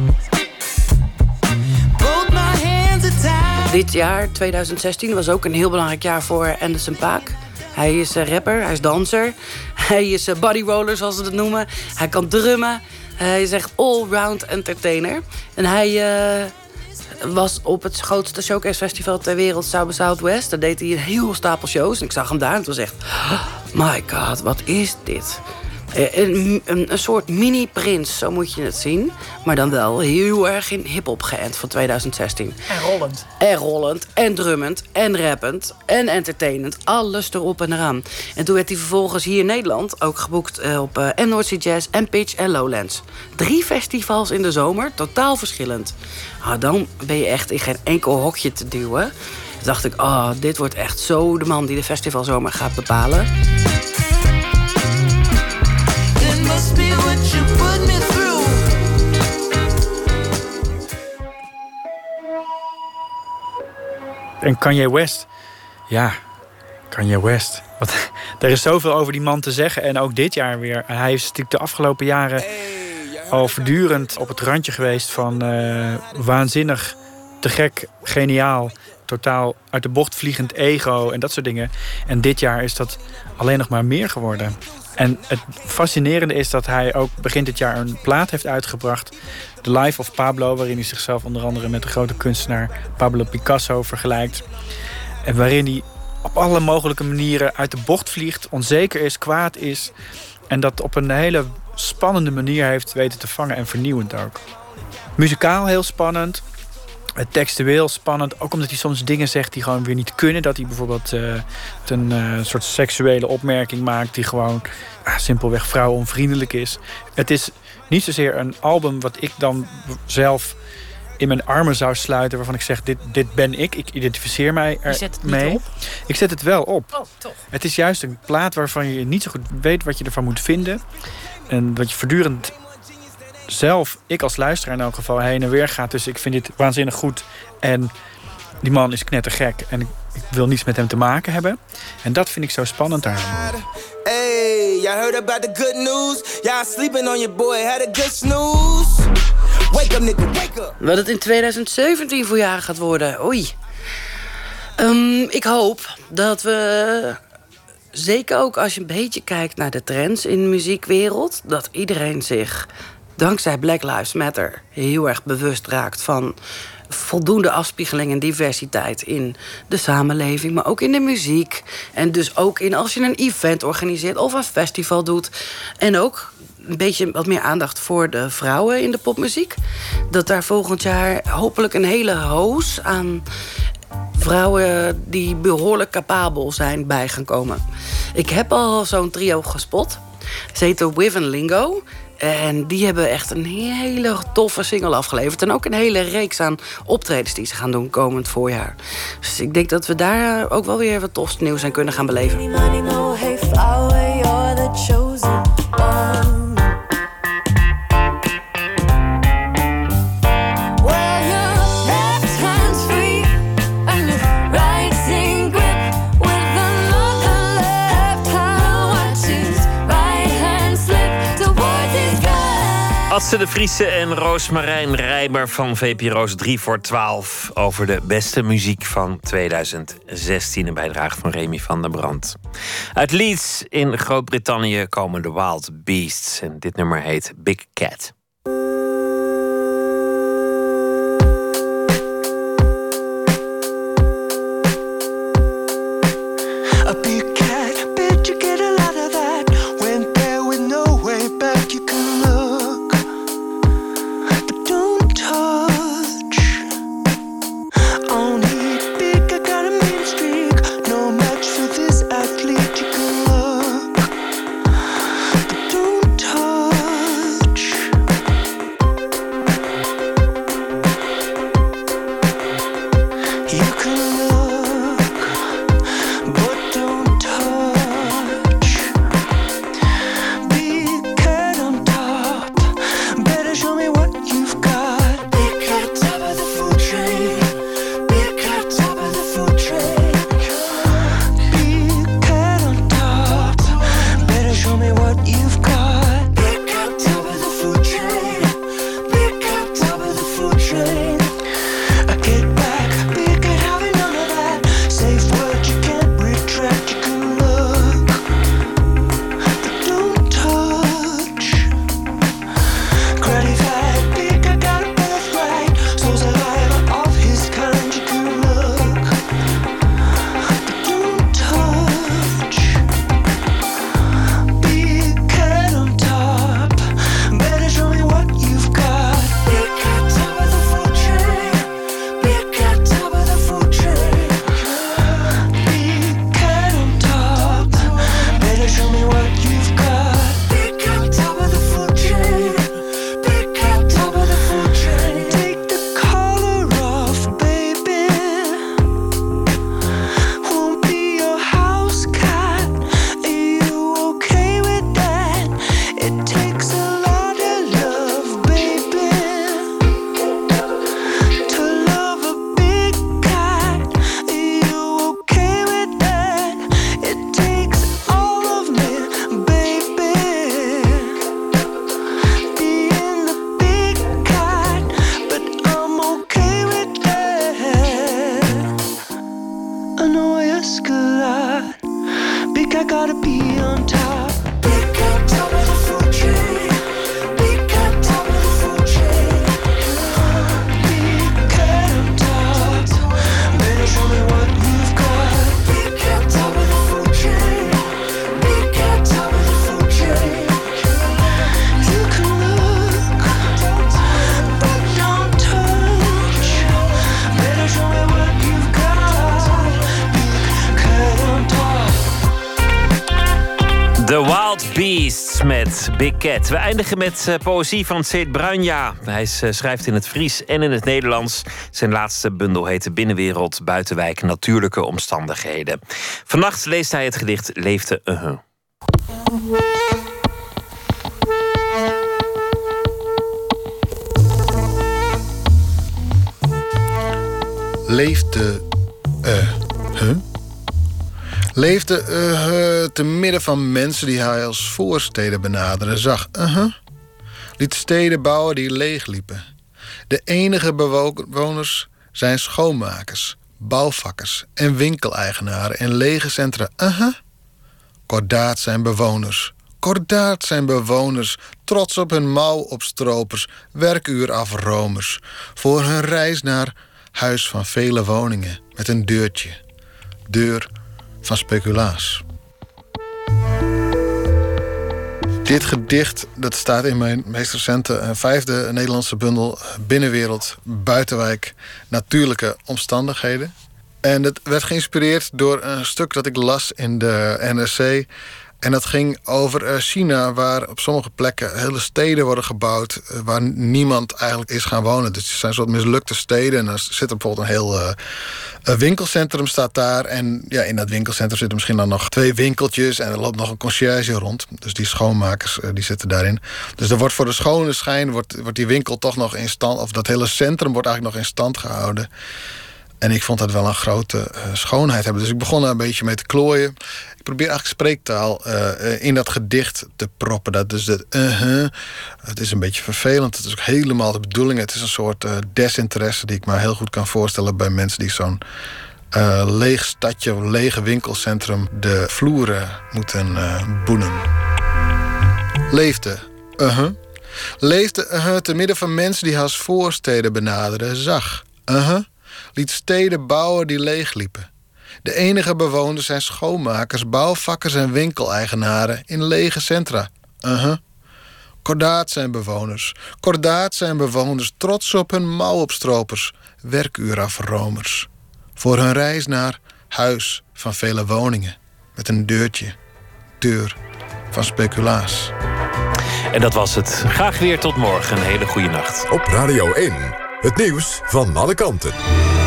Both my hands are tied. Dit jaar, 2016, was ook een heel belangrijk jaar voor Anderson .Paak. Hij is rapper, hij is danser. Hij is bodyroller, zoals ze dat noemen. Hij kan drummen. Hij is echt all-round entertainer. En hij was op het grootste showcase festival ter wereld, South by Southwest. Daar deed hij een heel stapel shows. En ik zag hem daar en het was echt... Oh my god, wat is dit? Een soort mini-Prins, zo moet je het zien. Maar dan wel heel erg in hiphop geënt van 2016. En rollend. En rollend, en drummend, en rappend, en entertainend. Alles erop en eraan. En toen werd hij vervolgens hier in Nederland ook geboekt op North Sea Jazz, en Pitch en Lowlands. 3 festivals in de zomer, totaal verschillend. Dan ben je echt in geen enkel hokje te duwen. Toen dacht ik, dit wordt echt zo de man die de festivalzomer gaat bepalen. Must be what you put me through. En Kanye West. Ja, Kanye West. Er is zoveel over die man te zeggen. En ook dit jaar weer. Hij is natuurlijk de afgelopen jaren al voortdurend op het randje geweest van waanzinnig, te gek, geniaal, totaal uit de bocht vliegend ego en dat soort dingen. En dit jaar is dat alleen nog maar meer geworden. En het fascinerende is dat hij ook begin dit jaar een plaat heeft uitgebracht, The Life of Pablo, waarin hij zichzelf onder andere met de grote kunstenaar Pablo Picasso vergelijkt. En waarin hij op alle mogelijke manieren uit de bocht vliegt, onzeker is, kwaad is. En dat op een hele spannende manier heeft weten te vangen en vernieuwend ook. Muzikaal heel spannend. textueel spannend. Ook omdat hij soms dingen zegt die gewoon weer niet kunnen. Dat hij bijvoorbeeld een soort seksuele opmerking maakt... die gewoon simpelweg vrouwonvriendelijk is. Het is niet zozeer een album wat ik dan zelf in mijn armen zou sluiten... waarvan ik zeg, dit ben ik identificeer mij ermee. Je zet het niet op? Ik zet het wel op. Oh, toch? Het is juist een plaat waarvan je niet zo goed weet wat je ervan moet vinden. En dat je voortdurend zelf, ik als luisteraar in elk geval, heen en weer gaat. Dus ik vind dit waanzinnig goed. En die man is knettergek. En ik wil niets met hem te maken hebben. En dat vind ik zo spannend aan hem. Hey, y'all heard about the good news? Y'all sleeping on your boy, had a good snooze. Wake up, nigga, wake up. Wat het in 2017 voor jaar gaat worden. Oei. Ik hoop dat we... Zeker ook als je een beetje kijkt naar de trends in de muziekwereld... dat iedereen zich, dankzij Black Lives Matter... heel erg bewust raakt van voldoende afspiegeling en diversiteit... in de samenleving, maar ook in de muziek. En dus ook in als je een event organiseert of een festival doet. En ook een beetje wat meer aandacht voor de vrouwen in de popmuziek. Dat daar volgend jaar hopelijk een hele hoos aan... vrouwen die behoorlijk capabel zijn bij gaan komen. Ik heb al zo'n trio gespot. Ze heten Wiv & Lingo. En die hebben echt een hele toffe single afgeleverd. En ook een hele reeks aan optredens die ze gaan doen komend voorjaar. Dus ik denk dat we daar ook wel weer wat tofs nieuws aan kunnen gaan beleven. Adse de Vriese en Roosmarijn Rijmer van VPRO's 3 voor 12... over de beste muziek van 2016. Een bijdrage van Remy van der Brand. Uit Leeds in Groot-Brittannië komen de Wild Beasts. En dit nummer heet Big Cat. Beasts met Big Cat. We eindigen met poëzie van Seet Bruinja. Hij schrijft in het Fries en in het Nederlands. Zijn laatste bundel heet De Binnenwereld, Buitenwijk, Natuurlijke Omstandigheden. Vannacht leest hij het gedicht Leefde Leefde Leefde te midden van mensen die hij als voorsteden benaderen zag. Liet steden bouwen die leegliepen. De enige bewoners zijn schoonmakers, bouwvakkers en winkeleigenaren in lege centra. Kordaat zijn bewoners. Kordaat zijn bewoners, trots op hun mouwopstropers, werkuur afromers, voor hun reis naar huis van vele woningen met een deurtje. Deur van speculaas. Dit gedicht dat staat in mijn meest recente 5e Nederlandse bundel Binnenwereld, Buitenwijk, Natuurlijke Omstandigheden. En het werd geïnspireerd door een stuk dat ik las in de NRC. En dat ging over China, waar op sommige plekken hele steden worden gebouwd waar niemand eigenlijk is gaan wonen. Dus het zijn soort mislukte steden. En dan zit er bijvoorbeeld een heel winkelcentrum staat daar. En ja, in dat winkelcentrum zitten misschien dan nog 2 winkeltjes. En er loopt nog een conciërge rond. Dus die schoonmakers die zitten daarin. Dus er wordt voor de schone schijn wordt die winkel toch nog in stand. Of dat hele centrum wordt eigenlijk nog in stand gehouden. En ik vond dat wel een grote schoonheid hebben. Dus ik begon daar een beetje mee te klooien. Ik probeer eigenlijk spreektaal in dat gedicht te proppen. Dat is het is een beetje vervelend. Het is ook helemaal de bedoeling. Het is een soort desinteresse die ik me heel goed kan voorstellen bij mensen die zo'n leeg stadje of lege winkelcentrum de vloeren moeten boenen. Leefde. Leefde te midden van mensen die hij als voorsteden benaderen zag. Liet steden bouwen die leegliepen. De enige bewoners zijn schoonmakers, bouwvakkers en winkeleigenaren in lege centra. Kordaat zijn bewoners. Kordaat zijn bewoners, trots op hun mouwopstropers, werkuurafromers. Voor hun reis naar huis van vele woningen, met een deurtje, deur van speculaas. En dat was het. Graag weer tot morgen. Een hele goede nacht. Op Radio 1, het nieuws van alle kanten.